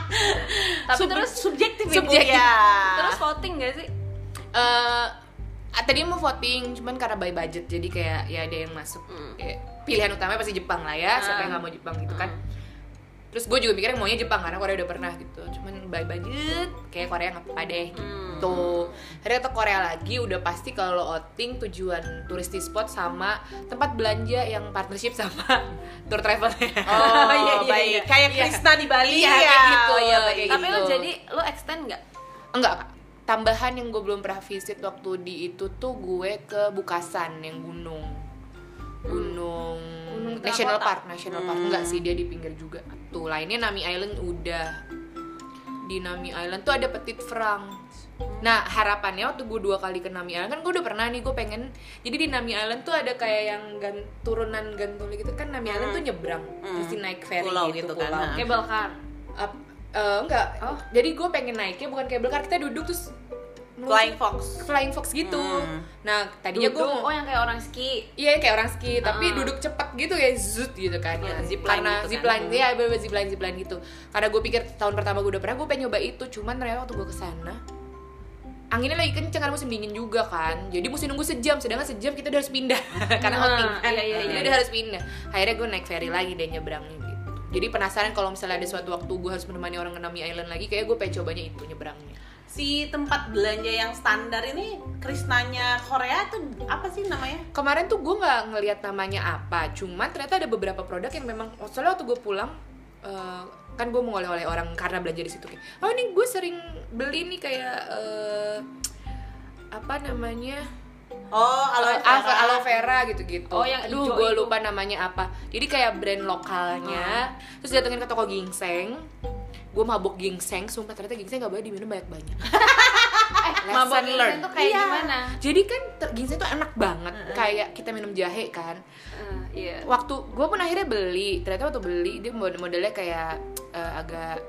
Tapi Sub- terus subjektif ibu subjektif. ya. terus voting gak sih? Eh, ah, tadi mau voting cuman karena by budget jadi kayak ya ada yang masuk Hmm. Kayak pilihan utamanya pasti Jepang lah ya siapa Hmm. yang nggak mau Jepang gitu kan. Hmm. Terus gue juga mikirnya maunya Jepang karena Korea udah pernah gitu. Cuman by budget kayak Korea nggak apa-apa deh gitu. Akhirnya ke Korea lagi udah pasti kalau outing tujuan touristy spot sama tempat belanja yang partnership sama tour travelnya. Oh iya, iya, baik. iya. Kayak Iya. Krishna di Bali Iya, ya. kayak gitu. Oh, iya, Kayak Tapi lo gitu. jadi lo extend nggak? Enggak, Kak. Tambahan yang gue belum pernah visit waktu di itu tuh gue ke Bukasan yang gunung. Gunung, Gunung National Krakatau. Park, National Park. Enggak sih, dia di pinggir juga. Tuh, lainnya Nami Island udah. Di Nami Island tuh ada Petit Franc. Nah, harapannya waktu gue dua kali ke Nami Island kan gue udah pernah nih, gue pengen. Jadi di Nami Island tuh ada kayak yang gan, turunan gantole gitu kan. Nami Island tuh nyebrang, mesti naik ferry Pulau gitu, gitu kan, pulau. nah. Cable car. Up- eh, enggak. Oh. Jadi gue pengen naiknya bukan cable car, kita duduk terus Flying Fox. Flying Fox gitu. Hmm. Nah, tadinya gue Duduk, oh yang kayak orang ski. iya kayak orang ski, tapi Ah. duduk cepet gitu ya, zut gitu kan ya. Ya, zipline Karena gitu kan. zipline, Hmm. ya bener zipline zipline gitu. Karena gue pikir tahun pertama gue udah pernah, gue pengen nyoba itu, cuman ternyata waktu gue kesana anginnya lagi kenceng karena musim dingin juga kan, jadi mesti nunggu sejam, sedangkan sejam kita udah harus pindah karena Ah, outing kan, iya, iya, jadi iya. udah harus pindah. Akhirnya gue naik ferry lagi deh nyebrangnya gitu. Jadi penasaran kalau misalnya ada suatu waktu gue harus menemani orang ke Nami Island lagi, kayak gue pengen cobanya itu nyebrangnya. Si tempat belanja yang standar ini Krishnanya Korea tuh apa sih namanya? Kemarin tuh gue nggak ngelihat namanya apa, cuman ternyata ada beberapa produk yang memang, soalnya waktu gue pulang uh, kan gue mau oleh-oleh orang karena belanja di situ kayak, oh ini gue sering beli nih kayak uh, apa namanya Oh, aloe aloe vera. vera, aloe vera gitu-gitu. Oh, yang aduh hijau gue itu. lupa namanya apa. Jadi kayak brand lokalnya. Terus datengin ke toko ginseng. Gue mabok ginseng, sumpah ternyata ginseng gak boleh diminum banyak-banyak. Eh, Lesson mabok learned. ginseng tuh kayak Iya. gimana? Jadi kan ter- ginseng tuh enak banget, kayak kita minum jahe kan. Eh, iya. Waktu gue pun akhirnya beli, ternyata waktu beli dia model modelnya kayak eh, agak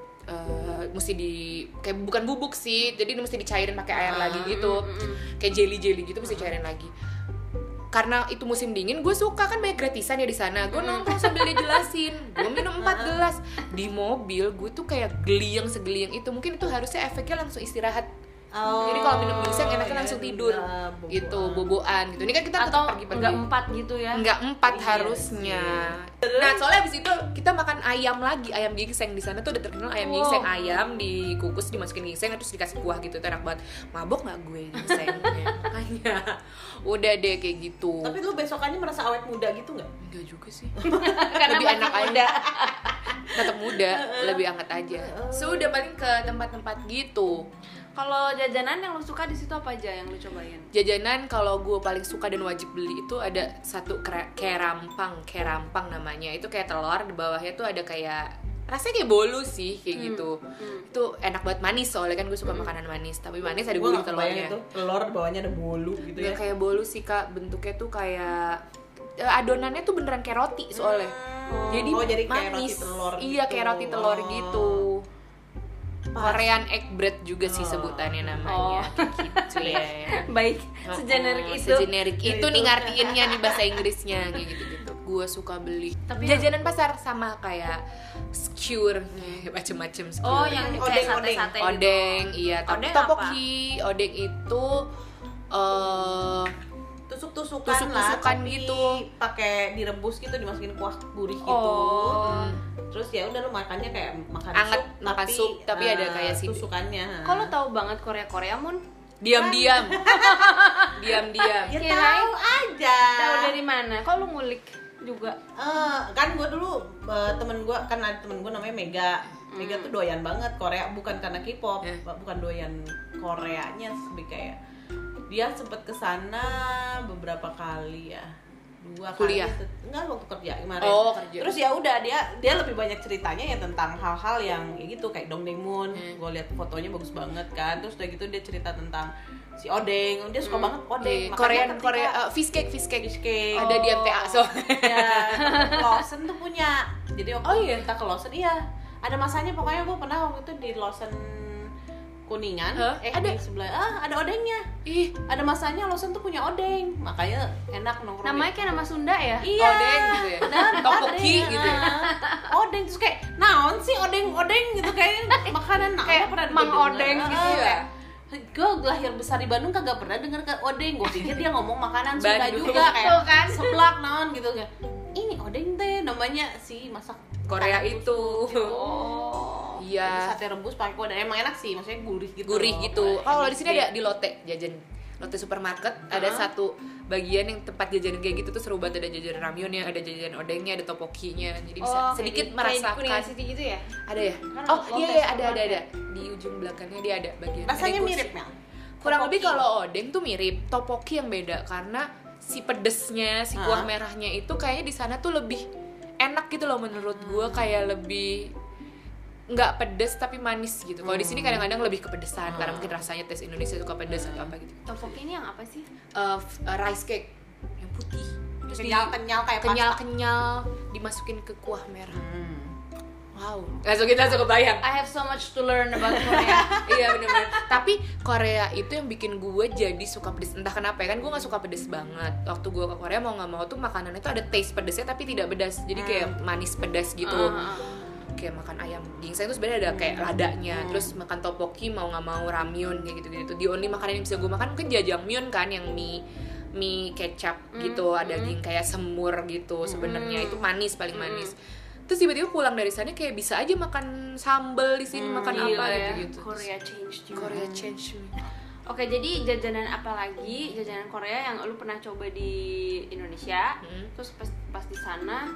eh, mesti di kayak bukan bubuk sih, jadi mesti dicairin pakai air Ah, lagi gitu, kayak jelly jelly gitu mesti cairin lagi. Karena itu musim dingin, gue suka kan banyak gratisan ya di sana. Gue nongkrong sambil dia jelasin, gue minum empat gelas di mobil. Gue tuh kayak geliyang segeliang itu. Mungkin itu harusnya efeknya langsung istirahat. Oh, Jadi kalau minum ginseng enaknya iya, langsung tidur, enggak, boboan. gitu, boboan gitu. Ini kan kita tetap Atau pergi-pergi. enggak empat gitu ya? Enggak empat Iya harusnya. Nah, soalnya abis itu kita makan ayam lagi, ayam ginseng di sana tuh udah terkenal ayam Wow. ginseng, ayam dikukus dimasukin ginseng terus dikasih kuah gitu, itu enak banget. Mabok nggak gue ginsengnya? Makanya udah deh kayak gitu. Tapi lu besokannya merasa awet muda gitu nggak? Enggak juga sih. Karena Lebih masih enak muda. Tetap muda, lebih hangat aja. Sudah paling ke tempat-tempat gitu. Kalau jajanan yang lu suka di situ apa aja yang lu cobain? Jajanan kalau gue paling suka dan wajib beli itu ada satu kera- kerampang, kerampang namanya. Itu kayak telur, di bawahnya tuh ada kayak rasanya kayak bolu sih kayak gitu. Itu enak banget, manis soalnya kan gue suka makanan manis. Tapi manis ada Gue gurih nggak kebayang telurnya. itu telur di bawahnya ada bolu gitu Nggak ya. kayak bolu sih Kak, bentuknya tuh kayak eh, adonannya tuh beneran kayak roti soalnya. Jadi, Oh, jadi kayak manis. roti telur Iya, gitu. kayak roti telur Oh. gitu. Korean egg bread juga sih Oh. sebutannya namanya. Oh. Kayak gitu ya. Baik, segenerik Oh, itu. segenerik itu nih ngartiinnya nih bahasa Inggrisnya kayak gitu-gitu. Gue suka beli. Tapi Jajanan pasar sama kayak skewer, macem-macem skewer. Oh, yang Odeng, kayak odeng. sate-sate odeng, gitu. iya. Tapi Odeng topoki, odeng itu eh Tusuk-tusukan Tusuk-tusukan lah, tapi gitu. pakai direbus gitu, dimasukin kuah gurih gitu. Oh. Terus ya udah lu makannya kayak makan Anget, sup, makan sup, tapi eh, ada kayak si- tusukannya. Kok lu tahu banget Korea-Korea, Mun? diam-diam, diam-diam. Ya Kirain tahu aja. Tahu dari mana? Kok lu ngulik juga? Eh, kan gue dulu eh, temen gue kan ada temen gue namanya Mega. Mega tuh doyan banget Korea, bukan karena K-pop, Eh. bukan doyan Koreanya, lebih kayak dia sempet kesana beberapa kali ya, dua Kuliah? kali itu- enggak waktu kerja kemarin. Oh, kerja. Terus ya udah dia dia lebih banyak ceritanya ya tentang hal-hal yang ya gitu kayak Dongdaemun. Hmm. Gue lihat fotonya bagus banget kan. Terus udah gitu dia cerita tentang si Odeng, dia suka banget Odeng. Eh, Makanya Korean ketika- Korea uh, fish cake, fish cake. Fish cake. Ada di M T A soalnya. Ya, Lawson tuh punya. Jadi waktu Oh, iya? kita ke Lawson, iya. Ada masanya pokoknya gue pernah waktu itu di Lawson Kuningan. Hah? Eh Ada? di sebelah. Ah, ada odengnya. Ih, Ada masanya Lawson tuh punya odeng. Makanya enak nongkrong. Namanya di- kayak nama Sunda ya? Iya. odeng gitu ya. Bener, Topoki odeng. gitu ya. Ah, odeng terus kayak naon sih odeng-odeng gitu kayak makanan naon Kayak pernah Mang gua denger. Odeng Ah, gitu ya. kayak, gue lahir besar di Bandung kagak pernah denger ke odeng. Gue pikir dia ngomong makanan Sunda Bandung. juga kayak Tuh kan. seblak naon gitu kayak. Ini odeng teh namanya si masak Korea Sate itu. Oh. Iya. Sate rebus pakai kuah, dan emang enak sih, maksudnya gurih gitu. Gurih loh. gitu. Kayak Kalau di sini gitu. ada di Lotte jajan Lotte supermarket ada satu bagian yang tempat jajan kayak gitu tuh seru banget, ada jajan ramyonnya, ada jajan odengnya, ada topokinya. Jadi bisa Oh, sedikit kayak di- merasakan. kayak di Kuningan City gitu ya? Ada ya? Kan Oh, Lotte iya iya ada ada supermarket. ada. Di ujung belakangnya dia ada bagian. Rasanya ada kursi. mirip, Mel. Kurang Topoki. lebih kalau odeng tuh mirip, topoki yang beda karena si pedesnya, si kuah Hah? merahnya itu kayaknya di sana tuh lebih enak gitu loh menurut gue, kayak lebih nggak pedes tapi manis gitu. Kalau di sini kadang-kadang lebih kepedesan karena mungkin rasanya tes Indonesia suka pedes atau apa gitu. Topoki ini yang apa sih? Uh, f- uh, rice cake yang putih, terus di- Kenyal-kenyal kayak pasta. kenyal-kenyal dimasukin ke kuah merah. Hmm. Wow, langsung kita langsung kebayang. I have so much to learn about Korea. Iya bener-bener. Tapi Korea itu yang bikin gue jadi suka pedes. Entah kenapa ya, kan gue nggak suka pedes banget. Waktu gue ke Korea mau nggak mau tuh makanan itu ada taste pedesnya tapi tidak pedas. Jadi kayak manis pedas gitu. Ah, ah, ah. Kayak makan ayam ginseng itu sebenarnya ada kayak ladanya. Terus makan tteokbokki mau nggak mau ramyun kayak gitu-gitu. The only makanan yang bisa gue makan mungkin jajangmyeon kan, yang mie mie kecap gitu, ada daging kayak semur gitu. Sebenarnya itu manis, paling manis. Terus tiba-tiba pulang dari sana kayak bisa aja makan sambal di sini, makan Gila apa ya, gitu-gitu. Korea change you. Korea change me. Oke, jadi jajanan apa lagi, jajanan Korea yang lu pernah coba di Indonesia? Hmm. Terus pas pas di sana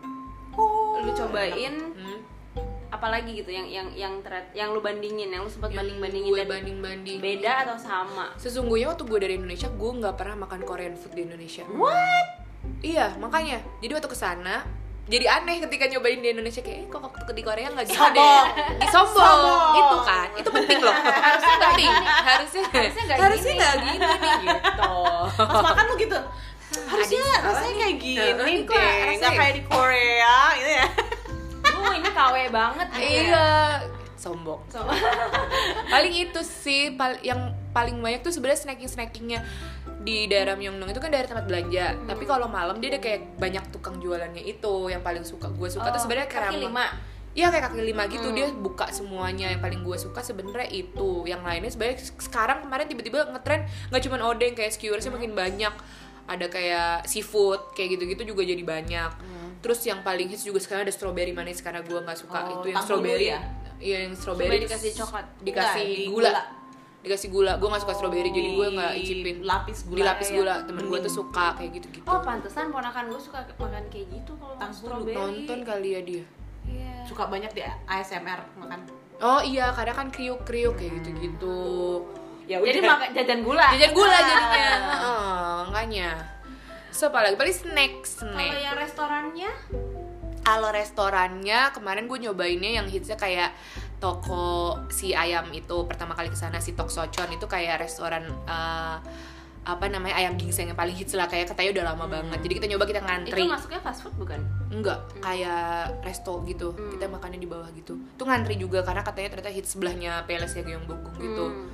Oh, lu cobain Hmm. apa lagi gitu yang yang yang ter- yang lu bandingin, yang lu sempat Yang banding-bandingin gue dan banding-banding. beda atau sama? Sesungguhnya waktu gue dari Indonesia, gue nggak pernah makan Korean food di Indonesia. What? Iya, makanya. Jadi waktu kesana, jadi aneh ketika nyobain di Indonesia kayak, eh, kok waktu di Korea nggak gitu Sombong. deh. Di sombong, Sombong. gitu kan. Itu penting loh. Harusnya nggak gini. Harusnya Harusnya nggak harusnya gini. nggak gini nih gitu. Pas makan lu gitu. Harusnya Adik, rasanya apa kayak nih? gini Nah, ini kok deh, rasanya- nggak kayak di Korea gitu ya. Oh, ini K W banget gitu ya. Iya, sombong. So, Paling itu sih pal- yang paling banyak tuh sebenarnya snacking snackingnya di daerah Myeongdong itu kan daerah tempat belanja. Hmm. Tapi kalau malam dia ada kayak banyak tukang jualannya itu yang paling suka gue suka tuh Oh, sebenarnya kaki kerama. lima. Iya kayak kaki lima gitu, Hmm. dia buka semuanya. Yang paling gue suka sebenarnya itu. Yang lainnya sebenarnya sekarang kemarin tiba-tiba ngetren nggak cuma odeng, kayak skewersnya Hmm. makin banyak. Ada kayak seafood kayak gitu-gitu juga jadi banyak. Terus yang paling hits juga sekarang ada strawberry manis karena gue nggak suka Oh, itu yang tanggulu strawberry. ya? Iya yang strawberry Strawberry dikasih coklat. dikasih Enggak, di gula. gula. Dikasih gula. Gue nggak suka strawberry jadi gue nggak Di icipin. lapis gula. Dilapis Ya, gula. Temen gue bening. tuh suka kayak gitu-gitu. Oh, pantesan ponakan gue suka makan kayak gitu kalau makan Tanggulu. strawberry. Nonton kali ya dia. Iya. Suka banyak di A S M R makan. Oh iya, karena kan kriuk-kriuk kayak gitu-gitu. Ya Jadi makan jajan gula. jajan gula Ah. jadinya. Heeh, makanya. So apalagi paling snack, Kalau snack. yang restorannya Kalau restorannya kemarin gue nyobainnya yang hitsnya kayak toko si ayam itu, pertama kali kesana si Tok Sochon itu kayak restoran eh, apa namanya ayam ginseng yang paling hits lah, kayak katanya udah lama banget. Jadi kita nyoba, kita ngantri. itu masuknya fast food bukan? Enggak, kayak resto gitu. Hmm. Kita makannya di bawah gitu. Tuh ngantri juga karena katanya ternyata hits sebelahnya Palace yang Gyeongbokgung gitu. Hmm.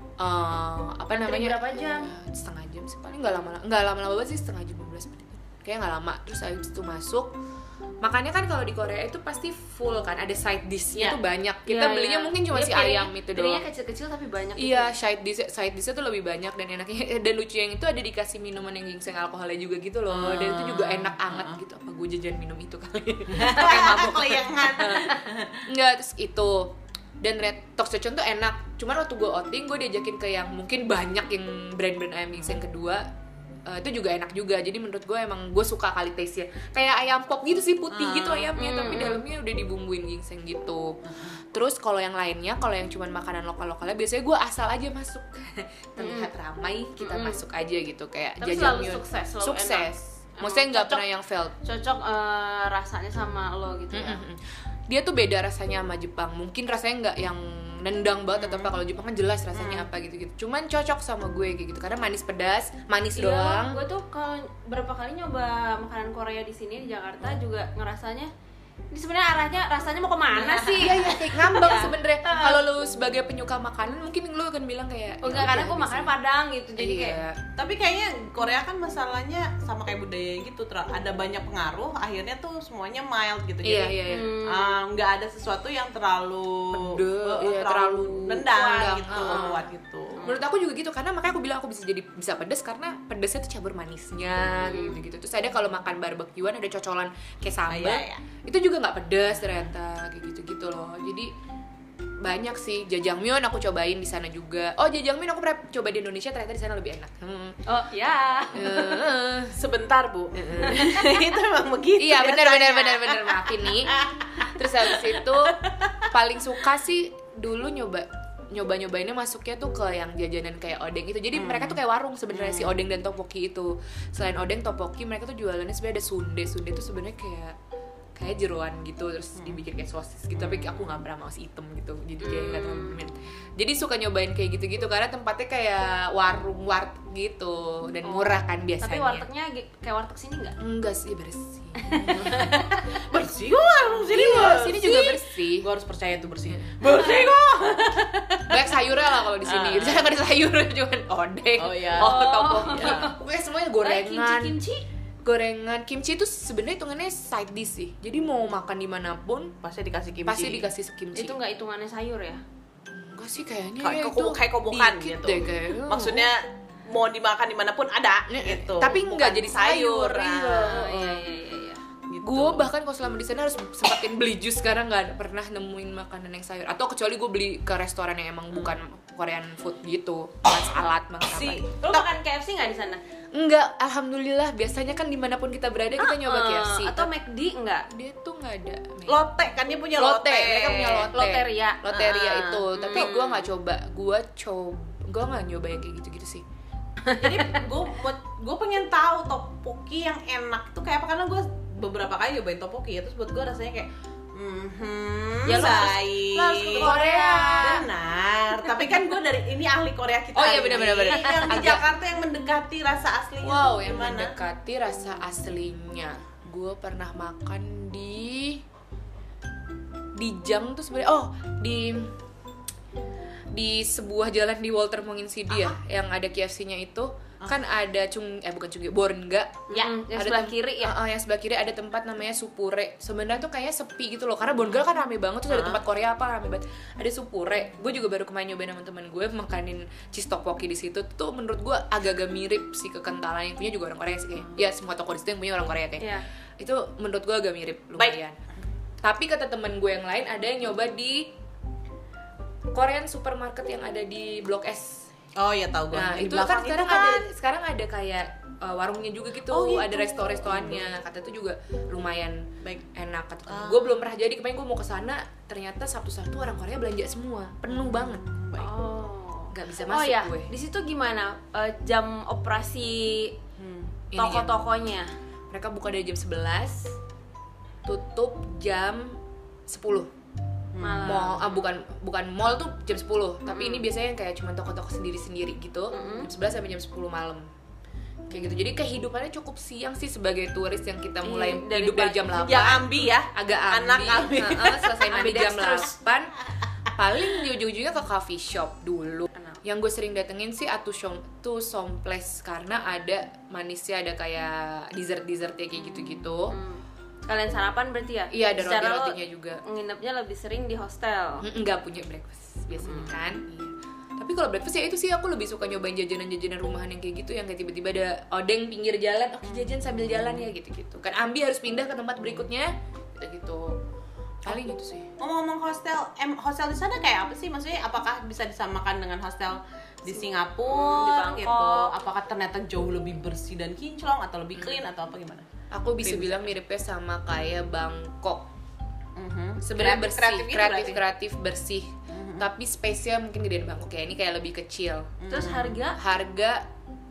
Eh, apa Ngantri namanya? berapa jam? Ya, setengah jam sih paling, nggak lama nggak lama-lama banget sih, setengah jam lima belas menit. Kayaknya nggak lama. Terus habis itu masuk. Makanya kan kalau di Korea itu pasti full kan, ada side dish-nya Iya. tuh banyak. Kita Iya, belinya iya. mungkin cuma Dia si piring- ayam itu piringnya doang. kecil-kecil tapi banyak gitu Iya, ya? side dish side dish tuh lebih banyak dan enaknya. Dan lucu yang itu ada dikasih minuman yang ginseng alkoholnya juga gitu loh. Dan itu juga enak anget gitu. Apa gue jajan minum itu kali? Kayak mabuk. Kelayangan. Enggak, terus itu. Dan Red Tok Sochon tuh enak. Cuman waktu gue outing, gue diajakin ke yang mungkin banyak yang brand-brand ayam ginseng kedua. Uh, itu juga enak juga. Jadi menurut gue emang gue suka kali taste-nya. Kayak ayam pop gitu sih, putih Ah. gitu ayamnya, tapi Hmm. dalamnya udah dibumbuin ginseng gitu. Terus kalau yang lainnya, kalau yang cuman makanan lokal-lokalnya biasanya gue asal aja masuk. Terlihat ramai, kita Mm-mm. masuk aja gitu, kayak Tapi selalu jajangmyeon. sukses, selalu Sukses. enak. Maksudnya Emang nggak cocok. pernah yang failed. Cocok eh, rasanya sama lo gitu ya. Mm-mm. Dia tuh beda rasanya sama Jepang. Mungkin rasanya nggak yang nendang banget atau apa. Kalau Jepang kan jelas rasanya apa gitu-gitu. Cuman cocok sama gue kayak gitu karena manis pedas, manis Iya, doang. gue tuh kalau berapa kali nyoba makanan Korea di sini di Jakarta juga ngerasanya ini sebenarnya arahnya rasanya mau kemana sih? Iya iya kayak ngambang Iya. sebenarnya. Kalau lu sebagai penyuka makanan mungkin lu akan bilang kayak Oh, "Ya enggak, karena udah, gue bisa." makannya Padang gitu. Jadi Iya. kayak Tapi kayaknya Korea kan masalahnya sama kayak budaya gitu, ter- ada banyak pengaruh, akhirnya tuh semuanya mild gitu. Iya Jadi iya iya. hmm, ah, nggak ada sesuatu yang terlalu Pede, eh, iya, terlalu nendang kuat. gitu, Ah. kuat gitu. Menurut aku juga gitu, karena makanya aku bilang aku bisa jadi bisa pedas karena pedasnya tuh campur manisnya kayak gitu-gitu. Terus ada kalau makan barbekyuan ada cocolan kayak sambal, Iya, iya. itu juga nggak pedas ternyata kayak gitu-gitu loh. Jadi banyak sih. Jajangmyeon aku cobain di sana juga. Oh, jajangmyeon aku pernah coba di Indonesia, ternyata di sana lebih enak. Hmm. Oh ya. Eh. Sebentar Bu. Itu emang begitu. Iya, benar biasanya. benar benar benar maafin nih. Terus habis itu paling suka sih dulu nyoba nyoba nyobainnya masuknya tuh ke yang jajanan kayak odeng gitu. Jadi hmm. mereka tuh kayak warung sebenarnya hmm. si odeng dan topoki itu. Selain odeng, topoki, mereka tuh jualannya sebenarnya ada sundae. Sundae tuh sebenarnya kayak kayak jeroan gitu, terus dibikin kayak sosis gitu, tapi aku nggak pernah mau hitam gitu, jadi kayak nggak terlalu minat. Jadi suka nyobain kayak gitu-gitu karena tempatnya kayak warung warteg gitu dan murah kan biasanya. Tapi wartegnya kayak warteg sini nggak? Enggak sih, bersih. Bersih kok warung sini. Iya, bersih. sini juga bersih. Gue harus percaya tuh bersih. Bersih kok. Banyak sayurnya lah kalau di sini. Di sana nggak ada sayur, cuma odeng. Oh, iya. Oh, topoki. Pokoknya semuanya gorengan. Kimchi, kimchi. Gorengan kimchi itu sebenarnya hitungannya side dish sih. Jadi mau makan dimanapun Pasti dikasih kimchi. pasti dikasih kimchi. Itu nggak hitungannya sayur ya? Enggak sih kayaknya kayak ya koko- itu kayak kobokan dikit gitu. deh kayaknya. Maksudnya mau dimakan dimanapun ada gitu. Tapi Bukan nggak jadi sayur. Ah, Iya. Oh, iya iya iya iya. gitu. Gue bahkan kalau selama di sana harus sempatin beli jus karena nggak pernah nemuin makanan yang sayur. Atau kecuali gue beli ke restoran yang emang bukan Korean food gitu, makan salad, makan apa. Si- Lo makan K F C nggak di sana? Enggak, alhamdulillah. Biasanya kan dimanapun kita berada kita nyoba K F C. Atau McD nggak? Dia tuh nggak ada. Lotte kan dia punya Lotte, lotte. mereka punya lotte. Loteria. Loteria Ah. itu. Tapi gue nggak coba. Gue coba, gue nggak nyoba yang kayak gitu-gitu sih. Jadi gue gue pengen tahu topoki yang enak tuh kayak apa, karena gue beberapa kali nyobain topoki ya, terus buat gue rasanya kayak hmm, Ya, lo harus- baik. lo harus ke Korea. Benar, tapi kan gue dari ini ahli Korea kita. Oh, iya, hari benar, ini. benar, benar. Yang di Agak- Jakarta yang mendekati rasa aslinya Wow, tuh yang gimana? mendekati rasa aslinya. Gue pernah makan di di jam tuh sebenarnya. Oh, di di sebuah jalan di Walter Monginsidi ya, yang ada K F C-nya itu kan ada cung eh bukan cung Bornga. Ya, yang Ada sebelah tem- kiri ya. Uh, uh, yang sebelah kiri ada tempat namanya Supure. Sebenarnya tuh kayaknya sepi gitu loh, karena Bornga kan rame banget, terus ada tempat Korea apa rame banget. Ada Supure. Gue juga baru kemarin nyobain sama teman gue makanin cheese tteokbokki di situ. Tuh menurut gue agak-agak mirip sih kekentalan, yang punya juga orang Korea sih kayaknya. Ya semua toko di situ yang punya orang Korea kayaknya. Iya. Itu menurut gue agak mirip lumayan. Tapi kata temen gue yang lain ada yang nyoba di Korean supermarket yang ada di Blok S. Oh iya tahu gue. Nah, Di itu belakang kan sekarang itu kan. ada sekarang ada kayak uh, warungnya juga gitu, Oh, gitu. ada resto-restoannya. Kata itu juga lumayan Baik. enak kata. Ah. Gue belum pernah jadi, kemarin gue mau ke sana, ternyata Sabtu-Sabtu orang Korea belanja semua, penuh banget. Oh. Gak bisa Oh masuk ya, gue. di situ gimana eh, jam operasi Hmm. Ini toko-tokonya? Mereka buka dari jam sebelas, tutup jam sepuluh. Malam. Mall, ah, bukan bukan mall tuh jam sepuluh, tapi ini biasanya kayak cuma toko-toko sendiri-sendiri gitu. Mm-mm. Jam sebelas sampai jam sepuluh malam. Kayak gitu. Jadi kehidupannya cukup siang sih sebagai turis yang kita mulai Iya, dari hidup dari pagi. jam delapan. Ya ambi ya. Agak ambi. Anak ambi. Heeh, selesai mandi Ambi jam dextrous. delapan. Paling ujung-ujungnya ke coffee shop dulu. Enak. Yang gue sering datengin sih Atusom tuh Somples, karena ada manisnya, ada kayak dessert-dessertnya kayak gitu-gitu. Hmm. Kalian sarapan berarti ya? Iya, ada Secara lo roti-rotinya juga. Nginepnya lebih sering di hostel. Enggak punya breakfast biasanya kan. Iya. Tapi kalau breakfast ya itu sih aku lebih suka nyobain jajanan-jajanan rumahan yang kayak gitu, yang kayak tiba-tiba ada odeng pinggir jalan, oke jajan sambil jalan ya gitu-gitu. Kan Ambi harus pindah ke tempat berikutnya gitu. Paling gitu sih. Ngomong-ngomong hostel, em hostel di sana kayak apa sih? Maksudnya apakah bisa disamakan dengan hostel di Singapura Di Bangkok. gitu? Apakah ternyata jauh lebih bersih dan kinclong atau lebih clean atau apa gimana? Aku bisa Mungkin bilang miripnya sama kayak Bangkok. Mhm. Sebenarnya bersih, Kreatif gitu kreatif, berarti? kreatif, bersih. Tapi space-nya mungkin gedean Bangkok ya. Ini kayak lebih kecil. Terus harga Harga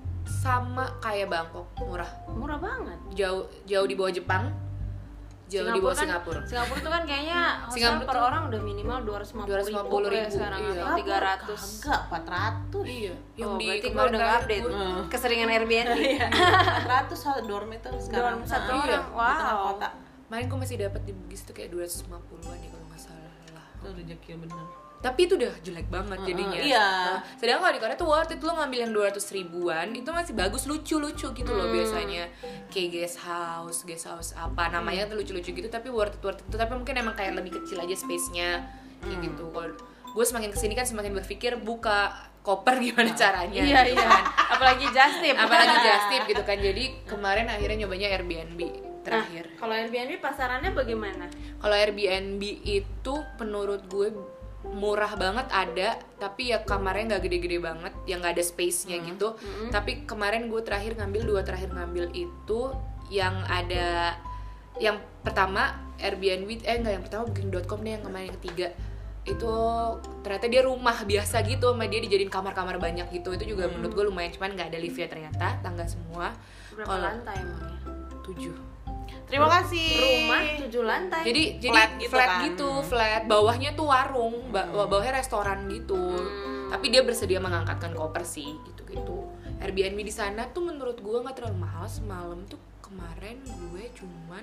sama kayak Bangkok, murah. murah banget. Jauh jauh di bawah Jepang. Jauh di bawah kan, Singapura. Singapura tuh kan kayaknya hostel Singapura per tuh orang udah minimal dua ratus lima dua ratus lima puluh ribu, ya sekarang iya. atau tiga ratus. Kagak, empat ratus. Iya, yang Oh, di berarti gue kemarin udah terakhir update gua- Hmm. keseringan Airbnb. empat ratus dorm itu sekarang. Dorm satu Ah, orang. iya, di tengah Wow. kota. Kemarin gue masih dapat di Bugis tuh kayak dua ratus lima puluhan ya kalau nggak salah. Itu rezeki bener. Tapi itu udah jelek banget jadinya. iya. Nah, sedangkan kalau di Korea tuh worth it, lo ngambil yang dua ratus ribuan itu masih bagus, lucu-lucu gitu loh biasanya. Kayak guest house, guest house apa namanya tuh lucu-lucu gitu, tapi worth it, worth it. Tapi mungkin emang kayak lebih kecil aja space-nya kayak gitu. Kalau gue semakin kesini kan semakin berpikir buka koper gimana caranya. Iya gitu iya. kan. Apalagi just tip. Apalagi just tip gitu kan. Jadi kemarin akhirnya nyobanya Airbnb terakhir. Nah, kalau Airbnb pasarannya bagaimana? Kalau Airbnb itu menurut gue murah banget ada, tapi ya kamarnya nggak gede-gede banget, yang nggak ada space-nya gitu. Hmm. Tapi kemarin gue terakhir ngambil dua terakhir ngambil itu yang ada, yang pertama Airbnb eh enggak yang pertama booking dot com deh, yang kemarin yang ketiga itu ternyata dia rumah biasa gitu, sama dia dijadiin kamar-kamar banyak gitu. Itu juga Hmm. menurut gue lumayan, cuman nggak ada liftnya ternyata, tangga semua. Berapa Kalau lantai emangnya? tujuh. Terima kasih. Rumah tujuh lantai. Jadi jadi Flat flat gitu gitu, kan. gitu flat. Bawahnya tuh warung, ba- bawahnya restoran gitu. Hmm. Tapi dia bersedia mengangkatkan koper sih, gitu-gitu. Airbnb di sana tuh menurut gue nggak terlalu mahal. Semalam tuh kemarin gue cuman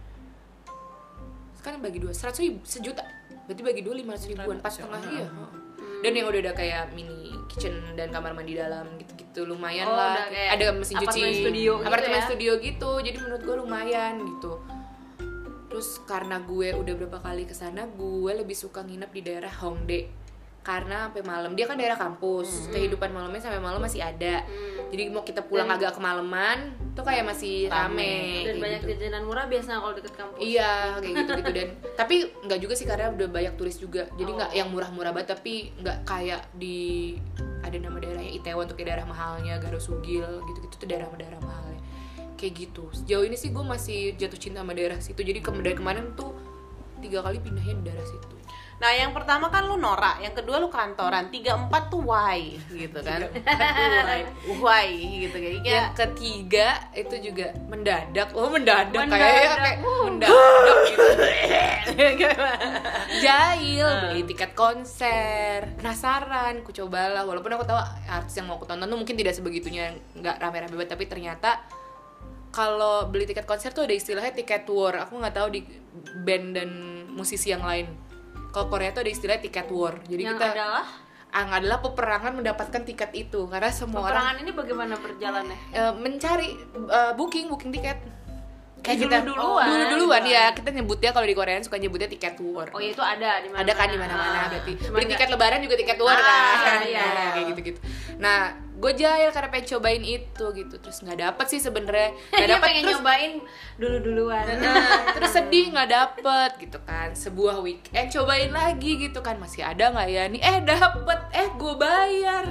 sekarang bagi dua seratus ribu sejuta. Berarti bagi dua lima ratus ribuan, pas setengah ya. Dan yang udah ada kayak mini kitchen dan kamar mandi dalam gitu-gitu lumayan Oh, lah. udah kayak Ada mesin cuci, apartemen studio gitu apartemen ya? studio gitu. Jadi menurut gue lumayan gitu. Terus karena gue udah berapa kali kesana, gue lebih suka nginep di daerah Hongdae karena sampai malam. Dia kan daerah kampus, kehidupan malamnya sampai malam masih ada. Jadi mau kita pulang Dan- agak kemalaman, tuh kayak masih Rame. rame, Dan kayak banyak gitu. jajanan murah biasanya kalau deket kampus. Iya kayak gitu-gitu. Dan tapi nggak juga sih karena udah banyak turis juga. Jadi nggak Oh. yang murah-murah banget, tapi nggak kayak di ada nama daerahnya Itaewon untuk daerah mahalnya, Garosugil gitu-gitu tuh daerah-daerah mahalnya. Kayak gitu. Sejauh ini sih gue masih jatuh cinta sama daerah situ. Jadi ke- dari kemarin tuh tiga kali pindahnya di daerah situ. Nah, yang pertama kan lu norak, yang kedua lu kantoran, tiga empat tuh why gitu kan. why, why gitu kayak Yang ya. ketiga itu juga mendadak. Oh mendadak, Mendadak. kayaknya kayak mendadak gitu. Gimana? Jahil, Hmm. beli tiket konser, penasaran, ku cobalah. Walaupun aku tahu artis yang mau aku tonton tuh mungkin tidak sebegitunya, nggak rame-rame banget, tapi ternyata kalau beli tiket konser tuh ada istilahnya tiket war. Aku nggak tahu di band dan musisi yang lain. Kalau Korea tuh ada istilahnya tiket war. Jadi Yang kita adalah ah, adalah peperangan mendapatkan tiket itu karena semua orang peperangan ini bagaimana berjalannya? eh, mencari eh, booking booking tiket. Kayak kita Dulu-duluan. dulu duluan ya, kita nyebutnya kalau di Korea suka nyebutnya tiket war. Oh ya itu ada di mana? Ada kan di mana-mana berarti. Cuma Beli nggak- tiket lebaran juga tiket war Ah, kan. iya, Nah, iya. kayak gitu-gitu. Nah, gue jahil karena pengen cobain itu gitu. Terus nggak dapet sih sebenarnya. Nggak Dia dapet pengen terus. nyobain dulu-duluan. Nah, terus sedih nggak dapet gitu kan. Sebuah weekend cobain lagi gitu kan, masih ada nggak ya nih? Eh dapet, eh gue bayar.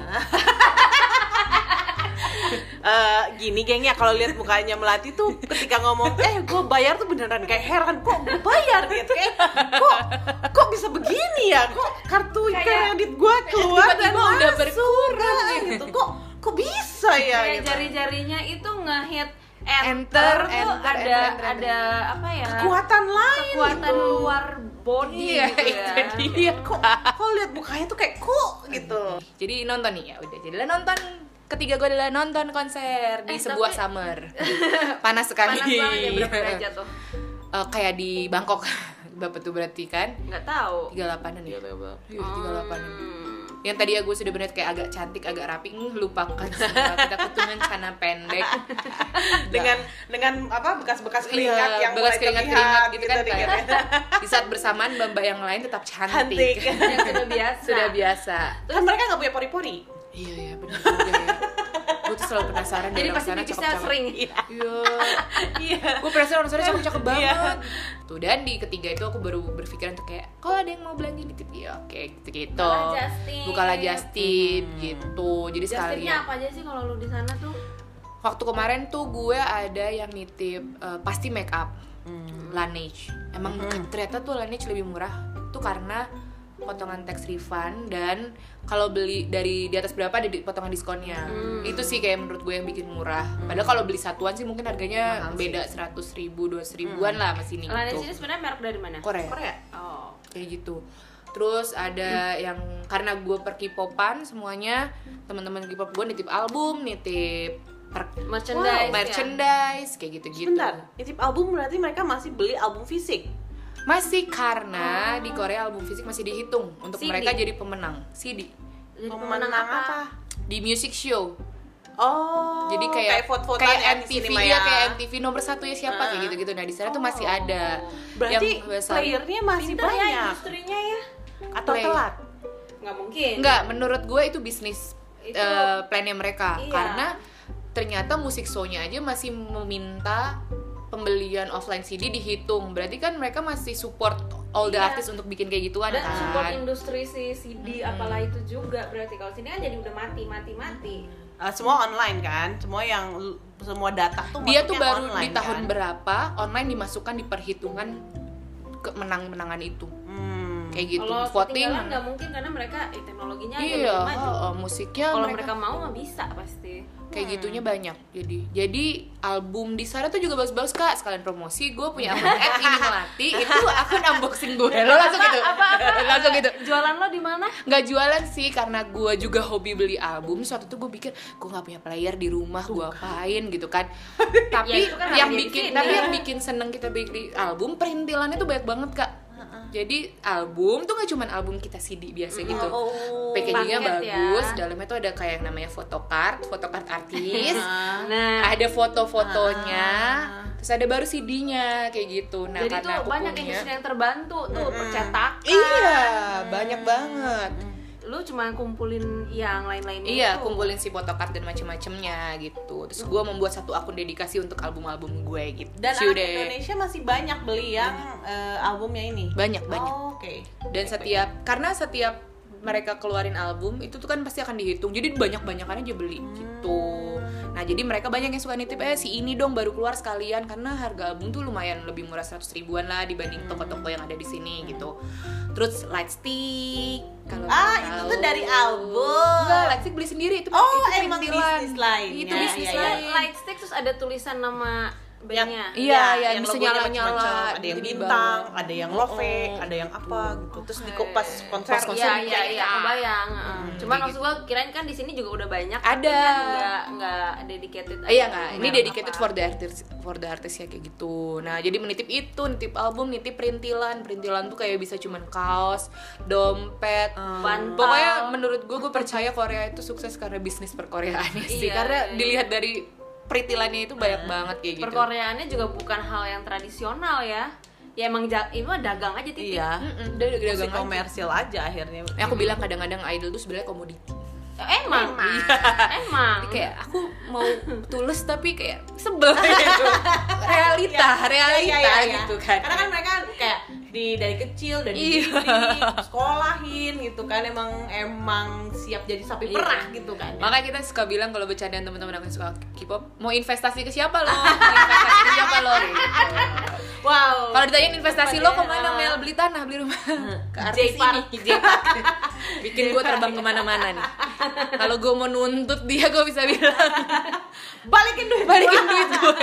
Eh, gini gengnya kalau lihat mukanya Melati tuh ketika ngomong eh gue bayar tuh beneran kayak heran kok gue bayar gitu kayak kok kok bisa begini ya kok kartu Kayak- kredit gue keluar dan Tiba-tiba udah masuk berkurang kan, gitu kok kok bisa ya Kayak gitu. jari-jarinya itu ngehit Enter, enter, tuh enter, ada enter, enter, ada apa ya? kekuatan lain kekuatan gitu. luar body Iya, gitu ya. itu dia. kok kok lihat mukanya tuh kayak kok gitu. Jadi nonton nih ya udah. Jadilah nonton. Ketiga gue adalah nonton konser di Eh, sebuah tapi- summer. Panas sekali. Panas banget ya, berapa derajat tuh? Eh, kayak di Bangkok. Bapak tuh berarti kan Nggak tahu. tiga puluh delapan-an ya? Iya, tiga puluh delapan-an. Hmm. Yang tadi ya gue sudah bener kayak agak cantik, agak rapi, mm, lupakan semua. Kita ketungan celana pendek. dengan dengan apa bekas-bekas Iya, keringat yang bekas mulai keringat-keringat terlihat gitu kan di kayak. keringat. Di saat bersamaan mbak-mbak yang lain tetap cantik. Cantik. Yang sudah biasa. Sudah biasa. Kan mereka nggak punya pori-pori. Iya iya benar juga ya. Gue tuh selalu penasaran Jadi dari pasti orang sana pipisnya cakep-cakep. sering. Iya. Iya. Iya. Gue penasaran orang sana cakep-cakep Iya. banget. Tuh dan di ketiga itu aku baru berpikiran tuh kayak kalau ada yang mau belanja nitip ya oke gitu-gitu. Bukalah just tip. Bukalah just tip gitu. Jadi Just tipnya sekalian. apa aja sih kalau lu di sana tuh? Waktu kemarin tuh gue ada yang nitip eh, pasti make up. Hmm. Laneige. Emang ternyata tuh Laneige lebih murah tuh karena potongan tax refund dan kalau beli dari di atas berapa ada di, potongan diskonnya. Itu sih kayak menurut gue yang bikin murah. Padahal kalau beli satuan sih mungkin harganya Mahal beda seratus ribu, dua ratus ribuan lah masih ini Laneige gitu. ini sebenarnya merek dari mana? Korea. Korea. Oh. Kayak gitu. Terus ada yang karena gue per K-popan semuanya, teman-teman K-pop gue nitip album, nitip per- Merchandise. Wow, merchandise kayak gitu-gitu. Sebentar, nitip album berarti mereka masih beli album fisik. Masih karena di Korea album fisik masih dihitung untuk C D. mereka jadi pemenang C D Jadi Pemenang apa? di music show. Oh. Jadi kayak vote-votean kayak ya M di T V Cinema ya, ya. kayak M T V nomor satu ya siapa Ah. kayak gitu-gitu. Nah di sana tuh masih ada. Berarti yang biasa- playernya masih Pintar ya banyak industrinya ya. atau Play. telat. nggak mungkin. Nggak, menurut gue itu bisnis Itu- uh, plannya mereka. Iya. Karena ternyata musik show-nya aja masih meminta pembelian offline C D dihitung. Berarti kan mereka masih support all the Iya. artists untuk bikin kayak gituan Dan kan. support industri si C D apalah itu juga berarti. Kalau sini kan jadi udah mati mati mati. Uh, semua online kan, semua yang semua data tuh Dia tuh masuknya baru online, di tahun kan? berapa online dimasukkan di perhitungan kemenang-menangan itu. Hmm. Kayak gitu. Kalau Voting. ketinggalan nggak mungkin karena mereka eh, teknologinya aja Iya, lebih maju. uh, uh, musiknya Kalau mereka, mereka mau mah bisa pasti. kayak gitunya banyak. Jadi jadi album di sana tuh juga bagus-bagus Kak. Sekalian promosi, gue punya akun at ini melati, itu akun unboxing gue. Lo langsung gitu. Langsung gitu. Jualan lo di mana? Nggak jualan sih, karena gue juga hobi beli album. Suatu tuh gue pikir gue nggak punya player di rumah, gue apain gitu kan. Tapi Ya, itu kan yang harga di bikin sini. tapi yang bikin seneng kita beli album, perintilannya tuh banyak banget Kak. Jadi album tuh nggak cuma album kita C D biasa gitu. Oh. Packagingnya Paket ya. bagus, dalamnya tuh ada kayak yang namanya photocard, photocard artis. Nah, Ada foto-fotonya, Ah. terus ada baru C D-nya kayak gitu. Nah, jadi tuh karena aku banyak punya, industri yang terbantu tuh percetakan. iya, banyak banget. Lu cuma kumpulin yang lain-lainnya. Iya, itu. kumpulin si photocard dan macem-macemnya gitu. Terus gue membuat satu akun dedikasi untuk album-album gue gitu. Dan Ciu anak deh. Indonesia masih banyak beli yang eh, albumnya ini. Banyak banyak. Oh, Oke. Dan setiap karena setiap mereka keluarin album itu tuh kan pasti akan dihitung. Jadi banyak-banyakan aja beli gitu. Nah, jadi mereka banyak yang suka nitip eh si ini dong baru keluar sekalian, karena harga album tuh lumayan lebih murah seratus ribuan lah dibanding toko-toko yang ada di sini gitu. Terus Lightstick kalau Ah, mau itu tahu. tuh dari album. Enggak, Lightstick beli sendiri itu. Oh, itu emang perintilan. bisnis lain. Itu Ya, bisnis ya, ya. lain. Lightstick terus ada tulisan nama bandnya. Iya, Ya, yang bisa logonya nyala-nyala macam-macam. Ada yang di bintang, bawah. ada yang love, Oh. ada yang apa gitu. Terus di Oke. pas konser, Pas konser Iya, di iya, kayak- iya, kebayang. Heeh. Cuman kayak maksud gua kirain kan di sini juga udah banyak. Ada. tapi kan nggak nggak dedicated. Eh, iya aja nggak, ke ini merek dedicated apa. for the artist, for the artist ya kayak gitu. Nah, jadi menitip itu, nitip album, nitip perintilan. Perintilan tuh kayak bisa cuman kaos, dompet. Bantal. Pokoknya menurut gue, gue percaya Korea itu sukses karena bisnis perkoreaannya sih. Iya, Karena iya. dilihat dari perintilannya itu banyak banget kayak gitu. Perkoreaannya juga bukan hal yang tradisional ya. Ya emang ja- itu mah dagang aja titik. Iya. Mm-mm, dia udah Musik dagang aja. komersil aja akhirnya. Ya, aku bilang kadang-kadang idol tuh sebenarnya komoditi. Emang. Emang. Jadi kayak aku mau tulus tapi kayak sebel gitu. Realita, realita Iya, iya, iya. gitu kan. Karena kan mereka kayak di dari kecil dan Iya. dididik, sekolahin gitu kan, emang emang siap jadi sapi Iya. perah gitu kan. Makanya kita suka bilang kalau bercandaan teman-teman aku yang suka K-pop, mau investasi ke siapa lo? Mau investasi ke siapa lo? Gitu. Wow. Kalau ditanyain investasi lo Padahal, kemana, uh, Mel? Beli tanah, beli rumah. Ke artis J-Park. ini, J-Park. Bikin gue terbang kemana-mana nih. Kalau gue mau nuntut dia, gue bisa bilang balikin duit. balikin gua. duit gue.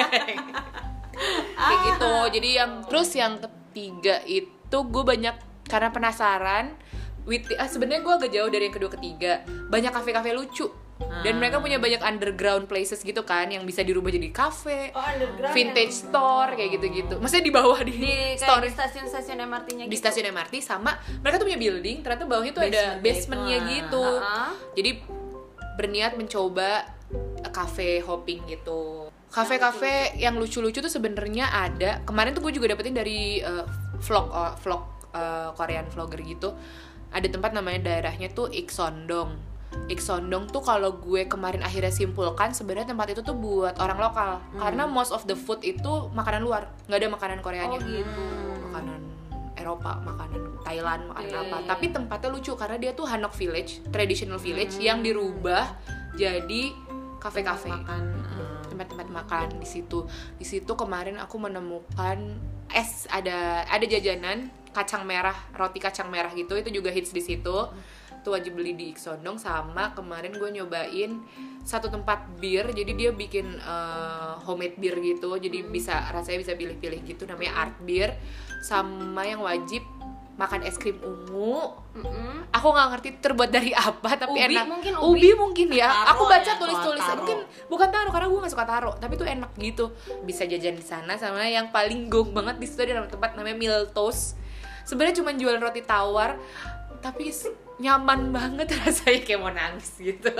Kayak gitu. Jadi yang terus yang ketiga itu gue banyak karena penasaran. Wit- ah, sebenarnya gue agak jauh dari yang kedua ketiga. Banyak kafe-kafe lucu. Dan mereka punya banyak underground places gitu kan yang bisa dirubah jadi kafe, Oh, underground vintage yang- store kayak gitu-gitu. Maksudnya di bawah di, di kayak store di stasiun-stasiun M R T-nya di gitu. stasiun M R T, sama mereka tuh punya building ternyata bawahnya tuh ada Basementnya basementnya itu. gitu. Ah. Jadi berniat mencoba cafe hopping gitu. Kafe-kafe yang lucu-lucu tuh sebenarnya ada. Kemarin tuh gue juga dapetin dari uh, vlog uh, vlog uh, Korean vlogger gitu. Ada tempat namanya daerahnya tuh Iksondong. Iksondong tuh kalau gue kemarin akhirnya simpulkan sebenarnya tempat itu tuh buat orang lokal. Karena most of the food itu makanan luar, nggak ada makanan Koreanya. Oh gitu. Makanan Eropa, makanan Thailand, makanan Iya, apa. iya, Tapi tempatnya lucu karena dia tuh Hanok Village, traditional village yang dirubah jadi kafe-kafe. Makan. eh, Tempat-tempat makan di situ. Di situ kemarin aku menemukan es, ada ada jajanan kacang merah, roti kacang merah gitu. Itu juga hits di situ. Itu wajib beli di Iksondong. Sama kemarin gue nyobain satu tempat bir, jadi dia bikin uh, homemade beer gitu, jadi bisa rasanya bisa pilih-pilih gitu, namanya Art Beer. Sama yang wajib makan es krim ungu. Mm-mm. Aku nggak ngerti terbuat dari apa, tapi Ubi enak. mungkin, ubi. ubi. mungkin ya. Taro Aku baca ya, tulis-tulis, taro. mungkin bukan taro karena gue nggak suka taro, tapi tuh enak gitu. Bisa jajan di sana. Sama yang paling gong banget di situ ada tempat namanya Miltos. Sebenarnya cuma jualan roti tawar, tapi nyaman banget rasanya, kayak mau nangis gitu.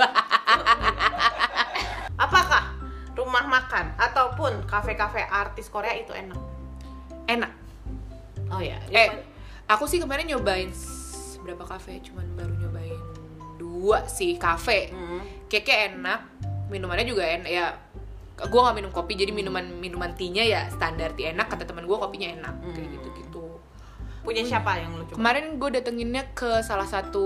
Apakah rumah makan ataupun kafe-kafe artis Korea itu enak? Enak. Oh ya. Eh, aku sih kemarin nyobain berapa kafe, cuman baru nyobain dua sih kafe. Hmm. Cake enak, minumannya juga enak ya. Gue nggak minum kopi, jadi minuman minuman tea-nya ya standar tea enak. Kata teman gue kopinya enak, Hmm. kayak gitu-gitu. Punya siapa yang lu coba? Kemarin gue datenginnya ke salah satu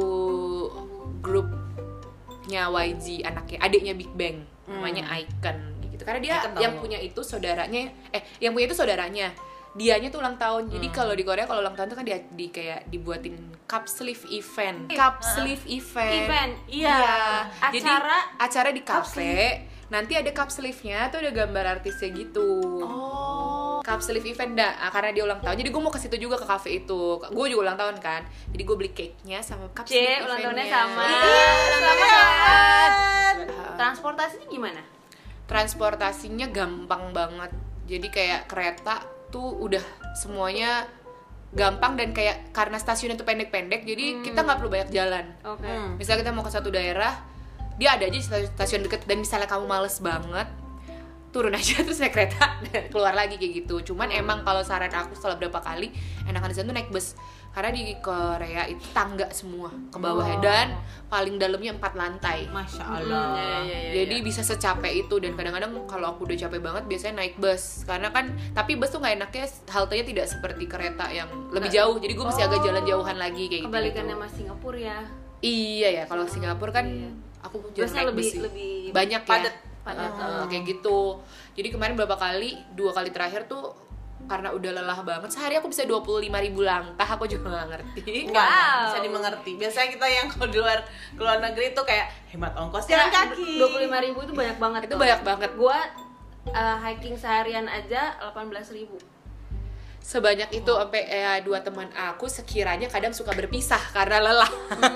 grupnya Y G, anaknya, adiknya Big Bang, namanya Icon gitu. Karena dia Icon tahu. yang punya itu saudaranya, eh yang punya itu saudaranya. Dianya tuh ulang tahun. Jadi kalau di Korea kalau ulang tahun tuh kan dia di kayak dibuatin cup sleeve event. Cup sleeve event. Event. Iya. Jadi Acara acara di kafe. Nanti ada cup sleeve-nya tuh ada gambar artisnya gitu. Oh. Cup sleeve event dah, ah, karena dia ulang tahun. Jadi gue mau ke situ juga ke kafe itu. Gue juga ulang tahun kan. Jadi gue beli cake-nya sama cup C, sleeve ulang tahunnya event-nya. sama. Iya, ulang tahunnya sama. transportasinya gimana? Transportasinya gampang banget. Jadi kayak kereta tuh udah semuanya gampang dan kayak karena stasiunnya tuh pendek-pendek, jadi kita nggak perlu banyak jalan. Oke. Hmm. Misalnya kita mau ke satu daerah, dia ada aja stasiun- stasiun deket, dan misalnya kamu males banget, turun aja terus naik kereta keluar lagi kayak gitu. Cuman emang kalau saran aku setelah berapa kali enakan di sana tuh naik bus, karena di Korea itu tangga semua ke bawahnya, dan paling dalamnya empat lantai. Masya Hmm, Allah. ya, ya, ya, Jadi ya. bisa secapek itu. Dan kadang-kadang kalau aku udah capek banget biasanya naik bus, karena kan tapi bus tuh nggak enaknya haltenya tidak seperti kereta yang lebih jauh, jadi gue mesti agak jalan jauhan lagi kayak gitu. Kebalikannya sama Singapura ya. Iya ya, kalau Singapura kan Iya. aku jarang Busnya naik lebih bus sih. lebih Banyak padat. ya. padat. Uh, kayak gitu. Jadi kemarin berapa kali, dua kali terakhir tuh karena udah lelah banget, sehari aku bisa dua puluh lima ribu langkah, aku juga nggak ngerti. Enggak, Wow. bisa dimengerti. Biasanya kita yang ke luar ke luar negeri tuh kayak hemat ongkos jalan kaki. dua puluh lima ribu itu banyak banget. Itu tuh. banyak banget. Gua uh, hiking seharian aja delapan belas ribu. Sebanyak itu sampai eh, dua teman aku sekiranya kadang suka berpisah karena lelah.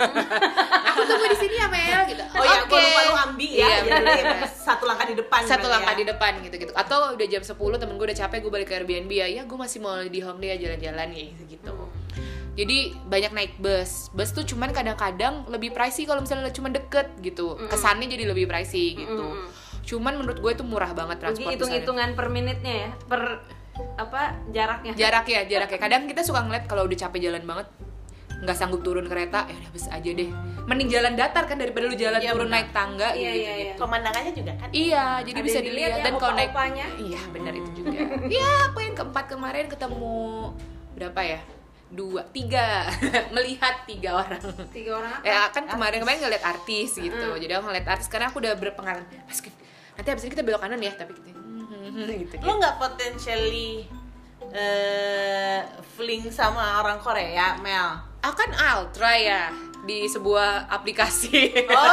Aku tunggu di sini ya Mel gitu. Oh iya, Oke. gua lupa lu ambil ya. Iya, Jadi bener. satu langkah di depan. Satu berarti langkah ya. di depan gitu-gitu. Atau udah jam sepuluh temen gue udah capek, gue balik ke Airbnb ya. Ya gue masih mau di Hongdae ya jalan-jalan ya gitu. Jadi banyak naik bus. Bus tuh cuman kadang-kadang lebih pricey kalau misalnya cuma deket gitu. Kesannya jadi lebih pricey gitu. Cuman menurut gue itu murah banget Mungkin transport di sana. hitung-hitungan per menitnya ya, per apa jaraknya. Jarak ya, jarak ya. Kadang kita suka ngeliat kalau udah capek jalan banget, nggak sanggup turun kereta, ya udah bus aja deh. Mending jalan datar kan daripada lu jalan Iya, turun benar. naik tangga Iya, gitu. iya, iya. Pemandangannya juga kan. Iya, jadi Ada bisa yang dilihat dilihat ya, dan kalau naik opa-opanya. iya, benar itu juga. Iya, aku yang keempat kemarin ketemu berapa ya? Dua, tiga. Melihat tiga orang. Tiga orang apa? Ya kan kemarin-kemarin ngeliat artis gitu. Jadi aku ngeliat artis karena aku udah berpengalaman. Mas, nanti abis ini kita belok kanan ya, tapi gitu. gitu. Lu nggak potentially eh fling sama orang Korea, Mel? Akan Ultra ya di sebuah aplikasi.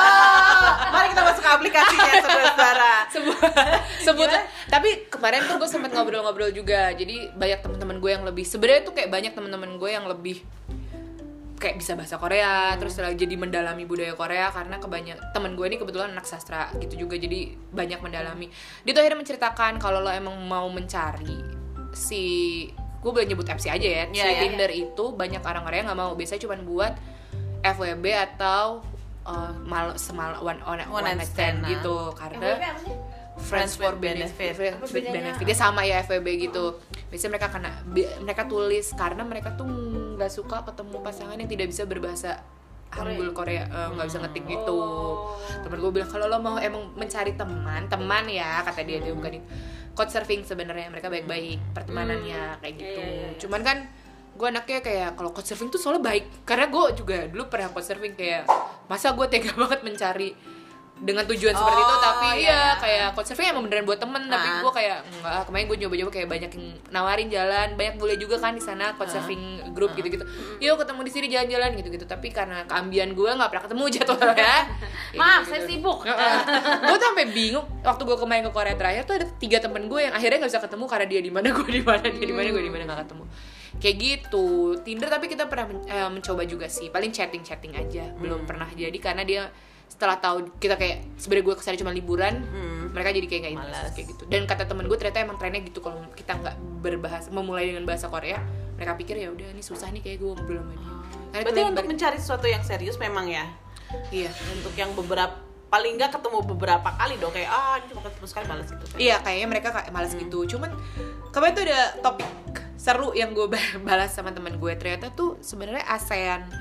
Oh, mari kita masuk ke aplikasinya saudara-saudara. sebuah sebut tapi kemarin tuh gue sempet ngobrol-ngobrol juga, jadi banyak teman-teman gue yang lebih sebenarnya tuh kayak banyak teman-teman gue yang lebih kayak bisa bahasa Korea, terus lagi jadi mendalami budaya Korea karena kebanyak teman gue ini kebetulan anak sastra gitu juga, jadi banyak mendalami. Dia tuh akhirnya menceritakan kalau lo emang mau mencari si gue boleh nyebut apps aja ya, si Iya, iya, Tinder itu banyak orang Korea nggak mau, biasanya cuma buat F W B atau uh, mal semal one, one, one night stand stand, gitu, F W B karena apa sih? friends for benefit, benefit. with bedanya? benefit dia sama ya F W B gitu. Biasanya mereka kena bi- mereka tulis karena mereka tuh nggak suka ketemu pasangan yang tidak bisa berbahasa Hangul Korea, eh, nggak bisa ngetik gitu. Oh. Temen gue bilang kalau lo mau emang mencari teman, teman ya kata dia, dia bukan couchsurfing sebenarnya, mereka baik-baik pertemanannya kayak gitu. Iya, iya, iya. Cuman kan gue anaknya kayak kalau couchsurfing tuh soalnya baik, karena gue juga dulu pernah couchsurfing, kayak masa gue tega banget mencari dengan tujuan seperti itu, Oh, tapi iya, ya iya. kayak couchsurfing emang beneran buat temen, tapi Ah. gue kayak enggak. Kemarin gue nyoba-nyoba kayak banyak yang nawarin jalan, banyak boleh juga kan di sana couchsurfing grup gitu-gitu. Yuk ketemu di sini jalan-jalan gitu-gitu, tapi karena keambian gue nggak pernah ketemu jadwalnya. Maaf, saya sibuk. Gue tuh sampai bingung waktu gue kemarin ke Korea terakhir tuh ada tiga temen gue yang akhirnya nggak bisa ketemu karena dia di mana, gue di mana, dia di mana, gue di mana, nggak ketemu. Kayak gitu. Tinder tapi kita pernah men- eh, mencoba juga sih, paling chatting-chatting aja, belum pernah jadi karena dia setelah tahu kita kayak sebenarnya gue kesana cuma liburan, Hmm. mereka jadi kayak nggak interest Malas. kayak gitu. Dan kata temen gue ternyata emang trennya gitu, kalau kita nggak berbahasa memulai dengan bahasa Korea, mereka pikir ya udah ini susah nih kayak gue ngobrol sama dia. Karena Berarti itu untuk lagi- mencari sesuatu yang serius memang ya. iya. Untuk yang beberapa paling nggak ketemu beberapa kali dong, kayak ah ini cuma ketemu sekali balas gitu. Iya, kayaknya mereka kayak malas gitu. Cuman kemarin tuh ada topik seru yang gue balas sama teman gue. Ternyata tuh sebenarnya ASEAN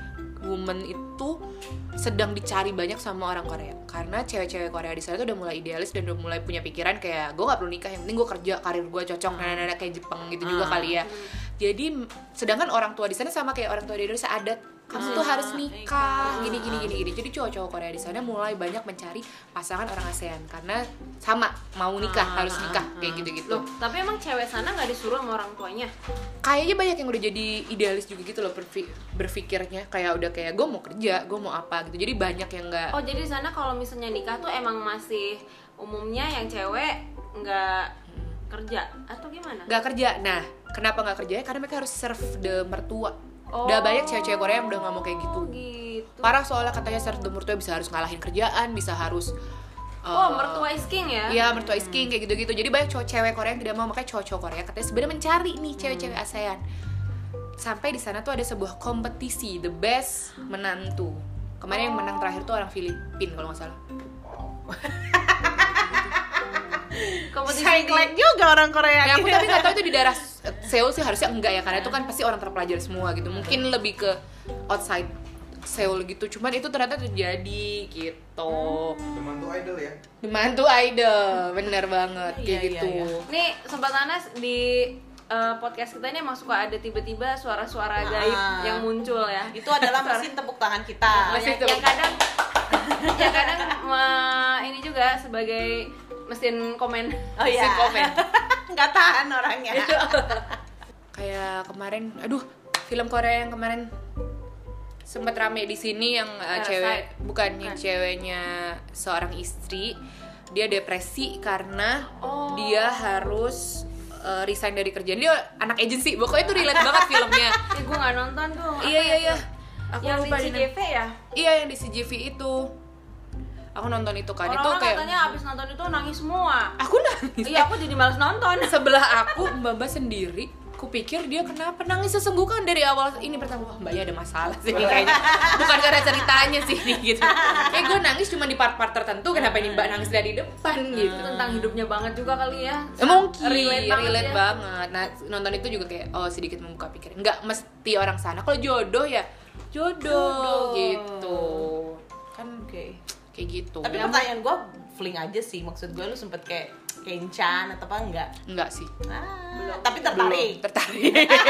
woman itu sedang dicari banyak sama orang Korea, karena cewek-cewek Korea di sana tuh udah mulai idealis dan udah mulai punya pikiran kayak gue nggak perlu nikah, yang penting gue kerja, karir gue cocok, nenek-nenek kayak Jepang gitu juga kali ya. Jadi sedangkan orang tua di sana sama kayak orang tua di Indonesia, adat kamu tuh harus nikah, gini gini gini gini. Jadi cowok-cowok Korea di sana mulai banyak mencari pasangan orang ASEAN karena sama mau nikah, harus nikah kayak gitu-gitu. Loh, tapi emang cewek sana nggak disuruh sama orang tuanya? Kayaknya banyak yang udah jadi idealis juga gitu loh berfi- berpikirnya kayak udah kayak gue mau kerja, gue mau apa gitu. Jadi banyak yang nggak. Oh, jadi di sana kalau misalnya nikah tuh emang masih umumnya yang cewek nggak kerja atau gimana? Nggak kerja. Nah, kenapa nggak kerja? Karena mereka harus serve the mertua. Oh. Udah banyak cewek-cewek Korea yang udah nggak mau kayak gitu. Gitu. Parah soalnya katanya serve the mertua bisa harus ngalahin kerjaan, bisa harus Oh, uh, mertua is king ya? Iya, mertua is king kayak gitu-gitu. Jadi banyak cowok cewek Korea yang tidak mau, makanya cowok-cowok Korea katanya sebenarnya mencari nih cewek-cewek ASEAN. Sampai di sana tuh ada sebuah kompetisi the best menantu. Kemarin yang menang terakhir tuh orang Filipina kalau nggak salah. Kompetisi Saya like juga orang Korea. Nah, aku tapi nggak tahu itu di daerah Seoul sih, harusnya enggak ya, karena itu kan pasti orang terpelajar semua gitu. Mungkin lebih ke outside Seoul gitu. Cuman itu ternyata terjadi gitu. Temantu idol ya. Mantu idol, bener banget kayak Iya, iya, gitu. iya. Nih, Sobat Anas, di uh, podcast kita ini emang suka ada tiba-tiba suara-suara gaib Ah. yang muncul ya. Itu adalah mesin tepuk tangan kita. Mesin yang, yang kadang yang kadang me- ini juga sebagai mesin komen. Oh iya. Mesin komen. Nggak tahan orangnya. Kayak kemarin, aduh, film Korea yang kemarin sempat rame di sini yang uh, Parasite. cewek bukan nih Bukan. ceweknya seorang istri, dia depresi karena Oh. dia harus uh, resign dari kerjaan. Dia anak agency, pokoknya itu relate banget filmnya. Ya, gue nggak nonton tuh. Apa Iya ya iya iya. tuh? Aku Yang lupa di di C G V ya? Iya, yang di C G V itu. Aku nonton itu kan, itu Orang-orang kayak katanya abis nonton itu nangis semua. aku nangis. Iya, aku jadi males nonton. Sebelah aku Mbak sendiri, aku pikir dia kenapa nangis sesungguhnya dari awal ini pertama, wah Mbaknya ada masalah sih kayaknya, bukan karena ceritanya sih nih gitu. Kayak gue nangis cuma di part-part tertentu, kenapa ini Mbak nangis dari depan gitu. Itu tentang hidupnya banget juga kali ya. Eh, mungkin relate relate, banget ya. banget. Nah nonton itu juga kayak oh sedikit membuka pikiran. Nggak mesti orang sana. Kalau jodoh ya jodoh, Jodoh. gitu kan Oke. kayak gitu. Tapi pertanyaan gue fling aja sih. Maksud gue lu sempet kayak kencan atau apa enggak? Enggak sih. Ah, tapi tertarik. Tertarik.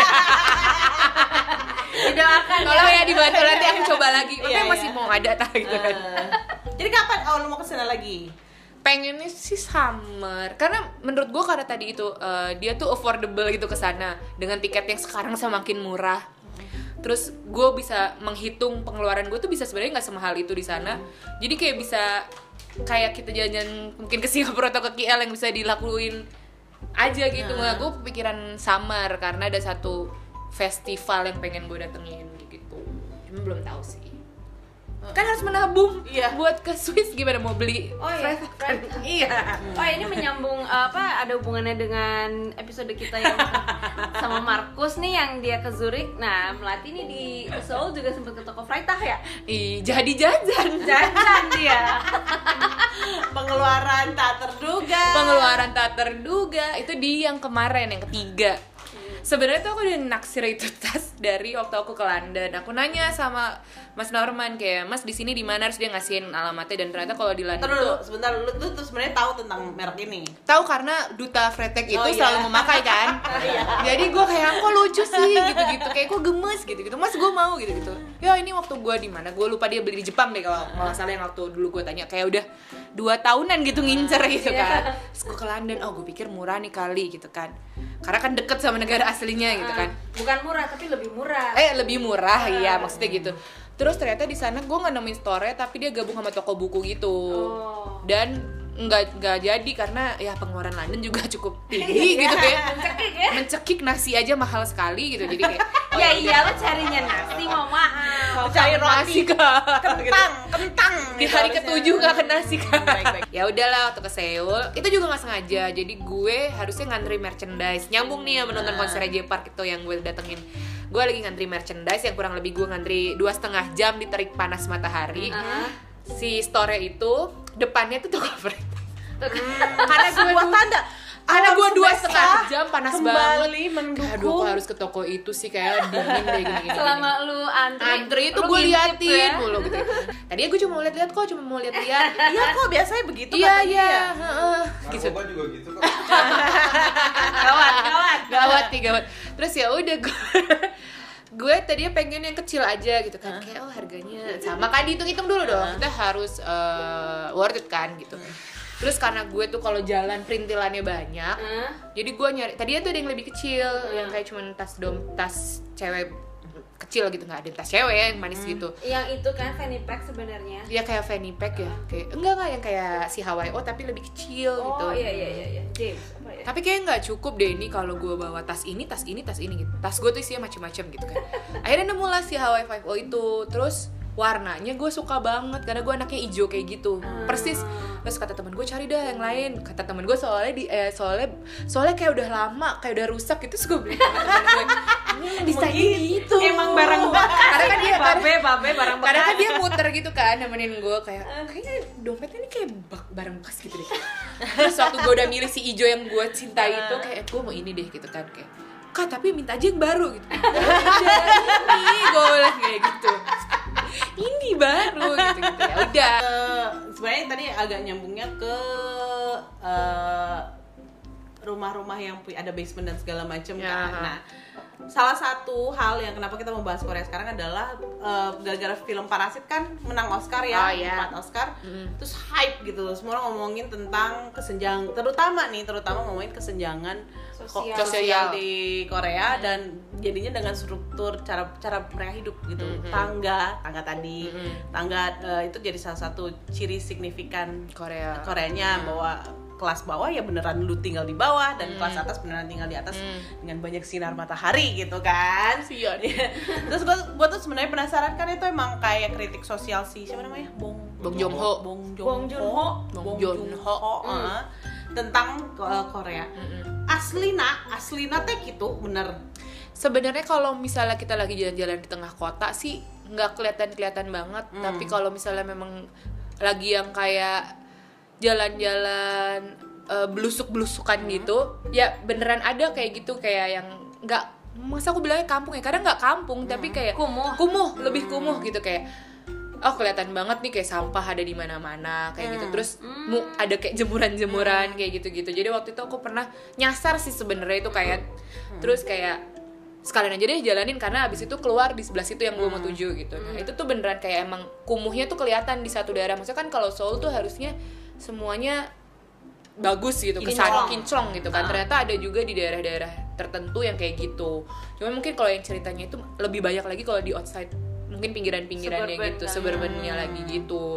Didoakan Kalau ya dibantu nanti aku coba lagi. Tapi Iya, masih iya. mau ada tak gitu kan. Eh, jadi kapan oh lu mau kesana lagi? Pengennya sih summer karena menurut gue karena tadi itu eh, dia tuh affordable gitu ke sana dengan tiket yang sekarang semakin murah. Terus gue bisa menghitung pengeluaran gue tuh bisa sebenarnya nggak semahal itu di sana. Jadi kayak bisa kayak kita jalan-jalan mungkin ke Singapura atau ke K L yang bisa dilakuin aja gitu. Nah. Gue kepikiran summer karena ada satu festival yang pengen gue datengin gitu. Cuma belum tahu sih. Kan harus menabung Iya. buat ke Swiss, gimana mau beli Oh iya, private? Iya. Oh ini menyambung apa ada hubungannya dengan episode kita yang sama Markus nih yang dia ke Zurich. Nah, Melati nih di Seoul juga sempat ke toko Freitag ya. Ih, jadi jajan. Jajan dia. Pengeluaran tak terduga. Pengeluaran tak terduga itu di yang kemarin yang ketiga. Sebenarnya tuh aku udah naksir itu tas dari waktu aku ke London. Aku nanya sama Mas Norman kayak, "Mas di sini di mana?" Harus dia ngasihin alamatnya dan ternyata kalau di London Terus tuh sebentar lu tuh, tuh sebenarnya tahu tentang merek ini. tahu karena duta Freitag itu Oh, iya. selalu memakai kan. Jadi gue kayak kok lucu sih gitu-gitu, kayak kok gemes gitu-gitu. Mas gue mau gitu-gitu. Ya ini waktu gue di mana? Gue lupa dia beli di Jepang deh kalau nggak salah yang waktu dulu gue tanya kayak udah dua tahunan gitu ngincer gitu kan. Terus gue ke London, oh gue pikir murah nih kali gitu kan. Karena kan deket sama negara aslinya gitu kan. Bukan murah tapi lebih murah. Eh lebih murah iya maksudnya gitu. Terus ternyata di sana gue nggak nemuin store tapi dia gabung sama toko buku gitu. Oh. Dan nggak nggak jadi karena ya pengeluaran London juga cukup tinggi gitu ya. Mencekik ya. Mencekik nasi aja mahal sekali gitu jadi kayak oh, Ya ya iya lo carinya nasi mau mahal. Mau cari nasi roti kak kentang, kentang di gitu hari harusnya. ketujuh gak kena nasi kak. Baik-baik. Ya udahlah waktu ke Seoul itu juga nggak sengaja jadi gue harusnya ngantri merchandise nyambung nih ya menonton konser J Park itu yang gue datengin. Gue lagi ngantri merchandise yang kurang lebih gue ngantri dua setengah jam di terik panas matahari. Ah. Si store itu depannya tuh toko Freitag. Karena sebuah tanda Karena alam gue dua semesta setengah jam panas kembali banget. mendukung. Aduh, harus ke toko itu sih, kayak dingin deh gini-gini. Selama lu antri, Antri itu lu gue ngintip liatin ya? mulu gitu. Tadinya gue cuma mau lihat-lihat kok, cuma mau lihat-lihat. Iya kok biasanya begitu Iya katanya iya, ya. heeh. Gitu. Narkoba juga gitu kok. Gawat, gawat. Gawat nih gawat. Terus ya udah gue gue tadinya pengen yang kecil aja gitu kan, kayak oh harganya sama kan, dihitung-hitung dulu dong, kita harus uh, worth it kan gitu. Terus karena gue tuh kalau jalan perintilannya banyak, Hah? jadi gue nyari tadinya tuh ada yang lebih kecil, yang kayak cuman tas dom tas cewek kecil gitu, nggak ada tas cewek yang manis gitu. Yang itu kan fanny pack sebenarnya. Ya kayak fanny pack ya, kayak enggak enggak yang kayak si Hawaii, oh tapi lebih kecil Oh gitu. iya iya iya iya. James apa ya? Tapi kayaknya nggak cukup deh ini kalau gue bawa tas ini, tas ini, tas ini gitu. Tas gue tuh isinya macem-macem gitu kan. Akhirnya nemu lah si Hawaii five oh itu. Terus warnanya gue suka banget karena gue anaknya hijau kayak gitu, persis. Terus kata teman gue cari dah yang lain. Kata teman gue soalnya di eh, soalnya soalnya kayak udah lama, kayak udah rusak gitu. Terus gue beli sama teman gue. Ini desainnya gitu. Emang barang bekas. Karena kan dia babe babe barang bekas. karena kan dia muter gitu kan nemenin gue, kayak kayaknya dompetnya ini kayak bak- barang bekas gitu deh. Terus waktu gue udah milih si hijau yang gue cintai itu, kayak gue mau ini deh gitu kan, kayak Kak tapi minta aja yang baru gitu. Udah ini gue bilang kayak gitu. Ini baru gitu gitu ya udah. Eh, sebenarnya tadi agak nyambungnya ke eh, rumah-rumah yang pu- ada basement dan segala macam Ya. kan. Nah, salah satu hal yang kenapa kita membahas Korea sekarang adalah eh, gara-gara film Parasit kan menang Oscar ya, Oh, iya. empat Oscar, terus hype gitu, semua orang ngomongin tentang kesenjangan, terutama nih, terutama ngomongin kesenjangan Sosial. ko- Sosial. di Korea, dan jadinya dengan struktur cara cara mereka hidup gitu, tangga, tangga tadi, tangga eh, itu jadi salah satu ciri signifikan Korea. Koreanya, bahwa kelas bawah ya beneran lu tinggal di bawah, dan kelas atas beneran tinggal di atas dengan banyak sinar matahari gitu kan. Sian. Terus gua, gua tuh sebenarnya penasaran, kan itu emang kayak kritik sosial si siapa namanya, Bong Bong Joon-ho. Bong Bong Joon-ho. Bong Bong Joon-ho, Joon-ho. uh, tentang uh, Korea. Aslina, aslina teh gitu bener. Sebenarnya kalau misalnya kita lagi jalan-jalan di tengah kota sih nggak kelihatan-kelihatan banget, tapi kalau misalnya memang lagi yang kayak jalan-jalan uh, belusuk-belusukan gitu, ya beneran ada kayak gitu, kayak yang nggak, masa aku bilangnya kampung ya, kadang nggak kampung tapi kayak Kumuh. kumuh, lebih kumuh gitu, kayak oh kelihatan banget nih kayak sampah ada di mana-mana kayak gitu. Terus mu ada kayak jemuran-jemuran kayak gitu-gitu. Jadi waktu itu aku pernah nyasar sih sebenarnya itu kayak, terus kayak sekalian aja deh jalanin karena abis itu keluar di sebelah situ yang gue mau tuju gitu. Nah itu tuh beneran kayak emang kumuhnya tuh kelihatan di satu daerah. Maksudnya kan kalau Seoul tuh harusnya semuanya bagus gitu, kesan Kinclong. kinclong gitu kan. Ternyata ada juga di daerah-daerah tertentu yang kayak gitu. Cuma mungkin kalau yang ceritanya itu lebih banyak lagi kalau di outside, mungkin pinggiran-pinggirannya Suburban gitu, kan. suburbannya lagi gitu.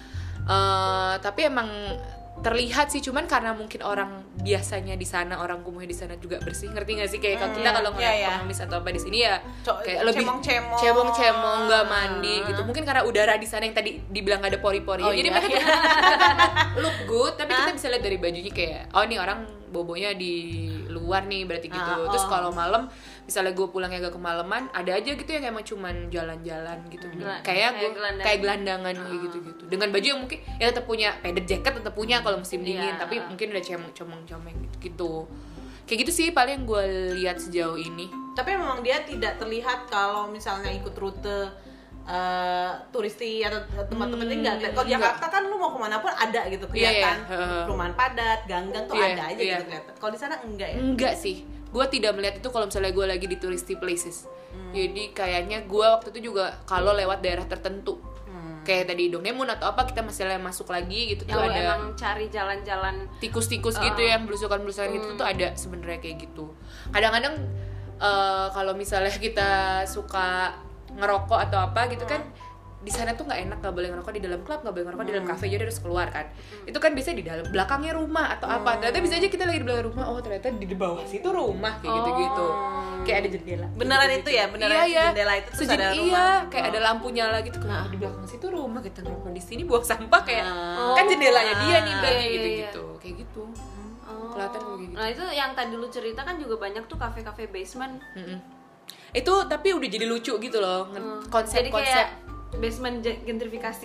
Eh, tapi emang terlihat sih, cuman karena mungkin orang biasanya di sana, orang kumuhnya di sana juga bersih, ngerti nggak sih, kayak kalau kita iya, kalau ngeliat iya, iya. pengemis atau apa di sini ya Co- kayak lebih cemong-cemong. cemong-cemong, nggak mandi gitu, mungkin karena udara di sana yang tadi dibilang ada pori-pori, Oh, jadi iya. mereka tuh look good, tapi kita bisa lihat dari bajunya kayak oh ini orang bobonya di luar nih berarti gitu. Ah, Terus oh. kalau malam misalnya gue pulangnya agak kemalaman, ada aja gitu yang emang cuman jalan-jalan gitu, Gela- kayak gue kayak gelandangan. kayak gelandangan kayak gitu-gitu, dengan baju yang mungkin ya tetap punya padded jacket, tetap punya kalau musim dingin, Iya. tapi mungkin udah cemong-cemong gitu. Kayak gitu sih paling yang gue lihat sejauh ini. Tapi memang dia tidak terlihat kalau misalnya ikut rute uh, turisti atau tempat-tempat ini enggak. Kalau enggak. Jakarta kan lu mau kemana pun ada gitu Iya, iya. kelihatan, Heeh. perumahan padat, gang-gang tuh Iya, ada aja iya. gitu kelihatan. Kalau di sana enggak ya. Enggak sih, gue tidak melihat itu kalau misalnya gue lagi di touristy places. Jadi kayaknya gue waktu itu juga kalau lewat daerah tertentu, kayak tadi Dongdaemun atau apa, kita masih masuk lagi gitu tuh Yang lu ada emang cari jalan-jalan. tikus-tikus gitu yang belusukan-belusukan gitu tuh ada sebenarnya kayak gitu. Kadang-kadang eh, kalau misalnya kita suka ngerokok atau apa gitu kan, di sana tuh nggak enak, nggak boleh ngerokok di dalam klub, nggak boleh ngerokok di dalam kafe, jadi harus keluar kan. Itu kan biasanya di dalam belakangnya rumah atau apa. Ternyata bisa aja kita lagi di belakang rumah, oh ternyata di bawah situ rumah kayak gitu-gitu. Kayak ada jendela. Beneran gitu-gitu. itu ya, beneran iya, iya. jendela itu terus Sejen- ada rumah. Iya, kayak ada lampu nyala gitu. Nah, di belakang situ rumah, kita ngerokok di sini buang sampah kayak kan jendelanya dia nih berarti Iya, iya, gitu-gitu. Kayak gitu. Oh. Kelihatan kayak gitu. Nah itu yang tadi lu cerita kan juga banyak tuh kafe-kafe basement. Mm-mm. Itu tapi udah jadi lucu gitu loh, Hmm. konsep Jadi konsep kayak basement je- gentrifikasi.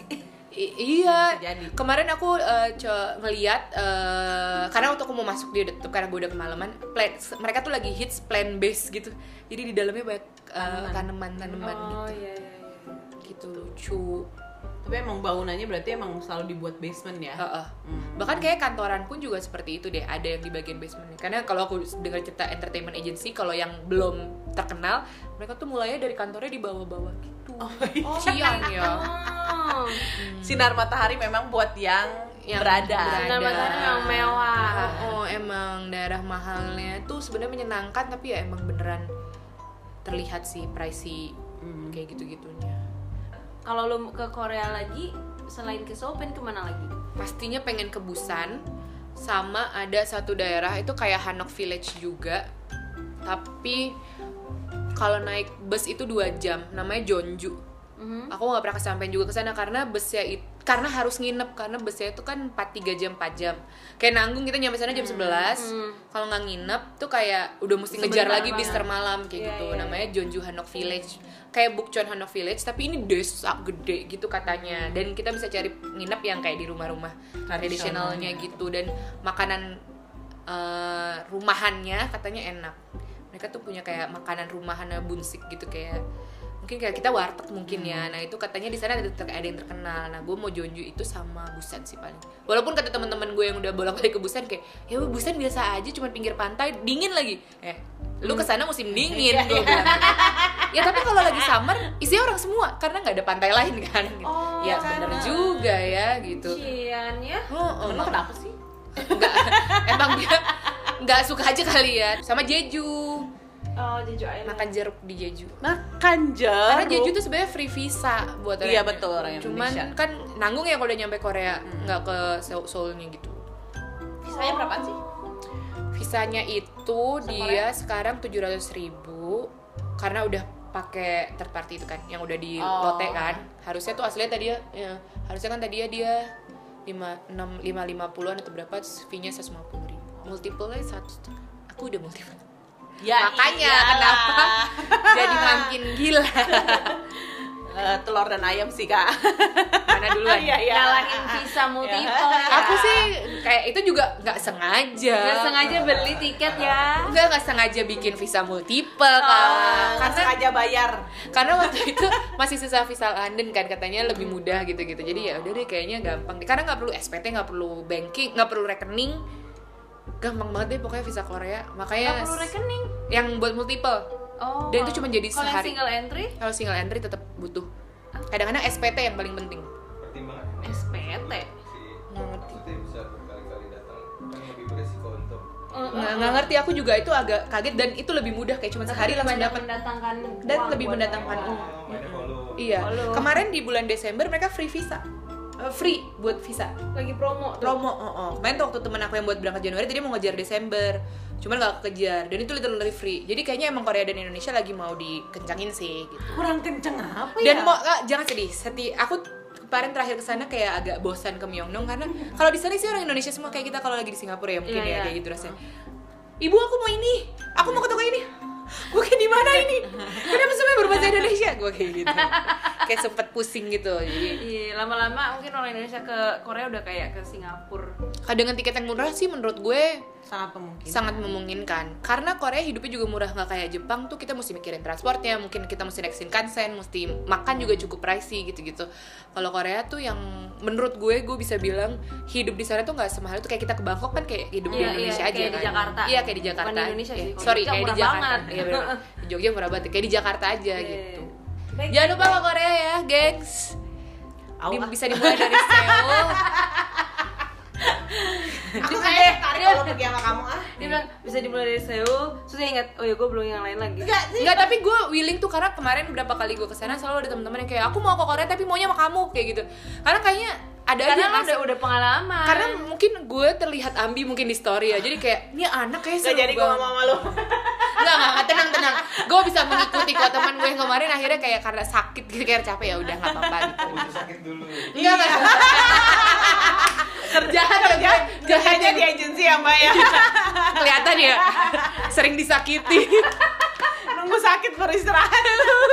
I- iya. Bisa jadi. Kemarin aku uh, co- ngeliat uh, karena waktu aku mau masuk dia tutup karena gue udah kemalaman. Plan, mereka tuh lagi hits plant based gitu. Jadi di dalamnya banyak uh, tanaman-tanaman Oh gitu. iya iya iya. Gitu lucu. Tapi emang bangunannya berarti emang selalu dibuat basement ya. Heeh. Hmm. Bahkan kayak kantoran pun juga seperti itu deh, ada yang di bagian basementnya. Karena kalau aku dengar cerita entertainment agency, kalau yang belum terkenal, mereka tuh mulainya dari kantornya di bawah-bawah gitu. Oh, iya. Cian ya. Oh. Sinar matahari memang buat yang, Yang berada. berada. Sinar matahari memang mewah. Oh, emang daerah mahalnya tuh sebenarnya menyenangkan, tapi ya emang beneran terlihat sih pricey Hmm. kayak gitu-gitunya. Kalau lu ke Korea lagi, selain ke Seoul, pengen kemana lagi? Pastinya pengen ke Busan, sama ada satu daerah itu kayak Hanok Village juga, tapi kalau naik bus itu dua jam, namanya Jeonju. Mhm. Aku nggak pernah kesampaian juga ke sana karena busnya itu karena harus nginep, karena busnya itu kan empat tiga jam empat jam. Kayak nanggung kita nyampe sana jam sebelas. Hmm. Kalau nggak nginep tuh kayak udah mesti ngejar Sebentar lagi bis banget. termalam kayak Iya, gitu. iya, Namanya Jeonju Hanok Village. Kayak Bukchon Hanok Village tapi ini desa gede gitu katanya. Dan kita bisa cari nginep yang kayak di rumah-rumah tradisionalnya gitu, dan makanan eh, rumahannya katanya enak. Mereka tuh punya kayak makanan rumahannya bunsik gitu, kayak mungkin kayak kita warteg mungkin ya. Nah itu katanya di sana ada, ter- ada yang terkenal. Nah gue mau Jeonju itu sama Busan sih paling. Walaupun kata teman-teman gue yang udah bolak-balik ke Busan kayak ya Busan biasa aja, cuma pinggir pantai, dingin lagi. Eh lu kesana musim dingin gue bilang. Ya tapi kalau lagi summer isinya orang semua karena nggak ada pantai lain kan. Oh, ya karena- bener juga ya gitu. Cian ya. Oh, oh, Emang kenapa sih? Nggak, emang dia nggak suka aja kali ya. Sama Jeju, Oh, Jeju Island. makan jeruk di Jeju. Makan Karena jeruk. Jeju tuh sebenarnya free visa buat orang. Iya, betul, orang Cuman Indonesia. kan nanggung ya kalau udah nyampe Korea, nggak ke Seoul- Seoulnya gitu. Visanya berapaan sih? Visanya itu dia sekarang tujuh ratus ribu karena udah pakai third party itu kan, yang udah di Oh. lote kan. Harusnya tuh aslinya tadi ya, ya harusnya kan tadi ya dia lima enam lima lima puluhan atau berapa, terus fee-nya seratus lima puluh ribu. Multiple-nya satu setengah. Aku udah multiple. Ya, Makanya iyalah. kenapa jadi makin gila. Eh, telur dan ayam sih kak. Mana duluan? Iya, iya. Nyalahin visa multiple ya. Aku sih kayak itu juga nggak sengaja. Nggak sengaja beli tiket ya. Nggak nggak sengaja bikin visa multiple Oh, kan. karena sengaja bayar. Karena waktu itu masih susah visa London kan, katanya lebih mudah gitu-gitu. Jadi ya udah deh kayaknya gampang. Karena nggak perlu S P T, nggak perlu banking, nggak perlu rekening. Gampang banget deh pokoknya visa Korea. Makanya Nggak perlu rekening. yang buat multiple. Oh. Dan itu cuma jadi Kalau yang sehari. single entry Kalau single entry tetap butuh. Kadang-kadang S P T yang paling penting. Pertimbangan S P T. si Nggak ngerti. maksudnya bisa berkali-kali datang kan lebih beresiko untuk Nggak, nggak ngerti, aku juga itu agak kaget, dan itu lebih mudah kayak cuma sehari langsung banyak dapat. mendatangkan Dan uang lebih buat mendatangkan mereka. uang. oh, mainnya follow. Iya. Halo. Kemarin di bulan Desember mereka free visa. Eh, free buat visa. Lagi promo tuh. Promo, oh, oh. Kemarin tuh waktu temen aku yang buat berangkat Januari tadi mau ngejar Desember, cuman nggak kejar, dan itu literally free. Jadi kayaknya emang Korea dan Indonesia lagi mau dikencangin sih gitu. Kurang kenceng apa ya? Dan mau ah, jangan sedih, seti aku kemarin terakhir kesana kayak agak bosan ke Myeongdong karena kalau di sana sih orang Indonesia semua kayak kita kalau lagi di Singapura ya mungkin Iya, ya iya. kayak gitu rasanya. Ibu aku mau ini, aku mau ke toko ini. Gue kayak di mana ini? Kenapa semuanya berbahasa Indonesia? Gue kayak gitu. Kayak sempet pusing gitu. Jadi Iya, lama-lama mungkin orang Indonesia ke Korea udah kayak ke Singapura. dengan tiket yang murah sih menurut gue sangat memungkinkan. sangat memungkinkan, karena Korea hidupnya juga murah, nggak kayak Jepang tuh kita mesti mikirin transportnya, mungkin kita mesti naik Shinkansen, mesti makan juga cukup pricey gitu-gitu. Kalau Korea tuh yang menurut gue gue bisa bilang hidup di sana tuh nggak semahal itu, kayak kita ke Bangkok kan kayak hidup di Iya, Indonesia iya, aja kayak kan. di Jakarta. Iya kayak di Jakarta. Bukan di Indonesia Iya. sih. Kalau Sorry Jogja kayak di murah Jakarta. banget. Iya bener. Di Jogja murah banget, kayak di Jakarta aja Iya. gitu. Baik. Jangan lupa ke Korea ya, gengs. Au, Di- ah. bisa dimulai dari Seoul. Aku kayak tertarik kalau pergi sama kamu ah. Dia bilang bisa dimulai dari Seoul, terus dia ingat, oh ya gue belum yang lain lagi. Enggak sih. Enggak, tapi gue willing tuh karena kemarin berapa kali gue kesana selalu ada teman-teman yang kayak aku mau ke Korea tapi maunya sama kamu kayak gitu. Karena kayaknya ada Karena aja lo ngasih- udah udah pengalaman. karena mungkin gue terlihat ambi mungkin di story ya, jadi kayak ini anak kayak Gak seru jadi gue banget. ngomong sama lu. Enggak, enggak, enggak, tenang, tenang. Gue bisa mengikuti kok teman gue yang kemarin akhirnya kayak karena sakit gitu, kayak capek ya udah nggak apa-apa gitu. Oh, itu sakit dulu. Enggak, enggak. Kerjaan ya gue, Kerjanya di agensi ya mbak ya. kelihatan ya sering disakiti. Nunggu sakit baru istirahat.